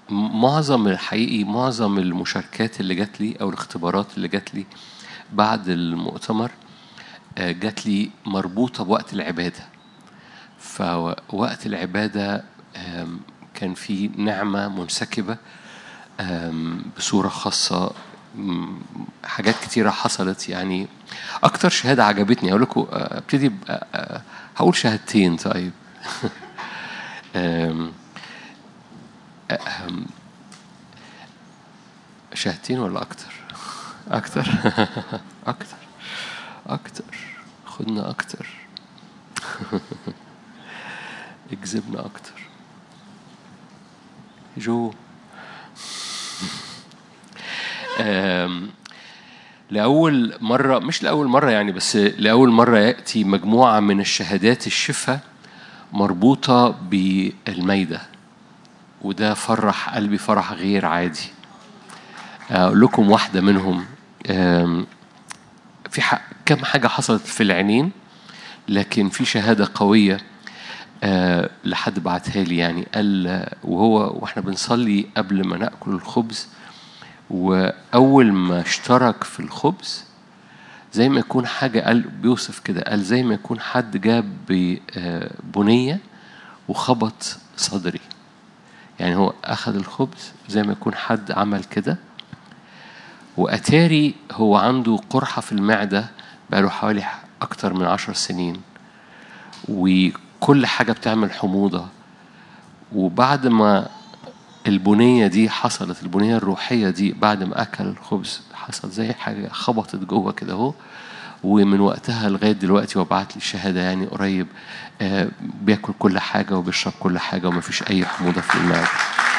معظم المشاركات اللي جات لي أو الاختبارات اللي جات لي بعد المؤتمر جات لي مربوطة بوقت العبادة. فوقت العبادة كان في نعمة منسكبة بصورة خاصة. حاجات كتيرة حصلت. يعني أكتر شهادة عجبتني أقول لكم، ابتدي هقول شهادتين. طيب شهادتين ولا أكتر؟ أكتر أكتر أكتر. خدنا أكتر اكذبنا أكتر جو. لأول مرة، مش لأول مرة يعني، بس لأول مرة يأتي مجموعة من الشهادات الشفاء مربوطة بالميدة، وده فرح قلبي فرح غير عادي. أقول لكم واحدة منهم. في كم حاجة حصلت في العينين، لكن في شهادة قوية لحد بعتها لي. يعني قال واحنا بنصلي قبل ما نأكل الخبز، وأول ما اشترك في الخبز زي ما يكون حاجة، قال بيوصف كده، قال زي ما يكون حد جاب بنية وخبط صدري. يعني هو أخذ الخبز زي ما يكون حد عمل كده، وأتاري هو عنده قرحة في المعدة بقاله حوالي أكتر من 10 سنين، وكل حاجة بتعمل حموضة. وبعد ما البنية دي حصلت، البنية الروحية دي، بعد ما أكل الخبز حصل زي حاجة خبطت جوه كده اهو. ومن وقتها لغاية دلوقتي وبعت لي الشهادة يعني قريب، بياكل كل حاجة وبيشرب كل حاجة وما فيش أي حموضة في المعدة.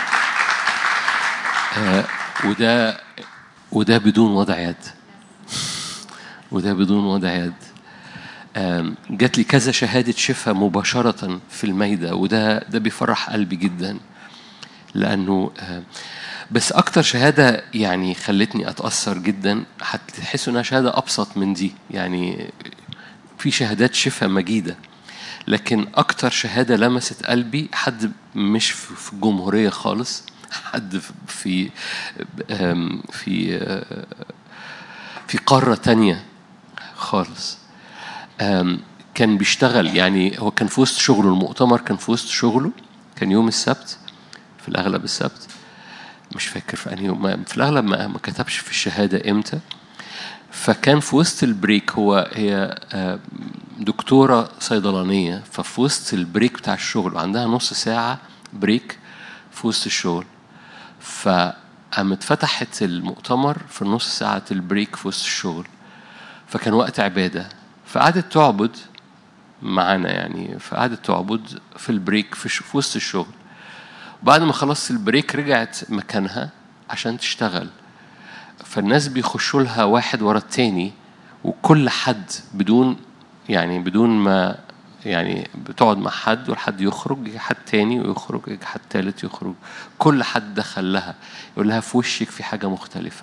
وده بدون وضع يد. وده بدون وضع يد. جات لي كذا شهادة شفاء مباشرة في الميدة، وده بيفرح قلبي جدا. لأنه بس أكتر شهادة يعني خلتني أتأثر جدا، هتحسوا إنها شهادة أبسط من دي. يعني في شهادات شفاء مجيدة، لكن أكتر شهادة لمست قلبي حد مش في الجمهورية خالص، حد في في في قارة تانية خالص. كان بيشتغل، يعني هو كان في وسط شغله، المؤتمر كان في وسط شغله، كان يوم السبت في الأغلب السبت، مش فاكر في أنهي يوم، في الأغلب ما كتبش في الشهادة إمتى. فكان في وسط البريك، هي دكتورة صيدلانية، ففي وسط البريك بتاع الشغل عندها نص ساعة بريك في وسط الشغل، فقامت فتحت المؤتمر في نص ساعة البريك في وسط الشغل. فكان وقت عبادة، فقعدت تعبد معانا يعني، فقعدت تعبد في البريك في وسط الشغل. بعد ما خلصت البريك رجعت مكانها عشان تشتغل. فالناس بيخشوا لها واحد ورا التاني، وكل حد بدون ما يعني بتقعد مع حد والحد يخرج، يجي حد تاني ويخرج، يجي حد تالت يخرج. كل حد دخل لها يقول لها في وشك في حاجة مختلفة.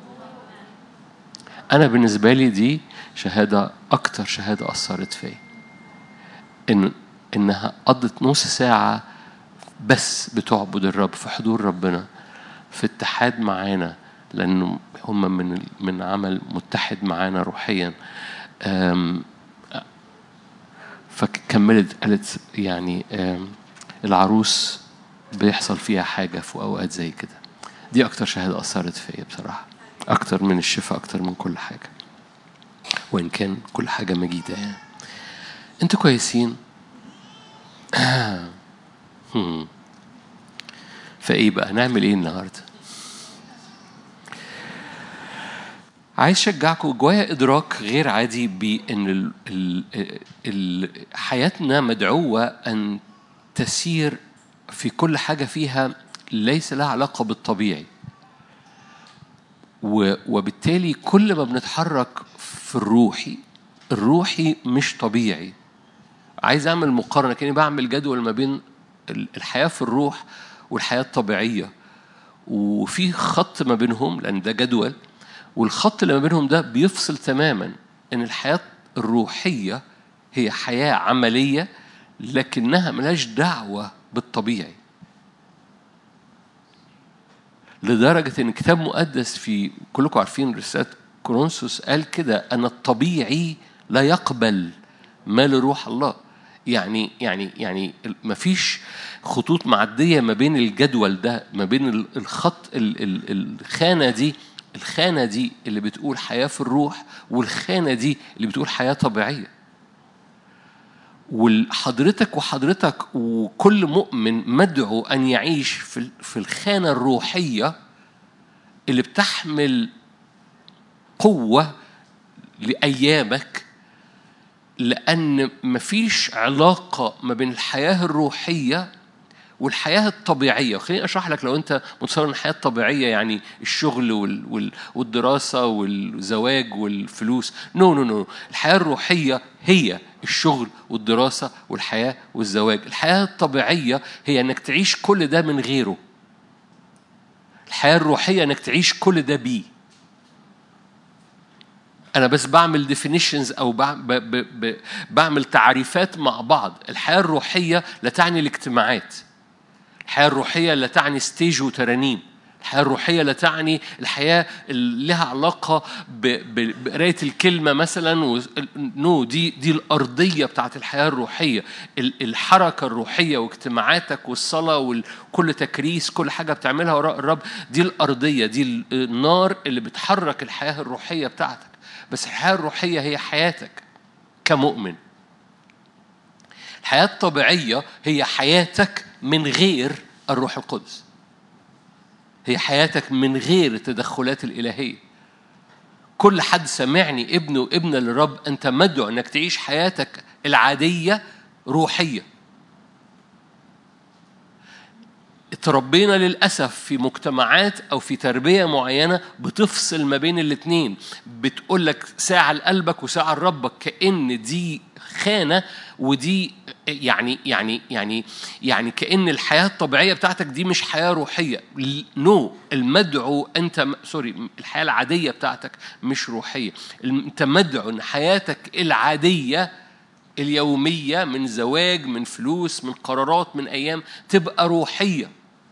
أنا بالنسبة لي دي شهادة، أكتر شهادة أثرت فيا، إنها قضت نص ساعة بس بتعبد الرب في حضور ربنا، في اتحاد معانا، لأنه هم من عمل متحد معانا روحيا. فكملت قالت يعني العروس بيحصل فيها حاجة في أوقات زي كده. دي أكتر شهادة أثرت فيا بصراحة، أكتر من الشفاء، أكتر من كل حاجة، وإن كان كل حاجة مجيدة يعني. أنتوا كويسين؟ فإيه بقى نعمل إيه النهاردة؟ عايز أشجعكم، جوايا إدراك غير عادي بأن حياتنا مدعوة أن تسير في كل حاجة فيها ليس لها علاقة بالطبيعي، وبالتالي كل ما بنتحرك في الروحي مش طبيعي. عايز أعمل مقارنة، كأني بعمل جدول ما بين الحياة في الروح والحياة الطبيعية، وفي خط ما بينهم لأن ده جدول، والخط اللي ما بينهم ده بيفصل تماما. إن الحياة الروحية هي حياة عملية، لكنها ملهاش دعوة بالطبيعي. لدرجة إن الكتاب المقدس في كلكم عارفين رسالة كورنثوس قال كده: أن الطبيعي لا يقبل ما لروح الله. يعني مفيش خطوط معدية ما بين الجدول ده، ما بين الخط الخانة دي اللي بتقول حياة في الروح، والخانة دي اللي بتقول حياة طبيعية. وحضرتك وكل مؤمن مدعو أن يعيش في الخانة الروحية اللي بتحمل قوة لأيامك، لأن مفيش علاقة ما بين الحياة الروحية والحياة الطبيعية. وخليني أشرح لك، لو أنت متصور أن الحياة الطبيعية يعني الشغل والدراسة والزواج والفلوس، نو. الحياة الروحية هي الشغل والدراسة والحياة والزواج. الحياة الطبيعية هي أنك تعيش كل ده من غيره. الحياة الروحية أنك تعيش كل ده بيه. أنا بس بعمل definitions أو بعمل تعريفات مع بعض. الحياة الروحية لا تعني الاجتماعات. الحياة الروحية لا تعني ستيج وترانيم. الحياة الروحية لا تعني الحياة اللي لها علاقة بقراية الكلمة مثلا. نو، دي الأرضية بتاعت الحياة الروحية. الحركة الروحية واجتماعاتك والصلاة وكل تكريس، كل حاجة بتعملها وراء الرب، دي الأرضية، دي النار اللي بتحرك الحياة الروحية بتاعتك. بس الحياة الروحية هي حياتك كمؤمن. الحياة الطبيعية هي حياتك من غير الروح القدس، هي حياتك من غير التدخلات الإلهية. كل حد سمعني ابن للرب، أنت مدعو أنك تعيش حياتك العادية روحية. تربينا للأسف في مجتمعات أو في تربية معينة بتفصل ما بين الاتنين، بتقولك ساعة لقلبك وساعة لربك، كأن دي خانة ودي يعني كأن الحياة الطبيعية بتاعتك دي مش حياة روحية. نو، المدعو أنت الحياة العادية بتاعتك مش روحية. أنت مدعو أن حياتك العادية اليومية، من زواج، من فلوس، من قرارات، من أيام، تبقى روحية.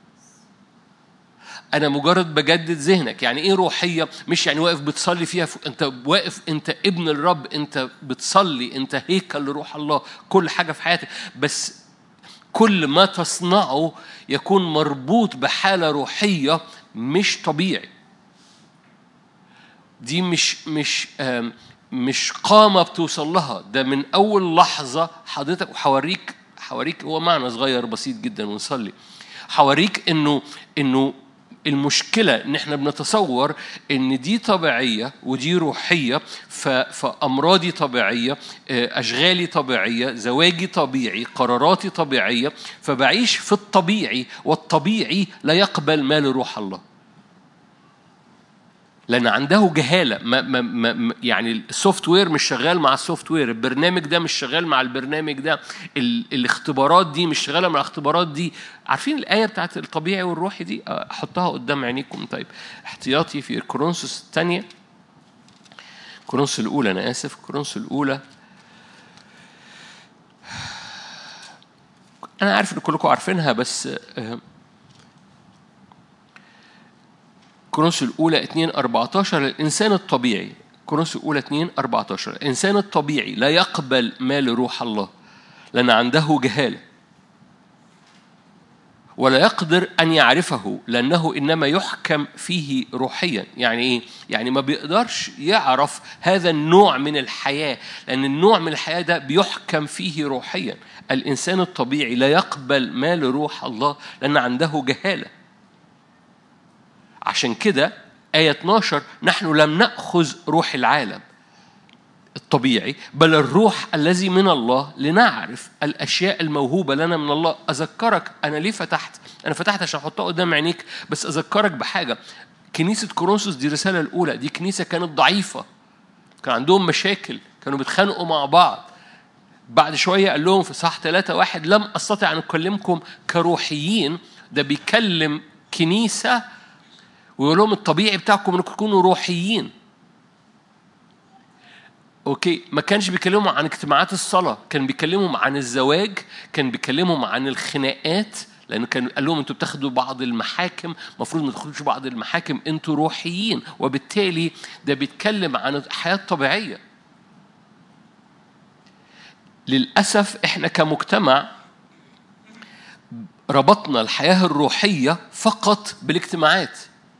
أنا مجرد بجدد ذهنك. يعني إيه روحية؟ مش يعني واقف بتصلي فيها أنت واقف، أنت ابن الرب، أنت بتصلي، أنت هيكل لروح الله، كل حاجة في حياتك. بس كل ما تصنعه يكون مربوط بحالة روحية مش طبيعي. دي مش قامة بتوصل لها، ده من أول لحظة حضرتك. وحوريك هو معنى صغير بسيط جدا ونصلي. حوريك إنه المشكلة إن إحنا بنتصور إن دي طبيعية ودي روحية. فأمراضي طبيعية، أشغالي طبيعية، زواجي طبيعي، قراراتي طبيعية، فبعيش في الطبيعي، والطبيعي لا يقبل ما لروح الله، لأن عنده جهالة. يعني السوفت وير مش شغال مع السوفت وير، البرنامج ده مش شغال مع البرنامج ده، الاختبارات دي مش شغالة مع الاختبارات دي. عارفين الآية بتاعت الطبيعي والروحي دي؟ أحطها قدام عينيكم. طيب، احتياطي في كورنثوس الثانية، كورنثوس الأولى، أنا آسف، كورنثوس الأولى. أنا عارف إن كلكم عارفينها، بس كورنثوس الأولى 2:14. الإنسان الطبيعي، كورنثوس الأولى 2:14، الإنسان الطبيعي لا يقبل ما لروح الله لأن عنده جهالة، ولا يقدر أن يعرفه لأنه إنما يحكم فيه روحيا. يعني إيه؟ يعني ما بيقدرش يعرف هذا النوع من الحياة، لأن النوع من الحياة ده بيحكم فيه روحيا. الإنسان الطبيعي لا يقبل ما لروح الله لأن عنده جهالة. عشان كده آية 12: نحن لم نأخذ روح العالم الطبيعي، بل الروح الذي من الله، لنعرف الأشياء الموهوبة لنا من الله. أذكرك أنا ليه فتحت؟ أنا فتحت عشان أحطها قدام عينيك، بس أذكرك بحاجة. كنيسة كورنثوس دي الرسالة الأولى، دي كنيسة كانت ضعيفة، كان عندهم مشاكل، كانوا بيتخانقوا مع بعض. بعد شوية قال لهم في صح 3:1: لم أستطع أن أكلمكم كروحيين. ده بيكلم كنيسة ويقول لهم الطبيعي بتاعكم انكم تكونوا روحيين. اوكي، ما كانش بيكلمهم عن اجتماعات الصلاة، كان بيكلمهم عن الزواج، كان بيكلمهم عن الخناقات. لأنه كان قال لهم أنتوا بتاخدوا بعض المحاكم، مفروض ما تاخدوش بعض المحاكم، أنتوا روحيين. وبالتالي ده بيتكلم عن الحياة الطبيعية. للأسف إحنا كمجتمع ربطنا الحياة الروحية فقط بالاجتماعات.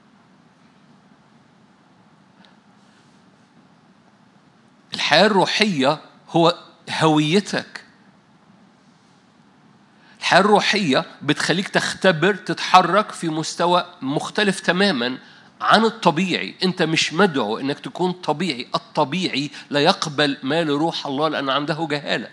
الحياة الروحية هو هويتك. الحياة الروحية بتخليك تختبر، تتحرك في مستوى مختلف تماما عن الطبيعي. أنت مش مدعو أنك تكون طبيعي. الطبيعي لا يقبل ما لروح الله لأن عنده جهالة.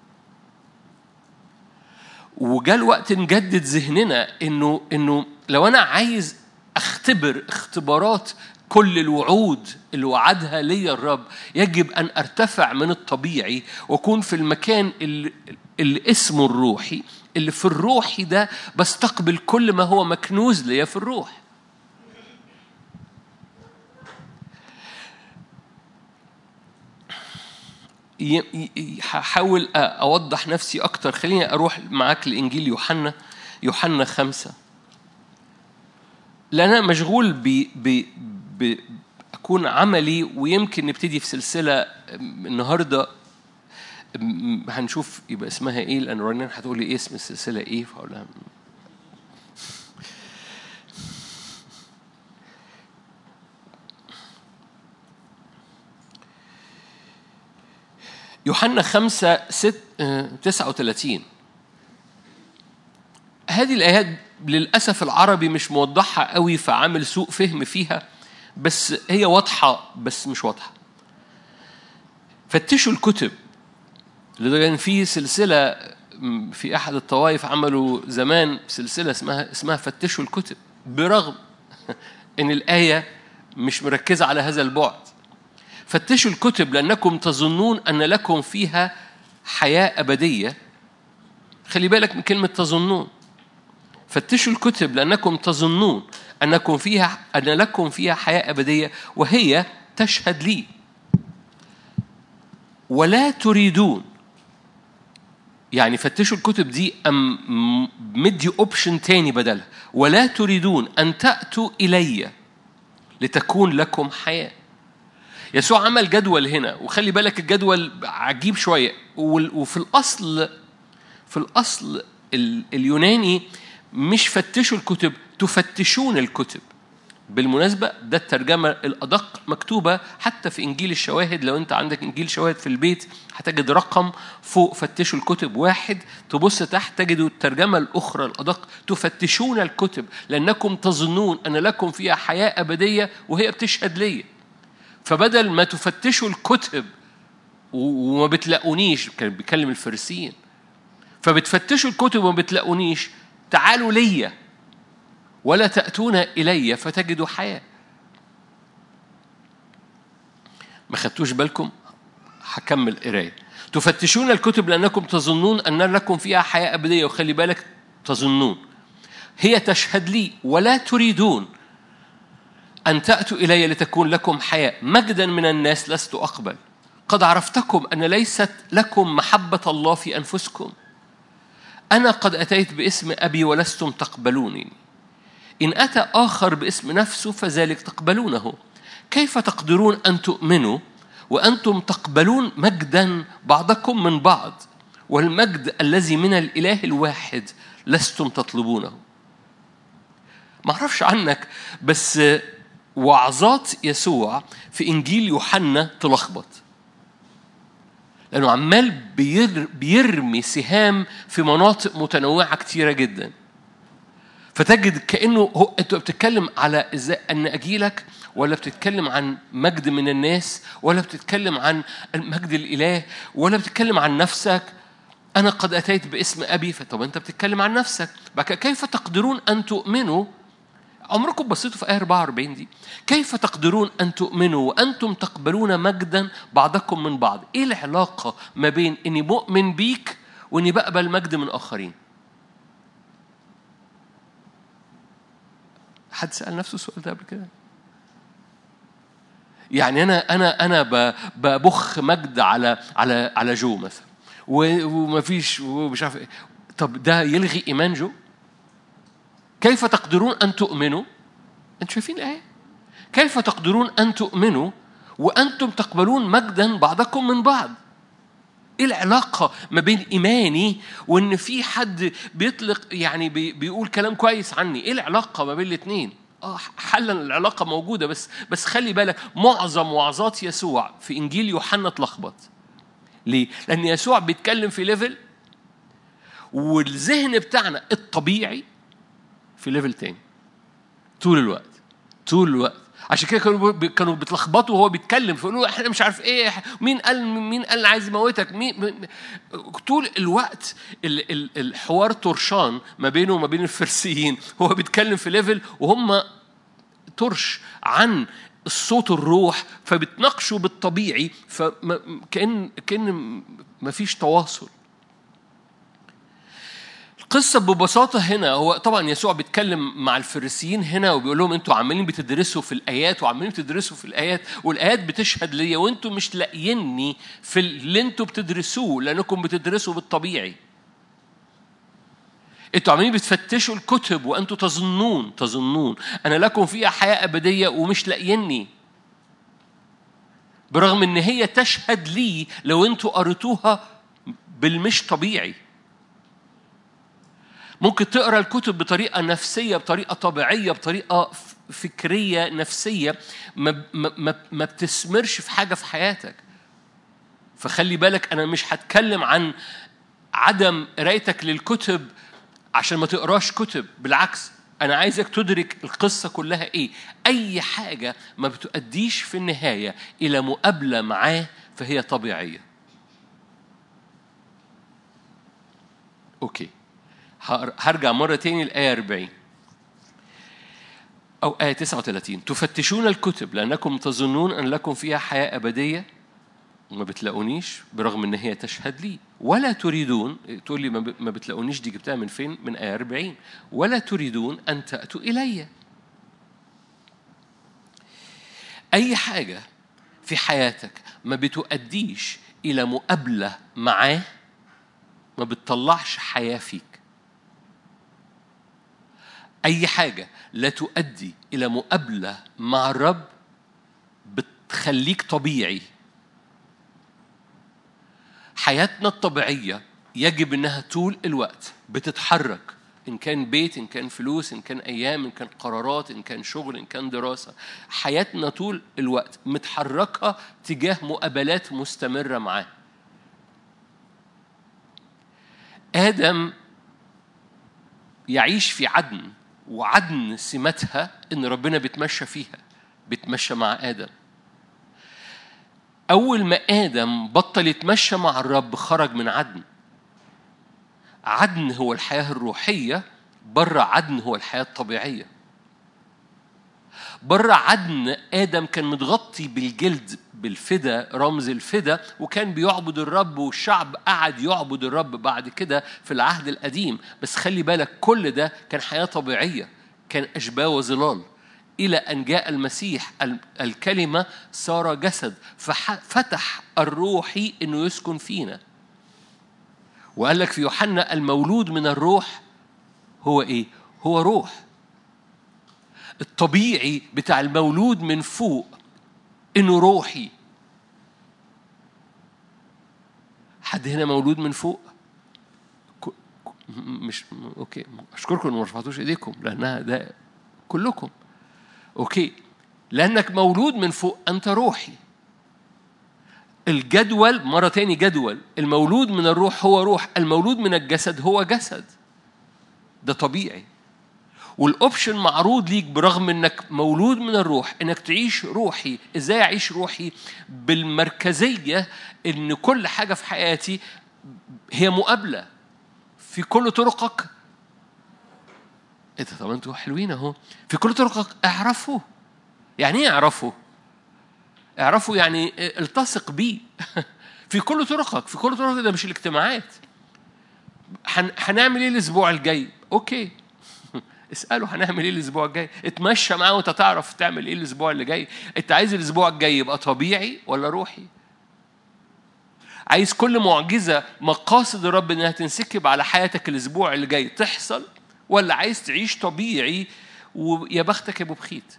وجاء الوقت نجدد ذهننا إنه لو أنا عايز أختبر اختبارات كل الوعود اللي وعدها لي الرب، يجب أن أرتفع من الطبيعي وأكون في المكان اللي اسمه الروحي، اللي في الروحي ده بستقبل كل ما هو مكنوز لي في الروح. هحاول أوضح نفسي أكتر. خليني أروح معاك لإنجيل يوحنا 5، لأن أنا مشغول أكون عملي. ويمكن نبتدي في سلسلة النهاردة هنشوف يبقى اسمها إيه، لأن رنان هتقولي إيه اسم السلسلة إيه، فأقولها يوحنا 5:39. هذه الآيات للأسف العربي مش موضحها قوي، فعامل سوء فهم فيها، بس هي واضحة بس مش واضحة. فتشوا الكتب. لذلك في سلسلة في أحد الطوائف عملوا زمان سلسلة اسمها فتشوا الكتب، برغم إن الآية مش مركزة على هذا البعد. فتشوا الكتب لأنكم تظنون أن لكم فيها حياة أبدية. خلي بالك من كلمة تظنون. فتشوا الكتب لأنكم تظنون أن لكم فيها حياة أبدية، وهي تشهد لي. ولا تريدون، يعني فتشوا الكتب دي مدي أوبشن تاني بدلها. ولا تريدون أن تأتوا إلي لتكون لكم حياة. يسوع عمل جدول هنا، وخلي بالك الجدول عجيب شوية. وفي الأصل اليوناني مش فتشوا الكتب، تفتشون الكتب. بالمناسبة ده الترجمة الأدق مكتوبة حتى في إنجيل الشواهد. لو أنت عندك إنجيل شواهد في البيت هتجد رقم فوق فتشوا الكتب 1، تبص تحت تجدوا الترجمة الأخرى الأدق تفتشون الكتب لأنكم تظنون أن لكم فيها حياة أبدية وهي بتشهد لي. فبدل ما تفتشوا الكتب وما بتلاقونيش، كان بيكلم الفريسيين، فبتفتشوا الكتب وما بتلاقونيش، تعالوا لي ولا تأتون إلي فتجدوا حياة. ما خدتوش بالكم؟ هكمل قراية. تفتشون الكتب لأنكم تظنون أن لكم فيها حياة أبدية. وخلي بالك تظنون هي تشهد لي. ولا تريدون أن تأتوا إلي لتكون لكم حياة. مجدا من الناس لست أقبل. قد عرفتكم أن ليست لكم محبة الله في أنفسكم. أنا قد أتيت باسم أبي ولستم تقبلوني. إن أتى آخر باسم نفسه فذلك تقبلونه. كيف تقدرون أن تؤمنوا وأنتم تقبلون مجدا بعضكم من بعض، والمجد الذي من الإله الواحد لستم تطلبونه؟ ما أعرفش عنك، بس وعظات يسوع في إنجيل يوحنا تلخبط، لأنه عمال بيرمي سهام في مناطق متنوعة كتيرة جدا. فتجد كأنه أنت بتتكلم على إزاي أن أجيلك، ولا بتتكلم عن مجد من الناس، ولا بتتكلم عن مجد الإله، ولا بتتكلم عن نفسك. أنا قد أتيت باسم أبي. فطب أنت بتتكلم عن نفسك. كيف تقدرون أن تؤمنوا؟ عمركم بصيتوا في آية 44 دي؟ كيف تقدرون أن تؤمنوا وأنتم تقبلون مجدا بعضكم من بعض؟ إيه العلاقة ما بين إني مؤمن بيك وإني بقبل مجد من آخرين؟ حد سأل نفسه السؤال ده قبل كده؟ يعني أنا ببخ مجد على جو مثلا، وما فيش ومش عارف إيه. طب ده يلغي إيمان جو؟ كيف تقدرون أن تؤمنوا؟ أنتوا شايفين الآية؟ كيف تقدرون أن تؤمنوا وأنتم تقبلون مجدا بعضكم من بعض؟ إيه العلاقة ما بين إيماني وإن في حد بيطلق يعني بيقول كلام كويس عني؟ إيه العلاقة ما بين الاثنين؟ حلا العلاقة موجودة، بس خلي بالك معظم وعظات يسوع في إنجيل يوحنا اتلخبط. ليه؟ لأن يسوع بيتكلم في ليفل والذهن بتاعنا الطبيعي في ليفل تاني طول الوقت. عشان كده كانوا بيتلخبطوا وهو بيتكلم، فيقولوا احنا مش عارف ايه، مين قال عايز يموتك، طول الوقت الحوار طرشان ما بينه وما بين الفريسيين. هو بيتكلم في ليفل وهم طرش عن الصوت الروح، فبتناقشوا بالطبيعي، كأن ما فيش تواصل. القصة ببساطة هنا هو طبعا يسوع بيتكلم مع الفريسيين هنا وبيقول لهم انتوا عمالين بتدرسوا في الآيات والآيات بتشهد ليا، وانتوا مش لاقيني في اللي انتوا بتدرسوه لأنكم بتدرسوا بالطبيعي. انتوا عمالين بتفتشوا الكتب وانتوا تظنون أنا لكم فيها حياة أبدية ومش لاقيني، برغم ان هي تشهد لي لو انتوا قريتوها بالمش طبيعي. ممكن تقرأ الكتب بطريقة نفسية، بطريقة طبيعية، بطريقة فكرية نفسية، ما بتسمرش في حاجة في حياتك. فخلي بالك، أنا مش هتكلم عن عدم قرايتك للكتب عشان ما تقراش كتب، بالعكس أنا عايزك تدرك القصة كلها إيه. أي حاجة ما بتؤديش في النهاية إلى مقابلة معاه فهي طبيعية. أوكي، هرجع مرة تاني لآية 40 أو آية 39. تفتشون الكتب لأنكم تظنون أن لكم فيها حياة أبدية وما بتلاقونيش، برغم أن هي تشهد لي. ولا تريدون، تقول لي ما بتلاقونيش، دي جبتها من فين؟ من آية 40. ولا تريدون أن تأتوا إلي. أي حاجة في حياتك ما بتؤديش إلى مقابلة معاه ما بتطلعش حياة فيك. أي حاجة لا تؤدي إلى مقابلة مع الرب بتخليك طبيعي. حياتنا الطبيعية يجب أنها طول الوقت بتتحرك، إن كان بيت، إن كان فلوس، إن كان أيام، إن كان قرارات، إن كان شغل، إن كان دراسة. حياتنا طول الوقت متحركة تجاه مقابلات مستمرة معاه. آدم يعيش في عدن، وعدن سمتها إن ربنا بيتمشى فيها، بيتمشى مع آدم. أول ما آدم بطل يتمشى مع الرب خرج من عدن. عدن هو الحياة الروحية، بره عدن هو الحياة الطبيعية. بره عدن آدم كان متغطي بالجلد، بالفدا، رمز الفدا، وكان بيعبد الرب، والشعب قعد يعبد الرب بعد كده في العهد القديم. بس خلي بالك، كل ده كان حياة طبيعية، كان أشباه وظلال، إلى أن جاء المسيح الكلمة صار جسد، ففتح الروحي إنه يسكن فينا. وقال لك في يوحنا المولود من الروح هو إيه؟ هو روح. الطبيعي بتاع المولود من فوق إنه روحي. حد هنا مولود من فوق؟ مش أوكي، أشكركم إن ما رفعتوش إيديكم لأنها ده كلكم. أوكي، لأنك مولود من فوق أنت روحي. الجدول مرة تاني، جدول المولود من الروح هو روح، المولود من الجسد هو جسد. ده طبيعي، والأوبشن معروض ليك برغم أنك مولود من الروح أنك تعيش روحي. إزاي أعيش روحي؟ بالمركزية أن كل حاجة في حياتي هي مقابلة في كل طرقك. إيه ده؟ طب أنتوا حلوين أهو. في كل طرقك اعرفوا. يعني إيه اعرفوا؟ اعرفوا يعني التصق بيه. في كل طرقك، في كل طرقك. ده مش الاجتماعات. هنعمل إيه الأسبوع الجاي؟ أوكي، اسأله هنعمل إيه الأسبوع الجاي. اتمشى معاه وأنت تعرف تعمل إيه الأسبوع اللي جاي. أنت عايز الأسبوع الجاي يبقى طبيعي ولا روحي؟ عايز كل معجزة مقاصد الرب إنها تنسكب على حياتك الأسبوع اللي جاي تحصل، ولا عايز تعيش طبيعي ويا بختك يا ابو بخيت؟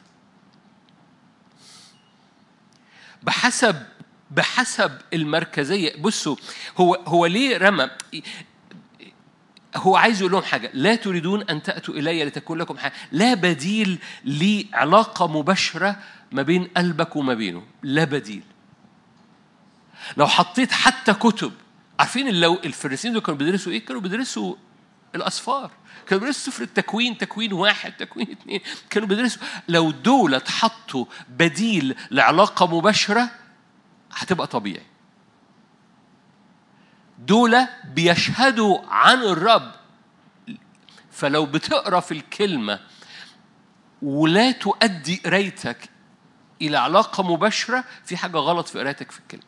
بحسب المركزيه. بصوا، هو ليه رمى؟ هو عايز يقول لهم حاجه: لا تريدون ان تاتوا الي لتكون لكم حياه. لا بديل لعلاقه مباشره ما بين قلبك وما بينه، لا بديل. لو حطيت حتى كتب، عارفين لو الفريسيين دول كانوا بيدرسوا ايه؟ كانوا بيدرسوا الاسفار، كانوا بيدرسوا سفر التكوين، تكوين 1 تكوين 2، كانوا بيدرسوا. لو دول اتحطوا بديل لعلاقه مباشره هتبقى طبيعي. دول بيشهدوا عن الرب. فلو بتقرا في الكلمه ولا تؤدي قرايتك الى علاقه مباشره، في حاجه غلط في قرايتك في الكلمه.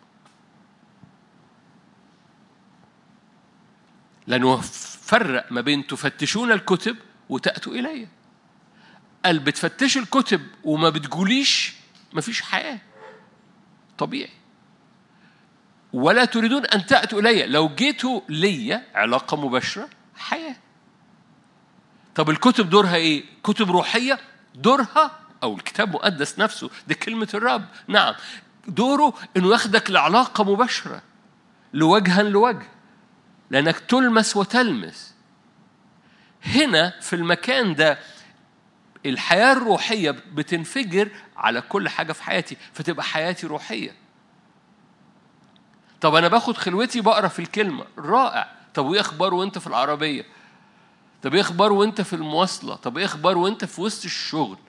لانه فرق ما بين تفتشون الكتب وتاتوا الي. قال بتفتش الكتب وما بتقوليش، مفيش حياه طبيعي. ولا تريدون ان تاتوا الي. لو جيتوا لي علاقه مباشره، حياه. طب الكتب دورها ايه؟ كتب روحيه دورها، او الكتاب المقدس نفسه ده كلمه الرب، نعم، دوره انه ياخدك لعلاقه مباشره، لوجها لوجه، لانك تلمس وتلمس. هنا في المكان ده الحياه الروحيه بتنفجر على كل حاجه في حياتي، فتبقى حياتي روحيه. طب انا باخد خلوتي بقرا في الكلمه، رائع. طب وايه اخبار وانت في العربيه؟ طب ايه اخبار وانت في المواصله؟ طب ايه اخبار وانت في وسط الشغل؟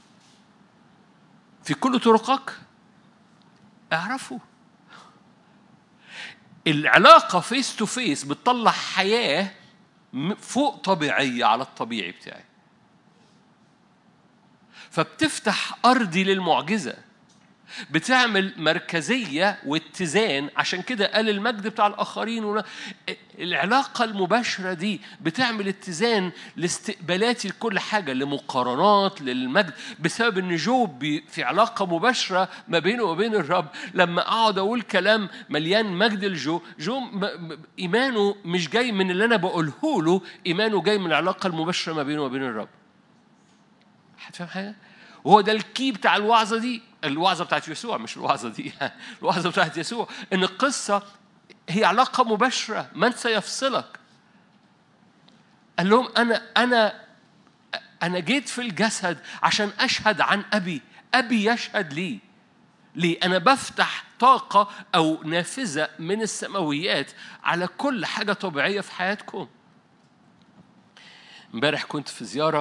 في كل طرقك اعرفوا. العلاقه فيس تو فيس بتطلع حياه فوق طبيعيه على الطبيعي بتاعي، فبتفتح ارضي للمعجزه، بتعمل مركزية واتزان. عشان كده قال المجد بتاع الآخرين. العلاقة المباشرة دي بتعمل اتزان لاستقبالاتي لكل حاجة، لمقارنات، للمجد، بسبب ان جوب في علاقة مباشرة ما بينه وبين الرب. لما اقعد اقول كلام مليان مجد الجو، ايمانه مش جاي من اللي انا بقوله له، ايمانه جاي من العلاقة المباشرة ما بينه وبين الرب. هتفهم حاجة؟ وهو ده الكي بتاع الوعظة دي، الوعظة بتاعت يسوع، مش الوعظة دي الوعظة بتاعت يسوع، إن القصة هي علاقة مباشرة. من سيفصلك؟ قال لهم أنا جيت في الجسد عشان أشهد عن أبي. أبي يشهد لي. ليه؟ أنا بفتح طاقة أو نافذة من السماويات على كل حاجة طبيعية في حياتكم. امبارح كنت في زيارة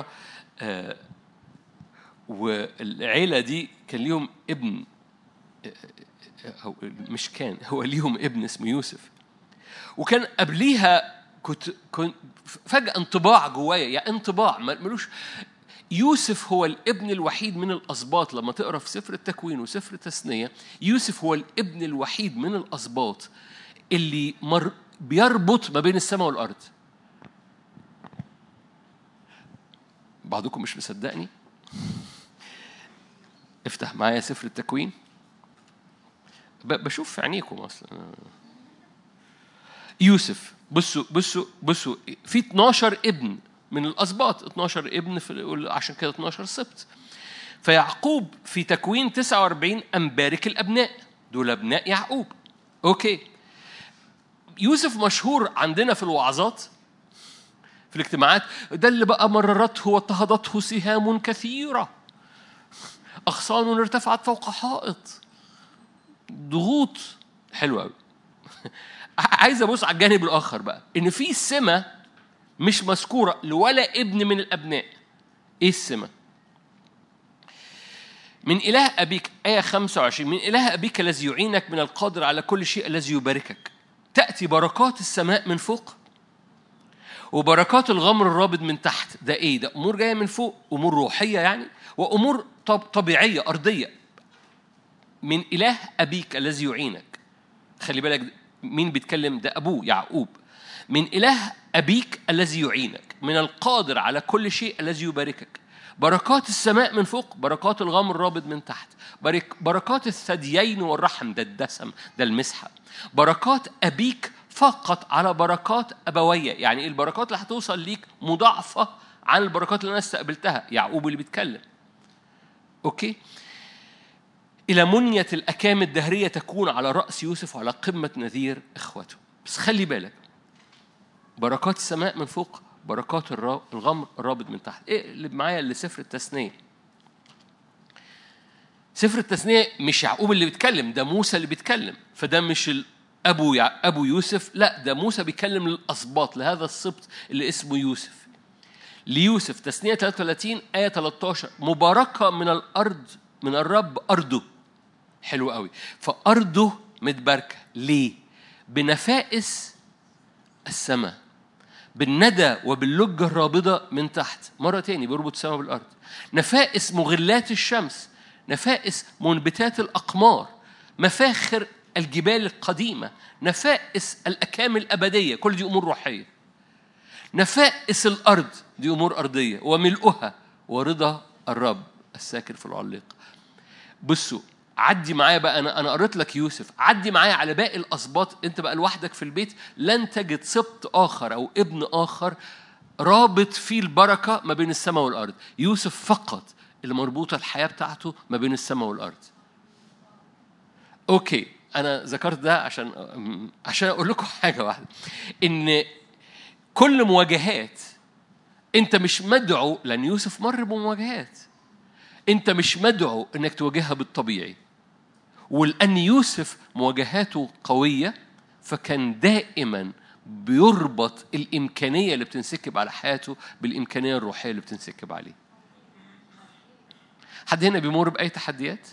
والعيلة دي كان ليهم ابن، أو مش كان، هو ليهم ابن اسمه يوسف. وكان قبليها كنت فجأة انطباع جوايا، يعني انطباع ملوش. يوسف هو الابن الوحيد من الأسباط. لما تقرأ في سفر التكوين وسفر التثنية، يوسف هو الابن الوحيد من الأسباط اللي بيربط ما بين السماء والأرض. بعضكم مش مصدقني؟ افتح معايا سفر التكوين. بشوف في عينيكم أصلا. يوسف، بصوا في 12 ابن من الأسباط، 12 ابن عشان كده 12 سبت. فيعقوب في تكوين 49 أنبارك الأبناء، دول أبناء يعقوب. أوكي، يوسف مشهور عندنا في الوعظات، في الاجتماعات، ده اللي بقى مررته واضطهدته سهام كثيرة، أغصان ارتفعت فوق حائط، ضغوط. حلوة قوي. عايز أبص على الجانب الآخر بقى، إن في سمة مش مذكورة لولا ابن من الأبناء. إيه السمة؟ من إله أبيك، آية 25، من إله أبيك الذي يعينك، من القادر على كل شيء الذي يباركك. تأتي بركات السماء من فوق وبركات الغمر الرابض من تحت. ده إيه؟ ده أمور جاية من فوق، أمور روحية يعني، وأمور طبيعية أرضية. من إله أبيك الذي يعينك. خلي بالك مين بيتكلم؟ ده أبوه يعقوب. من إله أبيك الذي يعينك، من القادر على كل شيء الذي يباركك. بركات السماء من فوق، بركات الغمر الرابض من تحت، بركات الثديين والرحم، ده الدسم، ده المسحة. بركات أبيك فقط على بركات أبوية. يعني البركات اللي هتوصل ليك مضاعفة عن البركات اللي أنا استقبلتها. يعقوب اللي بيتكلم. أوكي؟ إلى منية الأكام الدهرية تكون على رأس يوسف وعلى قمة نذير إخوته. بس خلي بالك، بركات السماء من فوق، بركات الغمر الرابط من تحت. إيه اللي معايا اللي سفر التثنية؟ سفر التثنية مش يعقوب اللي بيتكلم، ده موسى اللي بيتكلم. فده مش أبو يوسف، لا، ده موسى بيتكلم للأسباط، لهذا السبط اللي اسمه يوسف. ليوسف تثنية 33 آية 13: مباركة من الأرض، من الرب أرضه. حلو قوي. فأرضه متباركة ليه؟ بنفائس السماء، بالندى وباللجة الرابضة من تحت. مرة تاني بيربط السماء بالأرض. نفائس مغلات الشمس، نفائس منبتات الأقمار، مفاخر الجبال القديمة، نفائس الأكام الأبدية. كل دي أمور روحية. نفائس الأرض دي أمور أرضية، وملؤها ورضا الرب الساكن في العليق. بصوا، عدي معايا بقى، أنا قريت لك يوسف، عدي معايا على باقي الأسباط. أنت بقى لوحدك في البيت، لن تجد سبط آخر أو ابن آخر رابط فيه البركة ما بين السماء والأرض. يوسف فقط اللي مربوطة الحياة بتاعته ما بين السماء والأرض. أوكي، أنا ذكرت ده عشان أقول لكم حاجة واحدة، إن كل مواجهات أنت مش مدعو، لأن يوسف مر بمواجهات، أنت مش مدعو إنك تواجهها بالطبيعي. ولأن يوسف مواجهاته قوية، فكان دائما بيربط الإمكانية اللي بتنسكب على حياته بالإمكانية الروحية اللي بتنسكب عليه. حد هنا بيمر بأي تحديات؟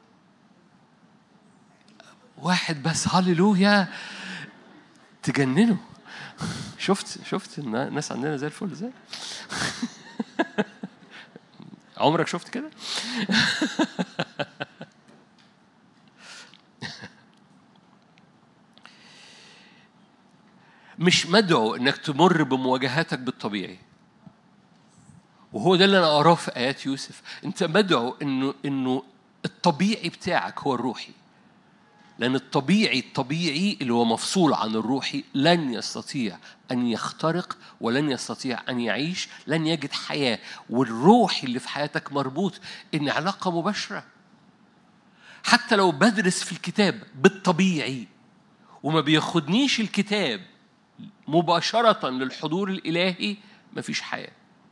واحد بس، هاليلويا، تجننه. شفت الناس عندنا زي الفل ازاي؟ عمرك شفت كده؟ مش مدعو انك تمر بمواجهاتك بالطبيعي. وهو ده اللي انا اقراه في ايات يوسف. انت مدعو انه الطبيعي بتاعك هو الروحي، لأن الطبيعي اللي هو مفصول عن الروحي لن يستطيع أن يخترق، ولن يستطيع أن يعيش، لن يجد حياة. والروحي اللي في حياتك مربوط إن علاقة مباشرة. حتى لو بدرس في الكتاب بالطبيعي وما بياخدنيش الكتاب مباشرة للحضور الإلهي، مفيش حياة.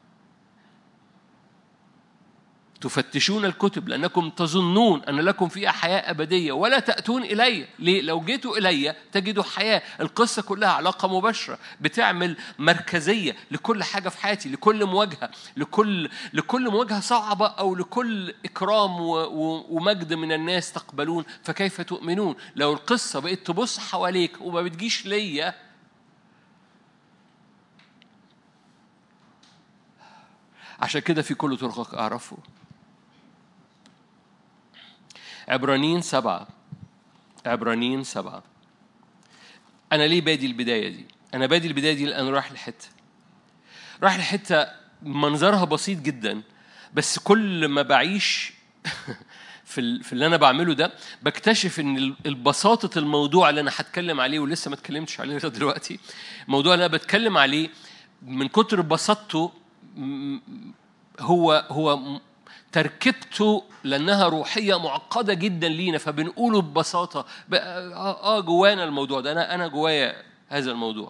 تفتشون الكتب لأنكم تظنون أن لكم فيها حياة أبدية ولا تأتون إلي. ليه؟ لو جيتوا إلي تجدوا حياة. القصة كلها علاقة مباشرة بتعمل مركزية لكل حاجة في حياتي، لكل مواجهة، لكل مواجهة صعبة أو لكل إكرام ومجد من الناس تقبلون فكيف تؤمنون. لو القصة بقيت تبص حواليك وما بتجيش ليا، عشان كده في كل طرقك أعرفه. عبرانيين 7. أنا ليه بادي البداية دي؟ أنا بادي البداية دي لأن رايح لحتة منظرها بسيط جدا، بس كل ما بعيش في اللي أنا بعمله ده بكتشف إن البساطة الموضوع اللي أنا هتكلم عليه ولسه ما اتكلمتش عليه دلوقتي، الموضوع اللي أنا بتكلم عليه من كتر بساطته هو تركيبته لأنها روحية معقدة جدا لينا، فبنقوله ببساطة. جوانا الموضوع ده، أنا جوايا هذا الموضوع،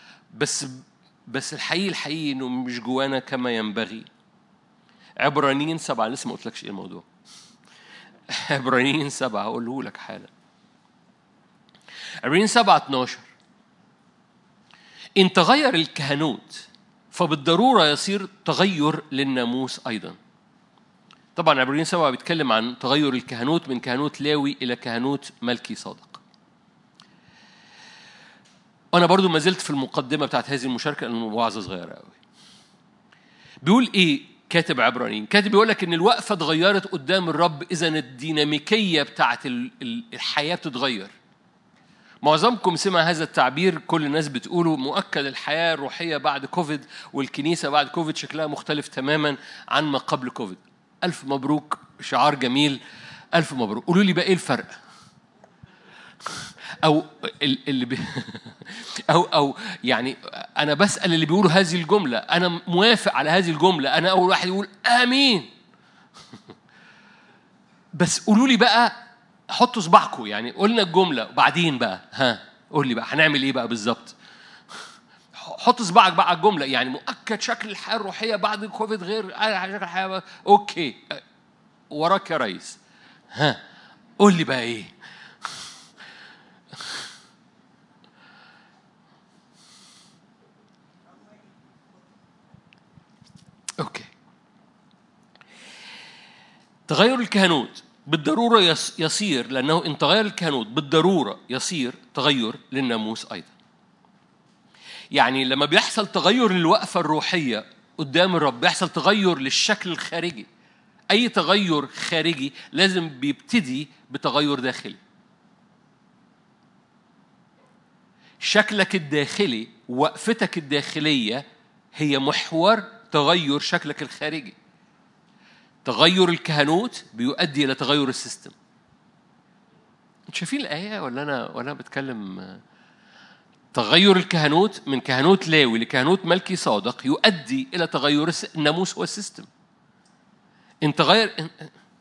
بس الحقيقي إنه مش جوانا كما ينبغي. عبرانيين 7، لسه ما قلتلكش إيه الموضوع. عبرانيين 7 هقوله لك حالا. عبرانيين 7:12: إن تغير الكهنوت فبالضرورة يصير تغير للناموس أيضا. طبعا عبرانيين 7 بيتكلم عن تغير الكهنوت من كهنوت لاوي إلى كهنوت ملكي صادق. وأنا برضو ما زلت في المقدمة بتاعت هذه المشاركة لأنه وعظة صغيرة قوي. بيقول إيه كاتب عبرانيين؟ كاتب بيقول لك إن الوقفة اتغيرت قدام الرب، إذن الديناميكية بتاعت الحياة بتتغير. معظمكم سمع هذا التعبير، كل الناس بتقوله مؤكد الحياة الروحية بعد كوفيد والكنيسة بعد كوفيد شكلها مختلف تماما عن ما قبل كوفيد. ألف مبروك، شعار جميل، ألف مبروك. قولوا لي بقى إيه الفرق؟ أو أو يعني أنا بسأل اللي بيقولوا هذه الجملة، أنا موافق على هذه الجملة، أنا أول واحد يقول آمين. بس قولوا لي بقى، حطوا صباعكم، يعني قلنا الجملة وبعدين بقى قول لي بقى هنعمل إيه بقى بالظبط. حط صباعك بقى على الجملة. يعني مؤكد شكل الحياة الروحية بعد كوفيد غير شكل الحياة بقى. أوكي وراك يا ريس، قول لي بقى إيه. أوكي. تغير الكهنوت بالضرورة يصير، لأنه إن تغير الكهنوت بالضرورة يصير تغير للناموس أيضا. يعني لما بيحصل تغير للوقفة الروحية قدام الرب بيحصل تغير للشكل الخارجي. أي تغير خارجي لازم بيبتدي بتغير داخلي. شكلك الداخلي، وقفتك الداخلية هي محور تغير شكلك الخارجي. تغير الكهنوت بيؤدي إلى تغير السيستم. انتوا شايفين الآية ولا أنا بتكلم؟ تغير الكهنوت من كهنوت لاوي لكهنوت ملكي صادق يؤدي إلى تغير الناموس والسيستم. إن تغير،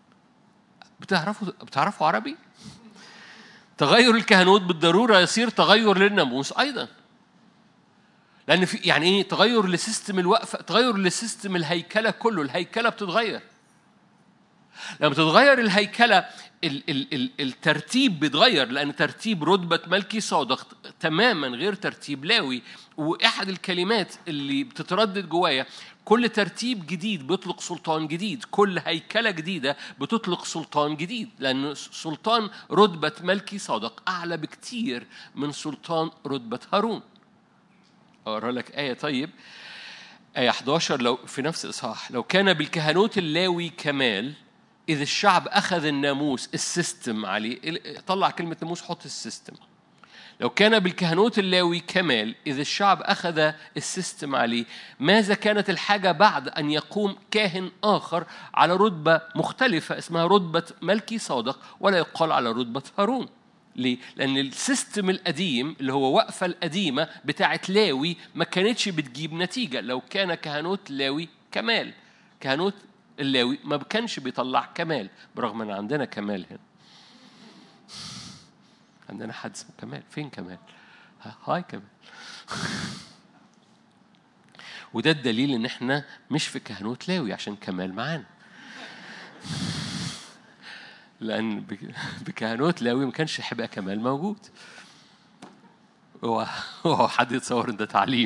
بتعرفوا عربي؟ تغير الكهنوت بالضرورة يصير تغير للناموس أيضا. لأن في يعني إيه تغير لسيستم الوقفة؟ تغير لسيستم الهيكلة كله. الهيكلة بتتغير. لما تتغير الهيكلة الترتيب بيتغير، لأن ترتيب رتبة ملكي صادق تماما غير ترتيب لاوي. وأحد الكلمات اللي بتتردد جوايا، كل ترتيب جديد بيطلق سلطان جديد، كل هيكلة جديدة بتطلق سلطان جديد، لأن سلطان رتبة ملكي صادق أعلى بكتير من سلطان رتبة هارون. أقرأ لك آية. طيب آية 11 لو في نفس الإصحاح، لو كان بالكهنوت اللاوي كمال إذا الشعب أخذ الناموس السيستم عليه. طلع كلمة ناموس، حط السيستم. لو كان بالكهنوت اللاوي كمال إذا الشعب أخذ السيستم عليه، ماذا كانت الحاجة بعد أن يقوم كاهن آخر على رتبة مختلفة اسمها رتبة ملكي صادق ولا يقال على رتبة هارون؟ ليه؟ لأن السيستم القديم اللي هو وقفة القديمة بتاعت لاوي ما كانتش بتجيب نتيجة. لو كان كهنوت لاوي كمال، كهنوت اللاوي ما كانش بيطلع كمال، برغم أن عندنا كمال هنا. عندنا حد اسمه كمال. فين كمال؟ هاي كمال. وده الدليل ان احنا مش في كهنوت لاوي عشان كمال معانا. لان بكهنوت لاوي ما كانش هيبقى كمال موجود. هو حد يتصور ان ده تعليم.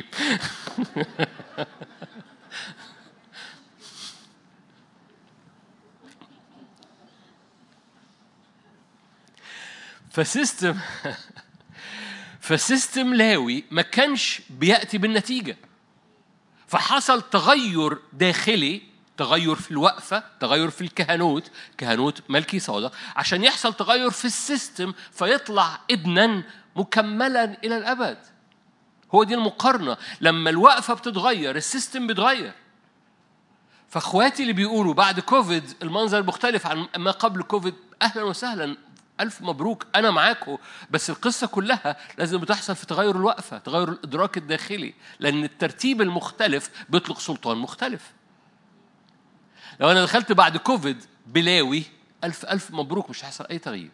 فسيستم لاوي ما كانش بيأتي بالنتيجة. فحصل تغير داخلي، تغير في الوقفة، تغير في الكهنوت، كهنوت ملكي صادق، عشان يحصل تغير في السيستم فيطلع ابنا مكملا إلى الأبد. هو دي المقارنة. لما الوقفة بتتغير السيستم بيتغير. فاخواتي اللي بيقولوا بعد كوفيد المنظر مختلف عن ما قبل كوفيد، أهلا وسهلا، ألف مبروك، أنا معاكم. بس القصة كلها لازم بتحصل في تغير الوقفة، تغير الإدراك الداخلي، لأن الترتيب المختلف بيطلق سلطان مختلف. لو أنا دخلت بعد كوفيد بلاوي، ألف مبروك، مش هيحصل أي تغيير.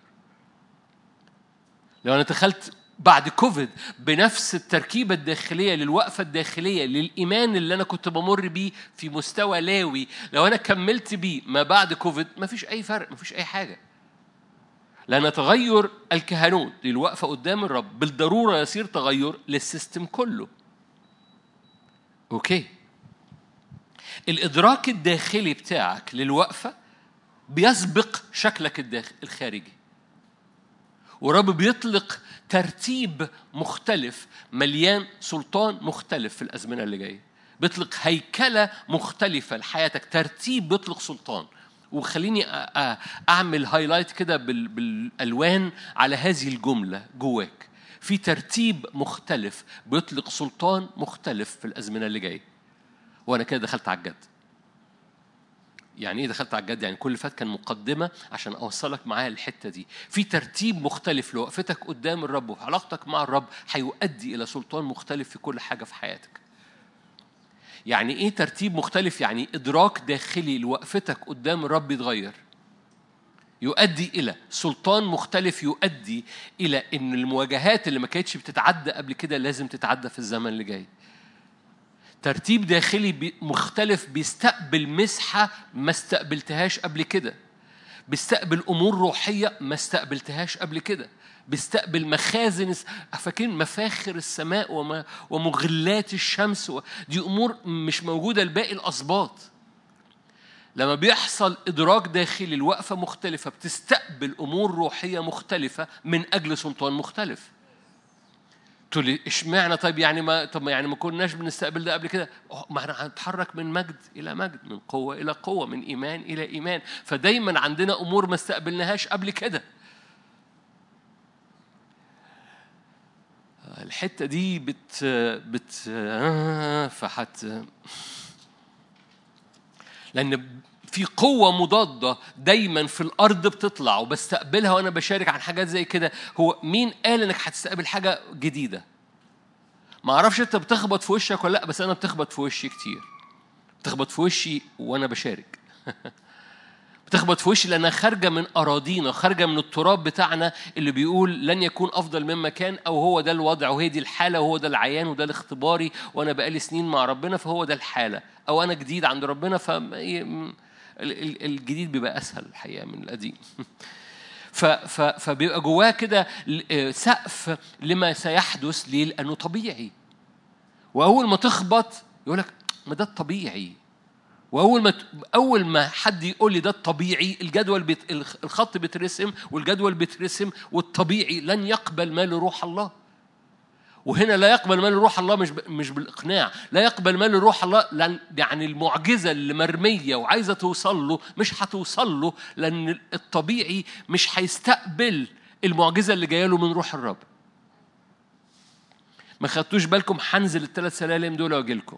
لو أنا دخلت بعد كوفيد بنفس التركيبة الداخلية للوقفة الداخلية للإيمان اللي أنا كنت بمر بيه في مستوى لاوي، لو أنا كملت بيه ما بعد كوفيد، ما فيش أي فرق، ما فيش أي حاجة. لأن تغير الكهنوت للوقفة قدام الرب بالضرورة يصير تغير للسيستم كله. أوكي. الإدراك الداخلي بتاعك للوقفة بيسبق شكلك الخارجي. ورب بيطلق ترتيب مختلف مليان سلطان مختلف في الأزمنة اللي جاية. بيطلق هيكلة مختلفة لحياتك، ترتيب بيطلق سلطان. وخليني أعمل هايلايت كده بالألوان على هذه الجملة جواك. في ترتيب مختلف بيطلق سلطان مختلف في الأزمنة اللي جاية. وأنا كده دخلت على الجد. يعني ايه دخلت على الجد؟ يعني كل اللي فات كان مقدمه عشان اوصلك معايا الحته دي. في ترتيب مختلف لوقفتك قدام الرب وفي علاقتك مع الرب هيؤدي الى سلطان مختلف في كل حاجه في حياتك. يعني ايه ترتيب مختلف؟ يعني ادراك داخلي لوقفتك قدام الرب يتغير، يؤدي الى سلطان مختلف، يؤدي الى ان المواجهات اللي ما كانتش بتتعدى قبل كده لازم تتعدى في الزمن اللي جاي. ترتيب داخلي مختلف بيستقبل مسحة ما استقبلتهاش قبل كده، بيستقبل أمور روحية ما استقبلتهاش قبل كده، بيستقبل مخازن. فاكرين مفاخر السماء ومغلات الشمس، دي أمور مش موجودة لباقي الأسباط. لما بيحصل إدراك داخلي الوقفة مختلفة، بتستقبل أمور روحية مختلفة من أجل سلطان مختلف. تقول لي اشمعنى؟ طيب يعني ما كناش بنستقبل ده قبل كده؟ ما احنا هنتحرك من مجد الى مجد، من قوه الى قوه، من ايمان الى ايمان، فدايما عندنا امور ما استقبلناهاش قبل كده. الحته دي فحت، لان في قوة مضادة دايما في الأرض بتطلع وبستقبلها وأنا بشارك عن حاجات زي كده. هو مين قال إنك هتستقبل حاجة جديدة؟ ما أعرفش أنت بتخبط في وشك ولا لأ، بس أنا بتخبط في وشي كتير. بتخبط في وشي وأنا بشارك. بتخبط في وشي لأنها خارجة من أراضينا، خارجة من التراب بتاعنا اللي بيقول لن يكون أفضل مما كان، أو هو ده الوضع وهي دي الحالة وهو ده العيان وده الاختباري وأنا بقالي سنين مع ربنا فهو ده الحالة، أو أنا جديد عند ربنا الجديد بيبقى أسهل الحقيقة من القديم. فبيبقى جواه كده سقف لما سيحدث ليه، لأنه طبيعي. وأول ما تخبط يقولك ما ده الطبيعي. وأول ما حد يقول لي ده الطبيعي، الخط بيترسم والجدول بيترسم، والطبيعي لن يقبل ما لروح الله. وهنا لا يقبل ما لروح الله مش بالإقناع، لا يقبل ما لروح الله، لأن يعني المعجزة اللي مرمية وعايزة توصل له مش هتوصل له، لأن الطبيعي مش هيستقبل المعجزة اللي جايه له من روح الرب. ما خدتوش بالكم؟ هنزل ال3 سلالم دول واجي لكم.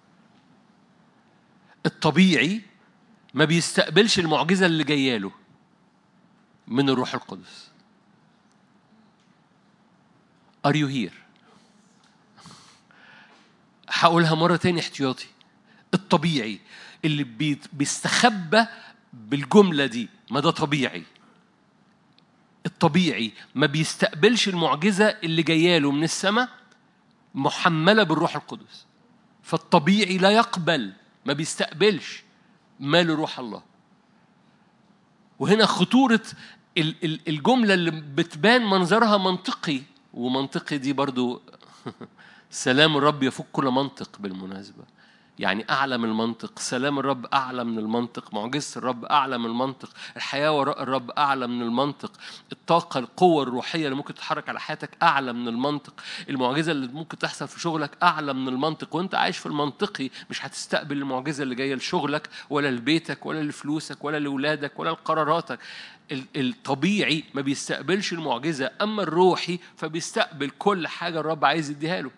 الطبيعي ما بيستقبلش المعجزة اللي جايه له من الروح القدس. Are you here؟ هقولها مرة تاني احتياطي. الطبيعي اللي بيستخبى بالجملة دي، ما ده طبيعي. الطبيعي ما بيستقبلش المعجزة اللي جايه له من السماء محملة بالروح القدس. فالطبيعي لا يقبل، ما بيستقبلش ما لروح الله. وهنا خطورة الجملة اللي بتبان منظرها منطقي، ومنطقي دي برضو سلام الرب يفوق كل منطق بالمناسبة، يعني أعلى من المنطق. سلام الرب أعلى من المنطق، معجزة الرب أعلى من المنطق، الحياة وراء الرب أعلى من المنطق، الطاقة القوة الروحية اللي ممكن تتحرك على حياتك أعلى من المنطق، المعجزة اللي ممكن تحصل في شغلك أعلى من المنطق. وأنت عايش في المنطقي مش هتستقبل المعجزة اللي جاية لشغلك ولا لبيتك ولا لفلوسك ولا لأولادك ولا لقراراتك. الطبيعي ما بيستقبلش المعجزة، أما الروحي فبيستقبل كل حاجة الرب عايز يديها له.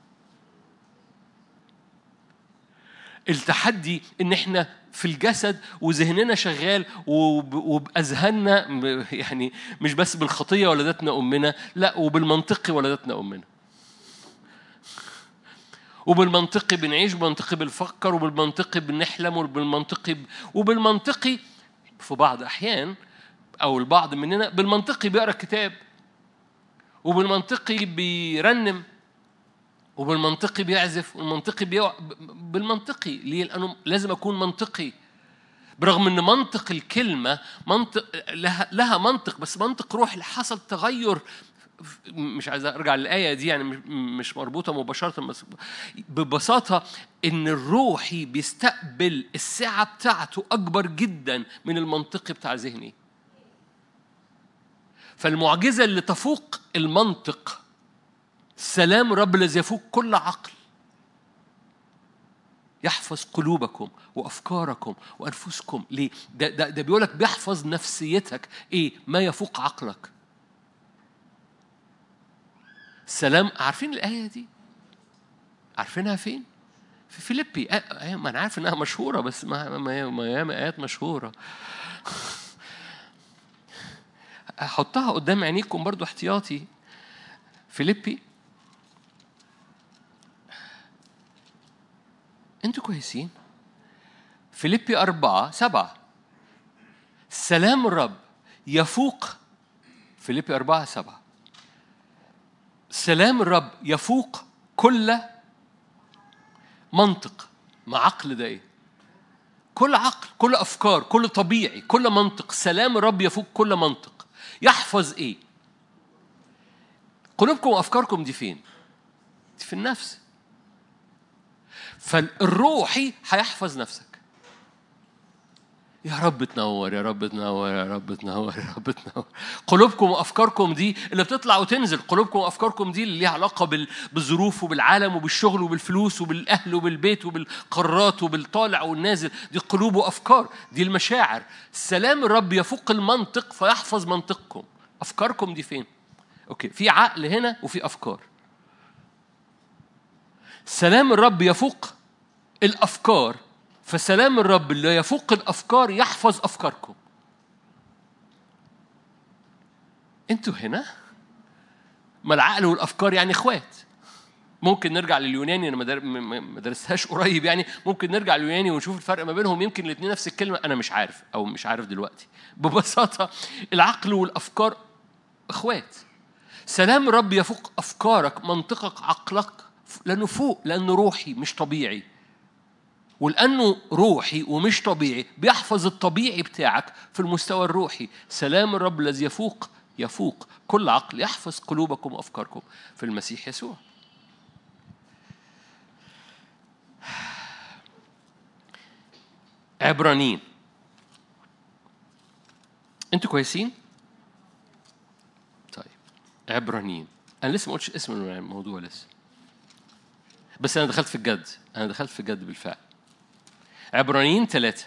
التحدي إن إحنا في الجسد وذهننا شغال وبأذهاننا، يعني مش بس بالخطية ولدتنا أمنا، لا وبالمنطقي ولدتنا أمنا. وبالمنطقي بنعيش، وبالمنطقي بنفكر، وبالمنطقي بنحلم، وبالمنطقي في بعض أحيان أو البعض مننا بالمنطقي بيقرأ كتاب، وبالمنطقي بيرنم، وبالمنطقي بيعزف، والمنطقي بالمنطقي. ليه؟ لأنه لازم أكون منطقي، برغم أن منطق الكلمة منطق لها منطق، بس منطق روح اللي حصل تغير. مش عايز أرجع للآية دي، يعني مش مربوطة مباشرة، بس ببساطة إن الروحي بيستقبل السعة بتاعته أكبر جدا من المنطقي بتاع ذهني. فالمعجزة اللي تفوق المنطق سلام رب الذي يفوق كل عقل يحفظ قلوبكم وأفكاركم وأنفسكم. ليه؟ ده بيقولك بيحفظ نفسيتك. إيه؟ ما يفوق عقلك. سلام. عارفين الآية دي؟ عارفينها فين؟ في فيليبي، ما أنا عارف إنها مشهورة، بس ما ياما آيات مشهورة. أحطها قدام عينيكم برضو احتياطي. فيليبي، أنتوا كويسين؟ فيليبي 4:7 سلام الرب يفوق. فيليبي 4:7 سلام الرب يفوق كل منطق. ما عقل ده إيه؟ كل عقل، كل أفكار، كل طبيعي، كل منطق. سلام الرب يفوق كل منطق. يحفظ إيه؟ قلوبكم وأفكاركم دي فين؟ دي في النفس. فالروحي هيحفظ نفسك. يا رب تنور، يا رب تنور، يا رب تنور، يا رب تنور. قلوبكم وأفكاركم دي اللي بتطلع وتنزل. قلوبكم وأفكاركم دي اللي ليها علاقة بالظروف وبالعالم وبالشغل وبالفلوس وبالأهل وبالبيت وبالقرارات وبالطالع والنازل. دي قلوب وأفكار، دي المشاعر. سلام الرب يفوق المنطق فيحفظ منطقكم. أفكاركم دي فين؟ أوكي، في عقل هنا وفي أفكار. سلام الرب يفوق الأفكار، فسلام الرب اللي يفوق الأفكار يحفظ أفكاركم. أنتوا هنا، ما العقل والأفكار يعني إخوات. ممكن نرجع لليوناني، أنا ما درستهاش قريب، يعني ممكن نرجع لليوناني ونشوف الفرق ما بينهم. يمكن الاثنين نفس الكلمة، أنا مش عارف أو مش عارف دلوقتي. ببساطة العقل والأفكار إخوات. سلام الرب يفوق أفكارك، منطقك، عقلك، لأنه فوق، لأنه روحي مش طبيعي. ولأنه روحي ومش طبيعي بيحفظ الطبيعي بتاعك في المستوى الروحي. سلام الرب الذي يفوق كل عقل يحفظ قلوبكم وأفكاركم في المسيح يسوع. عبرانيين، أنتوا كويسين؟ طيب، عبرانيين. أنا لسه ما قلتش اسم الموضوع لسه، بس أنا دخلت في الجد بالفعل. عبرانيين 3.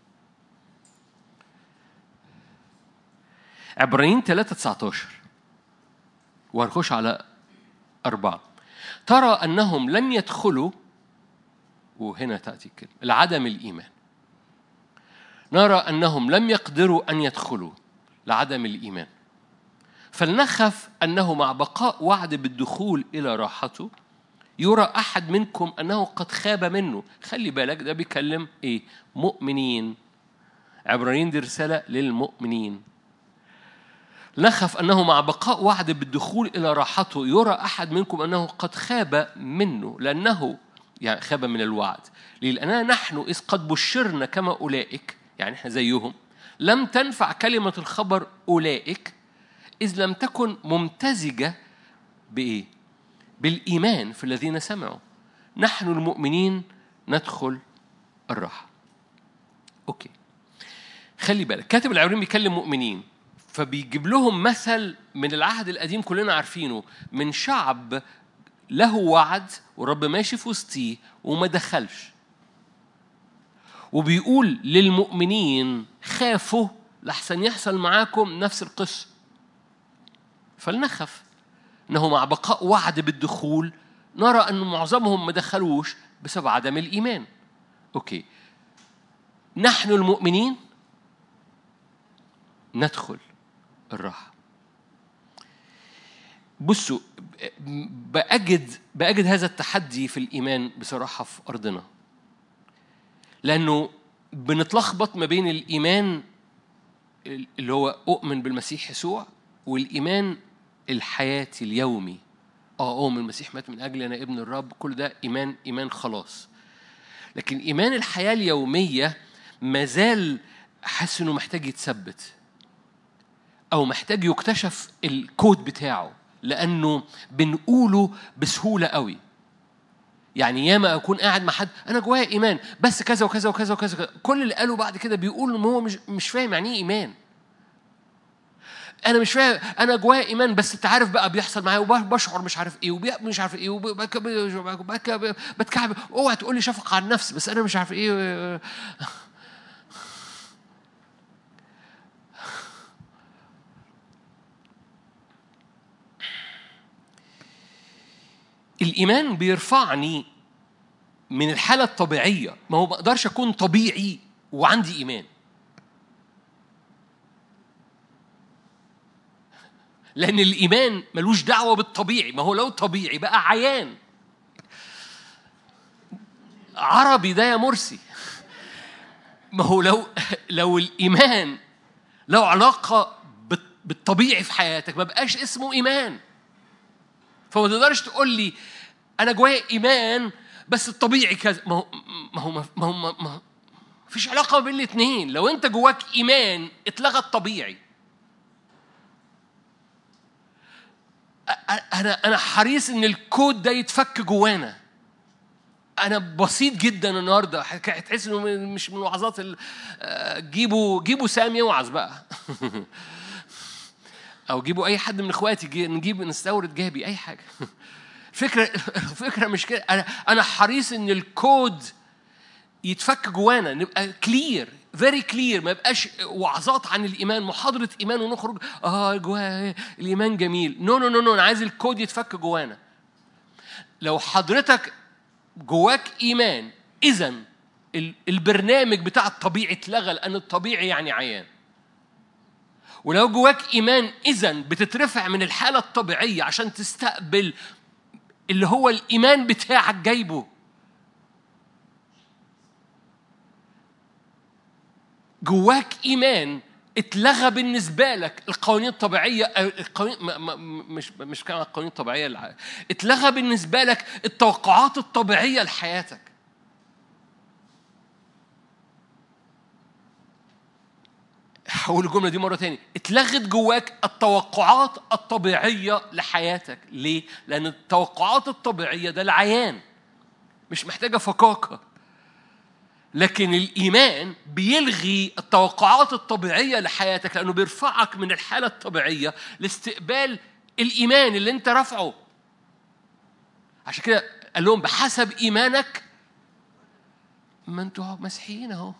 عبرانيين 3:19 وهنخش على 4. ترى أنهم لن يدخلوا، وهنا تأتي الكلمة، لعدم الإيمان. نرى أنهم لم يقدروا أن يدخلوا لعدم الإيمان، فلنخف أنه مع بقاء وعد بالدخول إلى راحته يرى أحد منكم أنه قد خاب منه. خلي بالك، ده بيكلم إيه؟ مؤمنين. عبرانيين دي رسالة للمؤمنين. نخف أنه مع بقاء وعد بالدخول إلى راحته يرى أحد منكم أنه قد خاب منه، لأنه يعني خاب من الوعد. لأننا نحن إذ قد بشرنا كما أولئك، يعني إحنا زيهم، لم تنفع كلمة الخبر أولئك إذ لم تكن ممتزجة بإيه؟ بالإيمان في الذين سمعوا. نحن المؤمنين ندخل الراحة. أوكي، خلي بالك، كاتب العبرانيين بيكلم مؤمنين، فبيجيب لهم مثل من العهد القديم كلنا عارفينه، من شعب له وعد ورب ماشي في وسطيه وما دخلش. وبيقول للمؤمنين خافوا لحسن يحصل معاكم نفس القصة. فلنخف أنه مع بقاء وعد بالدخول نرى أن معظمهم ما دخلوش بسبب عدم الإيمان. أوكي، نحن المؤمنين ندخل الراحة. بصوا، بأجد هذا التحدي في الإيمان بصراحة في أرضنا، لأنه بنتلخبط ما بين الإيمان اللي هو أؤمن بالمسيح يسوع والإيمان الحياتي اليومي. أؤمن المسيح مات من أجلي، أنا ابن الرب، كل ده إيمان خلاص. لكن إيمان الحياة اليومية مازال حاسس إنه محتاج يتثبت أو محتاج يكتشف الكود بتاعه، لأنه بنقوله بسهولة قوي. يعني ياما أكون قاعد مع حد أنا جوايا إيمان بس كذا وكذا وكذا وكذا، كل اللي قاله بعد كده بيقول إن هو مش فاهم يعني إيه إيمان. أنا مش فاهم، أنا جوايا إيمان بس أنت عارف بقى بيحصل معايا وبشعر مش عارف إيه ومش عارف إيه بتكعب. أوعى تقول لي شفقة على النفس، بس أنا مش عارف إيه. الإيمان بيرفعني من الحالة الطبيعية. ما هو ما اقدرش اكون طبيعي وعندي ايمان، لان الايمان ملوش دعوة بالطبيعي. ما هو لو طبيعي بقى عيان. عربي ده يا مرسي. ما هو لو الايمان له علاقة بالطبيعي في حياتك ما بقاش اسمه ايمان. فما تقدرش تقول لي انا جوايا ايمان بس الطبيعي كذا. ما هو فيش علاقه بين الاثنين. لو انت جواك ايمان اتلغى الطبيعي. انا حريص ان الكود ده يتفك جوانا. انا بسيط جدا النهارده، هتحس انه مش من وعظات جيبوا سامي يوعظ بقى. او جيبوا اي حد من اخواتي، نستورد جابي اي حاجه. الفكره مش كده. انا حريص ان الكود يتفك جوانا، نبقى كلير، فيري كلير. ما يبقاش وعظات عن الايمان، محاضره ايمان ونخرج جوا الايمان جميل. نو، انا عايز الكود يتفك جوانا. لو حضرتك جواك ايمان، اذا البرنامج بتاع الطبيعي اتلغى، لان الطبيعي يعني عيان. ولو جواك ايمان، اذا بتترفع من الحاله الطبيعيه عشان تستقبل اللي هو الايمان بتاعك جايبه. جواك إيمان اتلغى بالنسبة لك القوانين الطبيعية. القوانين مش كمان القوانين الطبيعية، اتلغى بالنسبة لك التوقعات الطبيعية لحياتك. هقول الجملة دي مرة تاني. اتلغت جواك التوقعات الطبيعية لحياتك. ليه؟ لأن التوقعات الطبيعية ده العيان، مش محتاجة فكاكة. لكن الإيمان بيلغي التوقعات الطبيعية لحياتك، لأنه بيرفعك من الحالة الطبيعية لاستقبال الإيمان اللي أنت رفعه. عشان كده قال لهم بحسب إيمانك. ما أنتوا مسيحيين أهو.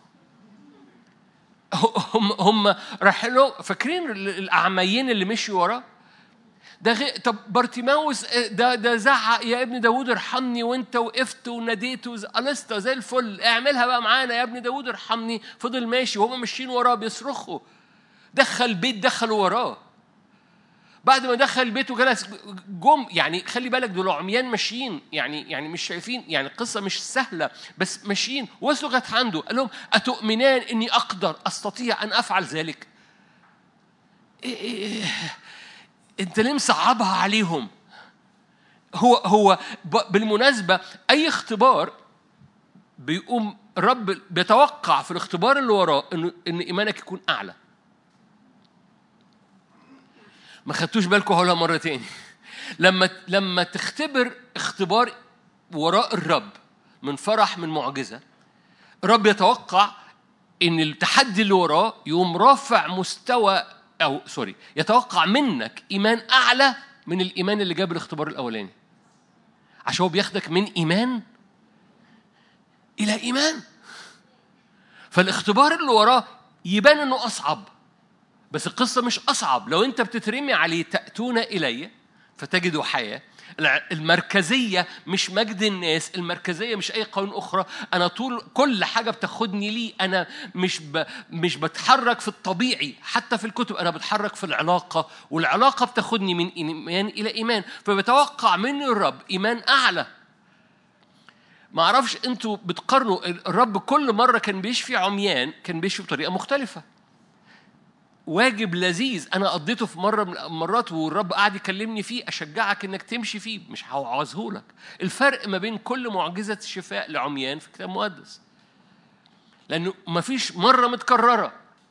هم راح له فاكرين الأعميين اللي مشوا وراه ده. طب بارتيماوس ده زعق يا ابن داود ارحمني، وانت وقفت وناديت قلصت زي الفل، اعملها بقى معانا يا ابن داود ارحمني. فضل ماشي وهم ماشيين وراه بيصرخوا. دخل البيت، دخلوا وراه. بعد ما دخل البيت وجلس جم. يعني خلي بالك دول عميان ماشيين، يعني مش شايفين. يعني القصه مش سهله، بس ماشيين. وصلوا لغايه عنده قال لهم اتؤمنان اني استطيع ان افعل ذلك؟ انت ليه مصعبها عليهم؟ هو بالمناسبة أي اختبار بيقوم الرب بيتوقع في الاختبار اللي وراه إن إيمانك يكون أعلى. ما خدتوش بالكم؟ هقولها مرة تاني. لما تختبر اختبار وراء الرب من فرح، من معجزة، الرب يتوقع إن التحدي اللي وراه يقوم رافع مستوى يتوقع منك إيمان أعلى من الإيمان اللي جاب الاختبار الأولاني، عشان هو بياخدك من إيمان إلى إيمان. فالاختبار اللي وراه يبان إنه أصعب، بس القصة مش أصعب. لو أنت بتترمي عليه تأتون إلي فتجدوا حياة. المركزية مش مجد الناس، المركزية مش أي قانون أخرى. أنا كل حاجة بتاخدني لي. أنا مش بتحرك في الطبيعي حتى في الكتب، أنا بتحرك في العلاقة، والعلاقة بتاخدني من إيمان إلى إيمان. فبتوقع من الرب إيمان أعلى. ما أعرفش أنتوا بتقارنوا. الرب كل مرة كان بيشفي عميان كان بيشفي بطريقة مختلفة. واجب لذيذ أنا قضيته في مرة من المرات، والرب قاعد يكلمني فيه، أشجعك إنك تمشي فيه، مش هعوزهولك. الفرق ما بين كل معجزة شفاء لعميان في الكتاب المقدس، لأنه ما فيش مرة متكررة.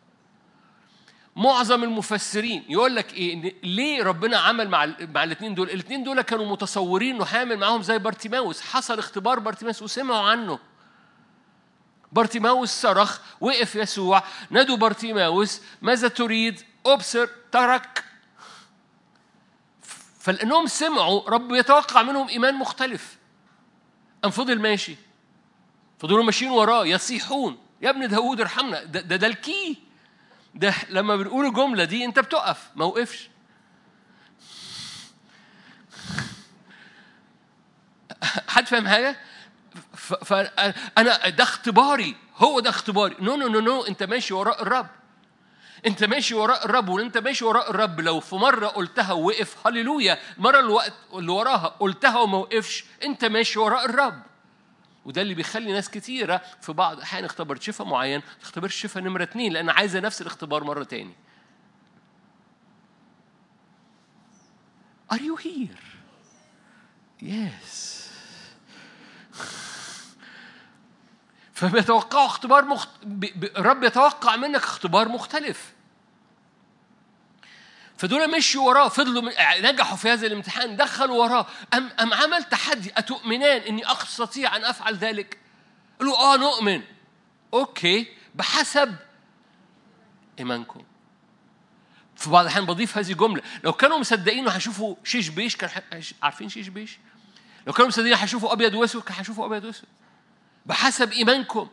معظم المفسرين يقول لك إيه؟ ليه ربنا عمل مع الاثنين دول؟ الاثنين دول كانوا متصورين إنه حامل معاهم زي بارتيماوس. حصل اختبار بارتيماوس وسمعوا عنه. بارتيماوس صرخ، وقف يسوع، نادوا بارتيماوس ماذا تريد؟ أبصر، ترك. فلأنهم سمعوا رب يتوقع منهم إيمان مختلف. أم فضل ماشي، فضلوا ماشيين وراه يصيحون يا ابن داود ارحمنا. ده الكي ده. لما بنقول الجملة دي أنت بتقف، ما وقفش. حد فاهم حاجة؟ فأنا ده اختباري، هو ده اختباري. نو نو نو نو، أنت ماشي وراء الرب، أنت ماشي وراء الرب. وأنت ماشي وراء الرب لو في مرة قلتها ووقف، هللويا، المرة الوقت اللي وراها قلتها وما وقفش، أنت ماشي وراء الرب. وده اللي بيخلي ناس كتيرة في بعض أحيان اختبرت شفاء معين تختبرش شفاء نمرة 2، لأن عايزة نفس الاختبار مرة تاني. Are you here? Yes. فبيتوقعوا اختبار الرب يتوقع منك اختبار مختلف. فدول مشوا وراه، فضلوا نجحوا في هذا الامتحان، دخلوا وراه. أم عمل تحدي: أتؤمنان إني أستطيع أن أفعل ذلك؟ قالوا نؤمن. أوكي، بحسب إيمانكم. في بعض الأحيان بضيف هذه الجملة: لو كانوا مصدقين هيشوفوا شيش بيش، كان عارفين شيش بيش؟ لو كانوا مصدقين هيشوفوا أبيض وأسود، كان هيشوفوا أبيض وأسود. بحسب إيمانكم.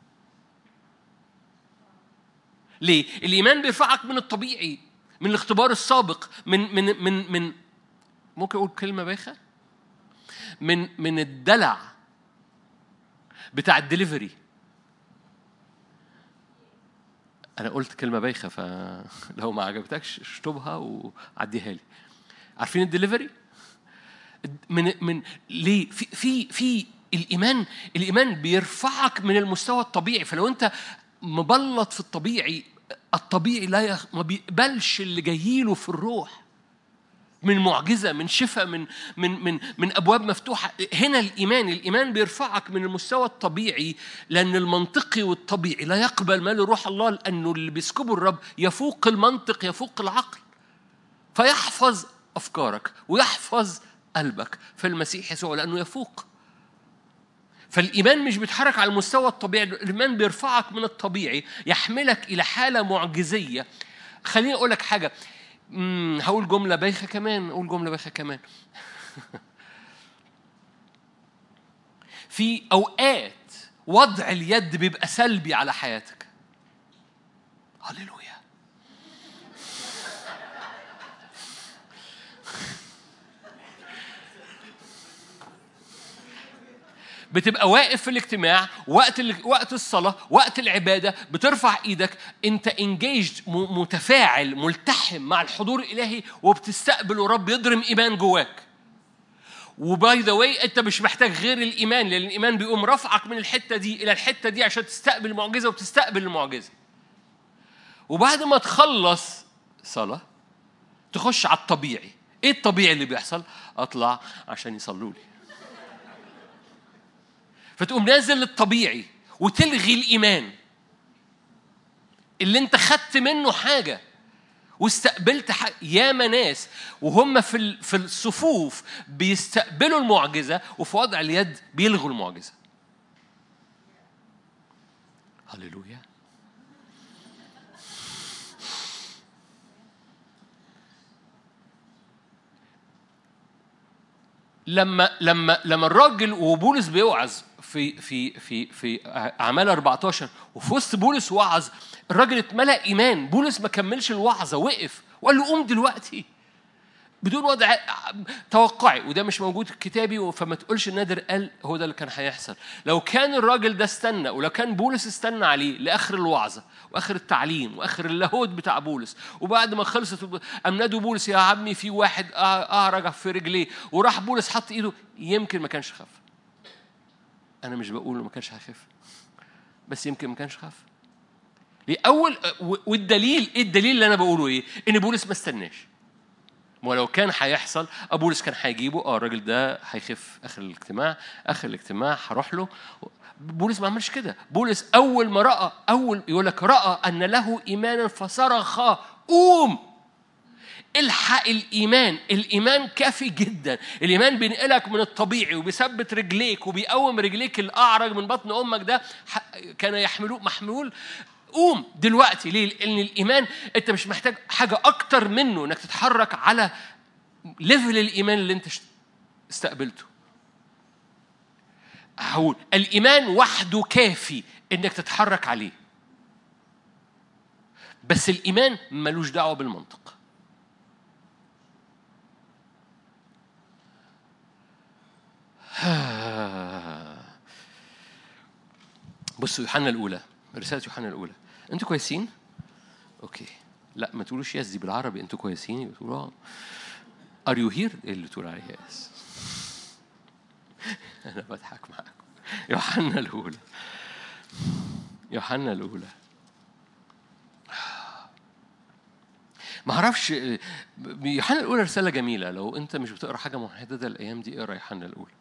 ليه؟ الإيمان بيرفعك من الطبيعي، من الاختبار السابق، من ممكن أقول كلمة بايخة، من الدلع بتاع الدليفري. أنا قلت كلمة بايخة، فلو ما عجبتكش اشطبها وعديها لي. عارفين الدليفري؟ من ليه؟ في الإيمان بيرفعك من المستوى الطبيعي. فلو أنت مبلط في الطبيعي ما بيقبلش اللي جايله في الروح من معجزة، من شفاء، من أبواب مفتوحة. هنا الإيمان بيرفعك من المستوى الطبيعي، لأن المنطقي والطبيعي لا يقبل ما لروح الله، لأنه اللي بيسكبه الرب يفوق المنطق، يفوق العقل، فيحفظ أفكارك ويحفظ قلبك في المسيح يسوع، لأنه يفوق. فالإيمان مش بيتحرك على المستوى الطبيعي، الإيمان بيرفعك من الطبيعي، يحملك إلى حالة معجزية. خليني أقول لك حاجة، هقول جملة بايخة كمان. في أوقات وضع اليد بيبقى سلبي على حياتك. هللويا. بتبقى واقف في الاجتماع، وقت الصلاة، وقت العبادة، بترفع ايدك، انت انجيجد، متفاعل، ملتحم مع الحضور الالهي، وبتستقبل ورب يضرم ايمان جواك. وباي ذا واي انت مش محتاج غير الايمان، لان الايمان بيقوم رفعك من الحتة دي الى الحتة دي عشان تستقبل المعجزة وتستقبل المعجزة. وبعد ما تخلص صلاة تخش على الطبيعي. ايه الطبيعي اللي بيحصل؟ اطلع عشان يصلوا لي. فتقوم نازل للطبيعي وتلغي الإيمان اللي انت خدت منه حاجة واستقبلت حاجة. ياما ناس وهم في الصفوف بيستقبلوا المعجزة، وفي وضع اليد بيلغوا المعجزة. هللويا. لما الراجل وبولس بيوعظ في أعمال 14، وفي وسط بولس وعظ الراجل اتملأ إيمان. بولس ما كملش الوعظة، وقف وقال له قوم دلوقتي بدون وضع توقعي. وده مش موجود في كتابي، فما تقولش نادر قال هو ده اللي كان هيحصل. لو كان الراجل ده استنى، ولو كان بولس استنى عليه لآخر الوعظة وآخر التعليم وآخر اللاهوت بتاع بولس، وبعد ما خلصت أمنادوا بولس: يا عمي في واحد أعرج في رجليه، وراح بولس حط إيده، يمكن ما كانش خف. أنا مش بقول ما كانش هيخف، بس يمكن ما كانش خف. لأول والدليل، إيه الدليل اللي أنا بقوله؟ إيه؟ إن بولس ما استناش. ولو كان هيحصل بولس كان هيجيبه، الراجل ده هيخف آخر الاجتماع هروح له. بولس ما عملش كده. بولس أول ما رأى، يقول لك رأى أن له إيمانا فصرخ: قوم. الحق الإيمان كافي جدا. الإيمان بينقلك من الطبيعي وبيثبت رجليك وبيقوم رجليك الأعرج من بطن أمك ده كان محمول. قوم دلوقتي. ليه؟ لأن الإيمان أنت مش محتاج حاجة أكتر منه إنك تتحرك على ليفل الإيمان اللي أنت استقبلته. هقول الإيمان وحده كافي إنك تتحرك عليه، بس الإيمان ملوش دعوة بالمنطق. بصوا يوحنا الأولى، رسالة يوحنا الأولى. أنتوا كويسين؟ أوكي. لا ما تقولوش يس دي بالعربي، أنتوا كويسين؟ بتقولوا Are you here؟ إيه اللي تقول عليه يس؟ أنا بضحك معاكم. يوحنا الأولى، يوحنا الأولى. ما اعرفش، يوحنا الأولى رسالة جميلة. لو أنت مش بتقرأ حاجة محددة الأيام دي اقرأ يوحنا الأولى.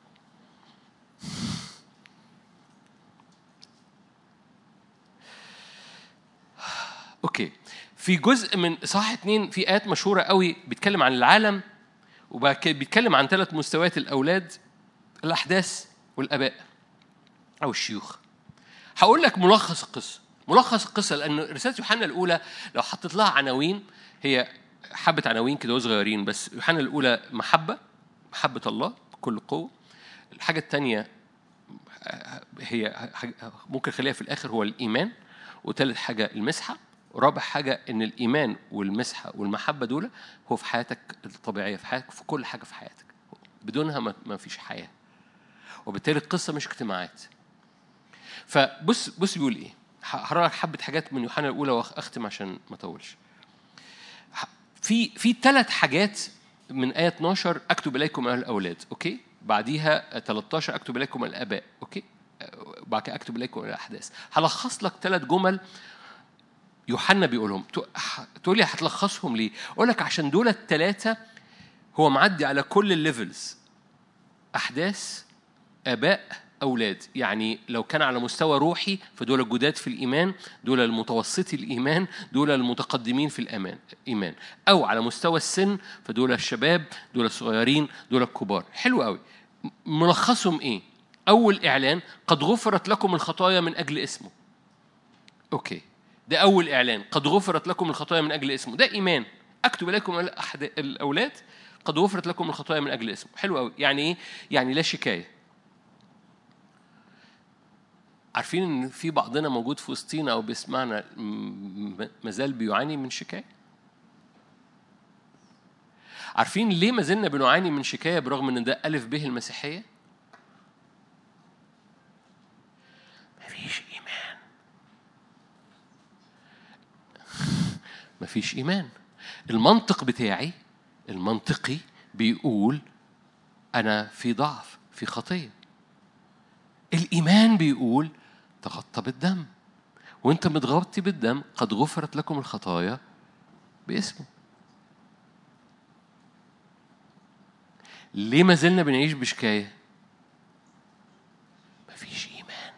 أوكي. في جزء من إصحاح 2 في آيات مشهورة قوي بيتكلم عن العالم، وبعد كده بيتكلم عن 3 مستويات: الأولاد، الأحداث، والآباء أو الشيوخ. هقول لك ملخص القصة، ملخص القصة، لأن رسالة يوحنا الأولى لو حطيت لها عناوين هي حبة عناوين كده صغيرين بس. يوحنا الأولى محبة الله بكل قوة. الحاجة الثانية هي ممكن خليها في الآخر، هو الإيمان. وثالث حاجة المسحة. ورابع حاجة إن الإيمان والمسحة والمحبة دول هو في حياتك الطبيعية، في حياتك، في كل حاجة في حياتك. بدونها ما فيش حياة، وبالتالي القصة مش اجتماعات. فبص بيقول إيه. هقرأ لك حبة حاجات من يوحنا الأولى وأختم عشان ما أطولش. في 3 حاجات من آية 12: أكتب إليكم أيها الأولاد، أوكي. بعديها 13: أكتب إليكم الآباء، أوكي. بعد كده أكتب إليكم الأحداث. هلخص لك 3 جمل يوحنا بيقولهم. تقول لي هتلخصهم ليه؟ أقول لك عشان دول ال3 هو معدي على كل الليفلز: أحداث، آباء، أولاد. يعني لو كان على مستوى روحي فدول الجداد في الإيمان، دول المتوسطي الإيمان، دول المتقدمين في الإيمان. أو على مستوى السن فدول الشباب، دول الصغيرين، دول الكبار. حلو قوي. ملخصهم إيه؟ أول إعلان: قد غفرت لكم الخطايا من أجل اسمه. أوكي، ده أول إعلان، قد غفرت لكم الخطايا من أجل اسمه. ده إيمان. أكتب إليكم الأولاد قد غفرت لكم الخطايا من أجل اسمه. حلو قوي. يعني إيه؟ يعني لا شكاية. عارفين إن في بعضنا موجود في وسطينا أو بيسمعنا مازال بيعاني من شكاية؟ عارفين ليه ما زلنا بنعاني من شكاية برغم إن ده ألف به المسيحية؟ مفيش إيمان. مفيش إيمان. المنطق بتاعي المنطقي بيقول أنا في ضعف، في خطية. الإيمان بيقول تغطى بالدم، وانت متغطي بالدم، قد غفرت لكم الخطايا باسمه. ليه ما زلنا بنعيش بشكاية؟ مفيش إيمان.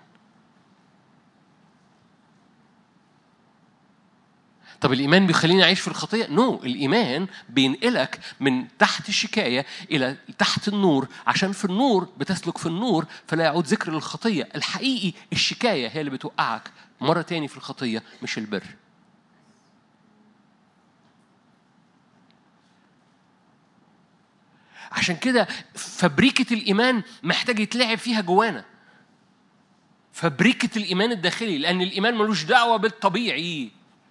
طب الإيمان بيخليني أعيش في الخطية؟ نو، الإيمان بينقلك من تحت الشكاية إلى تحت النور، عشان في النور بتسلك في النور فلا يعود ذكر للخطية. الحقيقي الشكاية هي اللي بتوقعك مرة تاني في الخطية، مش البر. عشان كده فبريكة الإيمان محتاج يتلعب فيها جوانا، فبريكة الإيمان الداخلي، لأن الإيمان ملوش دعوة بالطبيعي.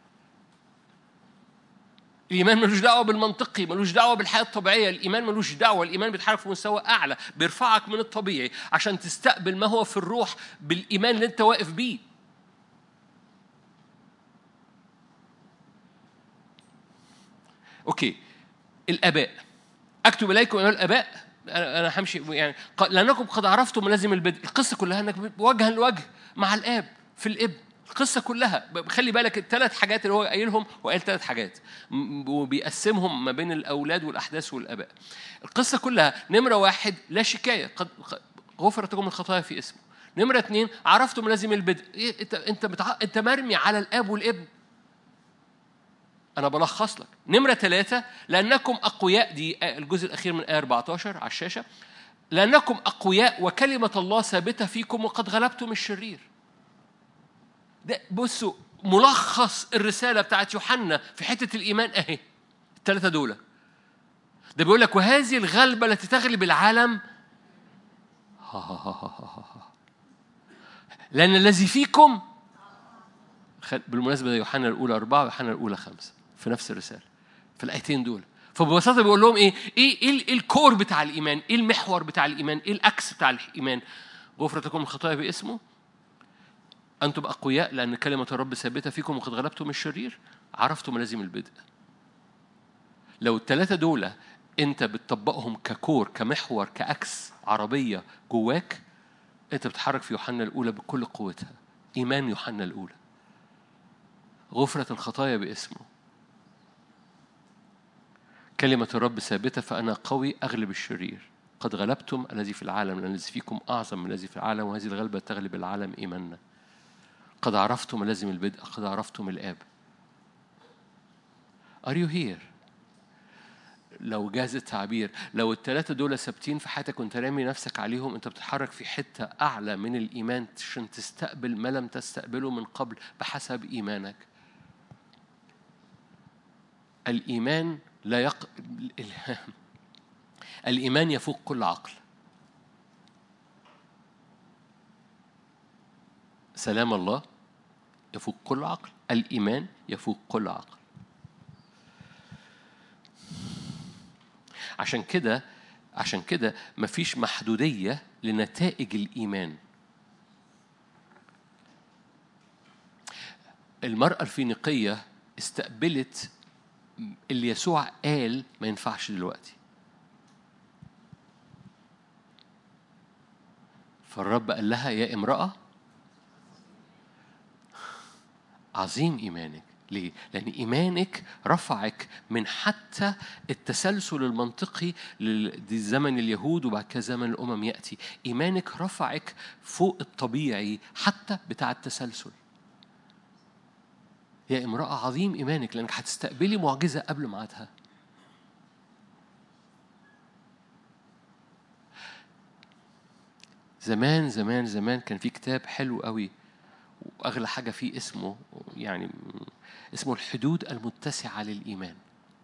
الإيمان ملوش دعوة بالمنطقي، ملوش دعوة بالحياة الطبيعية. الإيمان ملوش دعوة. الإيمان بيتحرك في مستوى أعلى، بيرفعك من الطبيعي عشان تستقبل ما هو في الروح بالإيمان اللي أنت واقف بيه. أوكي. الآباء، أكتب إليكم أيها الآباء. أنا همشي يعني لأنكم قد عرفتم لازم البدء. القصة كلها أنك وجها لوجه مع الآب في الابن. القصة كلها خلي بالك ال3 حاجات اللي هو قايلهم، وقال 3 حاجات وبيقسمهم ما بين الأولاد والأحداث والآباء. القصة كلها: نمرة 1 لا شكاية، قد غفرت لكم الخطايا في اسمه. نمرة 2 عرفتم لازم البدء. أنت مرمي على الآب والابن. أنا بلخص لك. نمرة 3 لأنكم أقوياء، دي الجزء الأخير من آية 14 على الشاشة. لأنكم أقوياء وكلمة الله ثابتة فيكم وقد غلبتم الشرير. ده بصوا ملخص الرسالة بتاعت يوحنا في حتة الإيمان أهي. ال3 دول. ده بيقول لك وهذه الغلبة التي تغلب العالم لأن الذي فيكم. بالمناسبة ده يوحنا الأولى 4 ويوحنا الأولى 5 في نفس الرسالة، في الآيتين دول. فببساطة بيقول لهم إيه الكور بتاع الإيمان، إيه المحور بتاع الإيمان، إيه الأكس بتاع الإيمان. غفرت لكم الخطايا باسمه، أنتم أقوياء لأن كلمة الرب ثابتة فيكم وقد غلبتم الشرير. عرفتم ملازم البدء. لو الثلاثة دول أنت بتطبقهم ككور، كمحور، كأكس عربية جواك، أنت بتتحرك في يوحنا الأولى بكل قوتها. إيمان يوحنا الأولى، غفرة الخطايا باسمه، كلمة الرب ثابتة فأنا قوي أغلب الشرير، قد غلبتم الذي في العالم لأن الذي فيكم أعظم من الذي في العالم وهذه الغلبة تغلب العالم إيماننا. قد عرفتم ملازم البدء، قد عرفتم الآب. Are you here؟ لو جاز التعبير، لو الثلاثة دول ثابتين في حياتك وانت رامي نفسك عليهم، انت بتتحرك في حتة أعلى من الإيمان عشان تستقبل ما لم تستقبله من قبل بحسب إيمانك. الإيمان لا الإيمان يفوق كل عقل. سلام الله يفوق كل عقل. الإيمان يفوق كل عقل. عشان كده مفيش محدودية لنتائج الإيمان. المرأة الفينيقية استقبلت اللي يسوع قال ما ينفعش دلوقتي، فالرب قال لها يا امرأة عظيم إيمانك. ليه؟ لأن إيمانك رفعك من حتى التسلسل المنطقي لزمن اليهود وبعد كده زمن الأمم يأتي. إيمانك رفعك فوق الطبيعي حتى بتاع التسلسل. يا امرأة عظيم إيمانك، لأنك هتستقبلي معجزة قبل ميعادها. زمان زمان زمان كان في كتاب حلو قوي وأغلى حاجة فيه اسمه الحدود المتسعة للإيمان.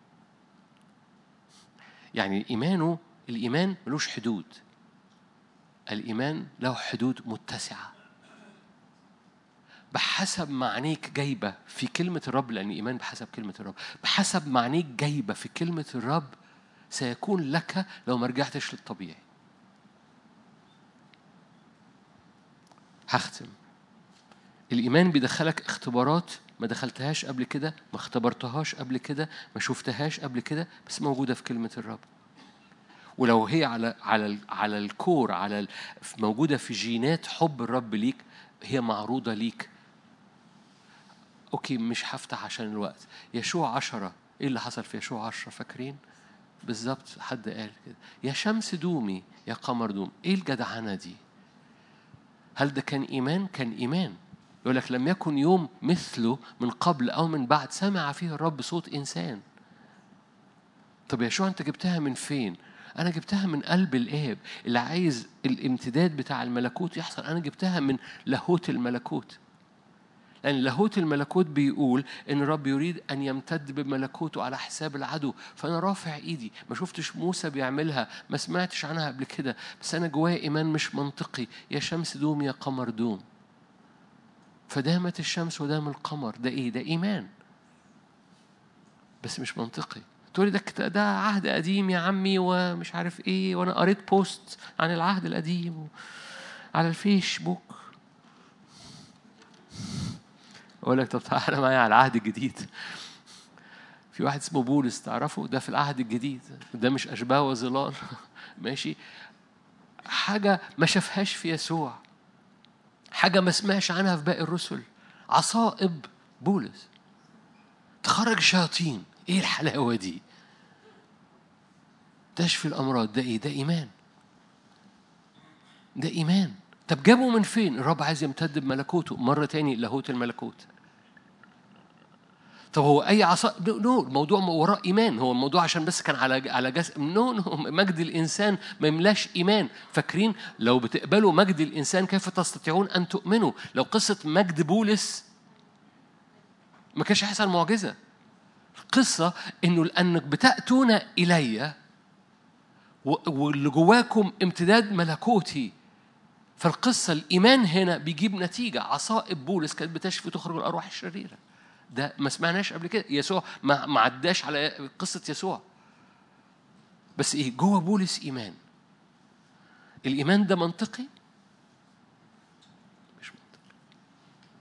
يعني الإيمان ملوش حدود، الإيمان له حدود متسعة بحسب معنيك جايبة في كلمة الرب، لأن الإيمان بحسب كلمة الرب. بحسب معنيك جايبة في كلمة الرب سيكون لك لو ما رجعتش للطبيعي. هختم. الإيمان بيدخلك اختبارات ما دخلتهاش قبل كده، ما اختبرتهاش قبل كده، ما شفتهاش قبل كده، بس موجودة في كلمة الرب. ولو هي على الكور موجودة في جينات حب الرب ليك، هي معروضة ليك. أوكي مش هفتح عشان الوقت. يشوع 10، إيه اللي حصل في يشوع 10 فاكرين؟ بالظبط حد قال كده يا شمس دومي يا قمر دوم. إيه الجدعنة دي؟ هل ده كان إيمان؟ كان إيمان. يقول لك لم يكن يوم مثله من قبل أو من بعد سمع فيه الرب صوت إنسان. طب يشوع أنت جبتها من فين؟ أنا جبتها من قلب الآب اللي عايز الامتداد بتاع الملكوت يحصل. أنا جبتها من لاهوت الملكوت، لأن لاهوت الملكوت بيقول إن الرب يريد أن يمتد بملكوته على حساب العدو. فأنا رافع إيدي. ما شفتش موسى بيعملها، ما سمعتش عنها قبل كده، بس أنا جوايا إيمان مش منطقي. يا شمس دوم يا قمر دوم. فدامت الشمس ودام القمر. ده إيه؟ ده إيمان بس مش منطقي. تقولي ده عهد قديم يا عمي ومش عارف إيه، وأنا قريت بوست عن العهد القديم على الفيسبوك. أقول لك طب تعالى معايا على العهد الجديد. في واحد اسمه بولس، تعرفه؟ ده في العهد الجديد. ده مش أشباه وظلال ماشي. حاجة ما شافهاش في يسوع، حاجة ما سمعش عنها في باقي الرسل. عصائب بولس تخرج الشياطين. ايه الحلاوة دي؟ تشفي الأمراض. ده ايه؟ ده إيمان. ده إيمان. طب جابوا من فين؟ الرب عايز يمتد بملكوته مرة تاني، لاهوت الملكوت. طب هو أي عصا؟ نو الموضوع وراء إيمان. هو الموضوع عشان بس كان على جسد؟ نو مجد الإنسان ما يملاش إيمان. فاكرين لو بتقبلوا مجد الإنسان كيف تستطيعون أن تؤمنوا؟ لو قصة مجد بولس ما كانش هيحصل معجزة. القصة إنه لأنك بتأتون إلي واللي جواكم امتداد ملكوتي. فالقصة الإيمان هنا بيجيب نتيجة. عصائب بولس كانت بتشفي تخرج الأرواح الشريرة. ده ما سمعناش قبل كده. يسوع ما عداش على قصة يسوع، بس إيه جوا بولس إيمان. الإيمان ده منطقي؟ مش منطقي.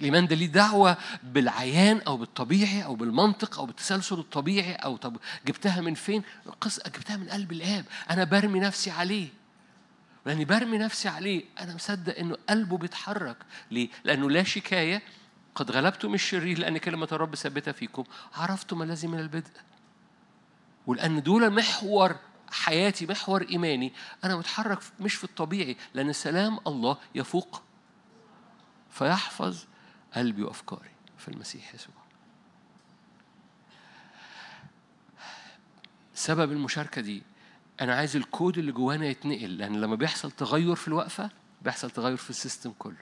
الإيمان ده ليه دعوة بالعيان أو بالطبيعي أو بالمنطق أو بالتسلسل الطبيعي أو طب جبتها من فين؟ القصة جبتها من قلب الآب. أنا برمي نفسي عليه، لأني برمي نفسي عليه أنا مصدق إنه قلبه بيتحرك. ليه؟ لأنه لا شكاية، قد غلبتم الشرير لأن كلمة الرب ثابتة فيكم، عرفتم الذي من البدء. ولأن دول محور حياتي، محور إيماني، أنا متحرك مش في الطبيعي، لأن سلام الله يفوق فيحفظ قلبي وأفكاري في المسيح يسوع. سبب المشاركة دي أنا عايز الكود اللي جوانا يتنقل، لأن لما بيحصل تغير في الوقفة بيحصل تغير في السيستم كله.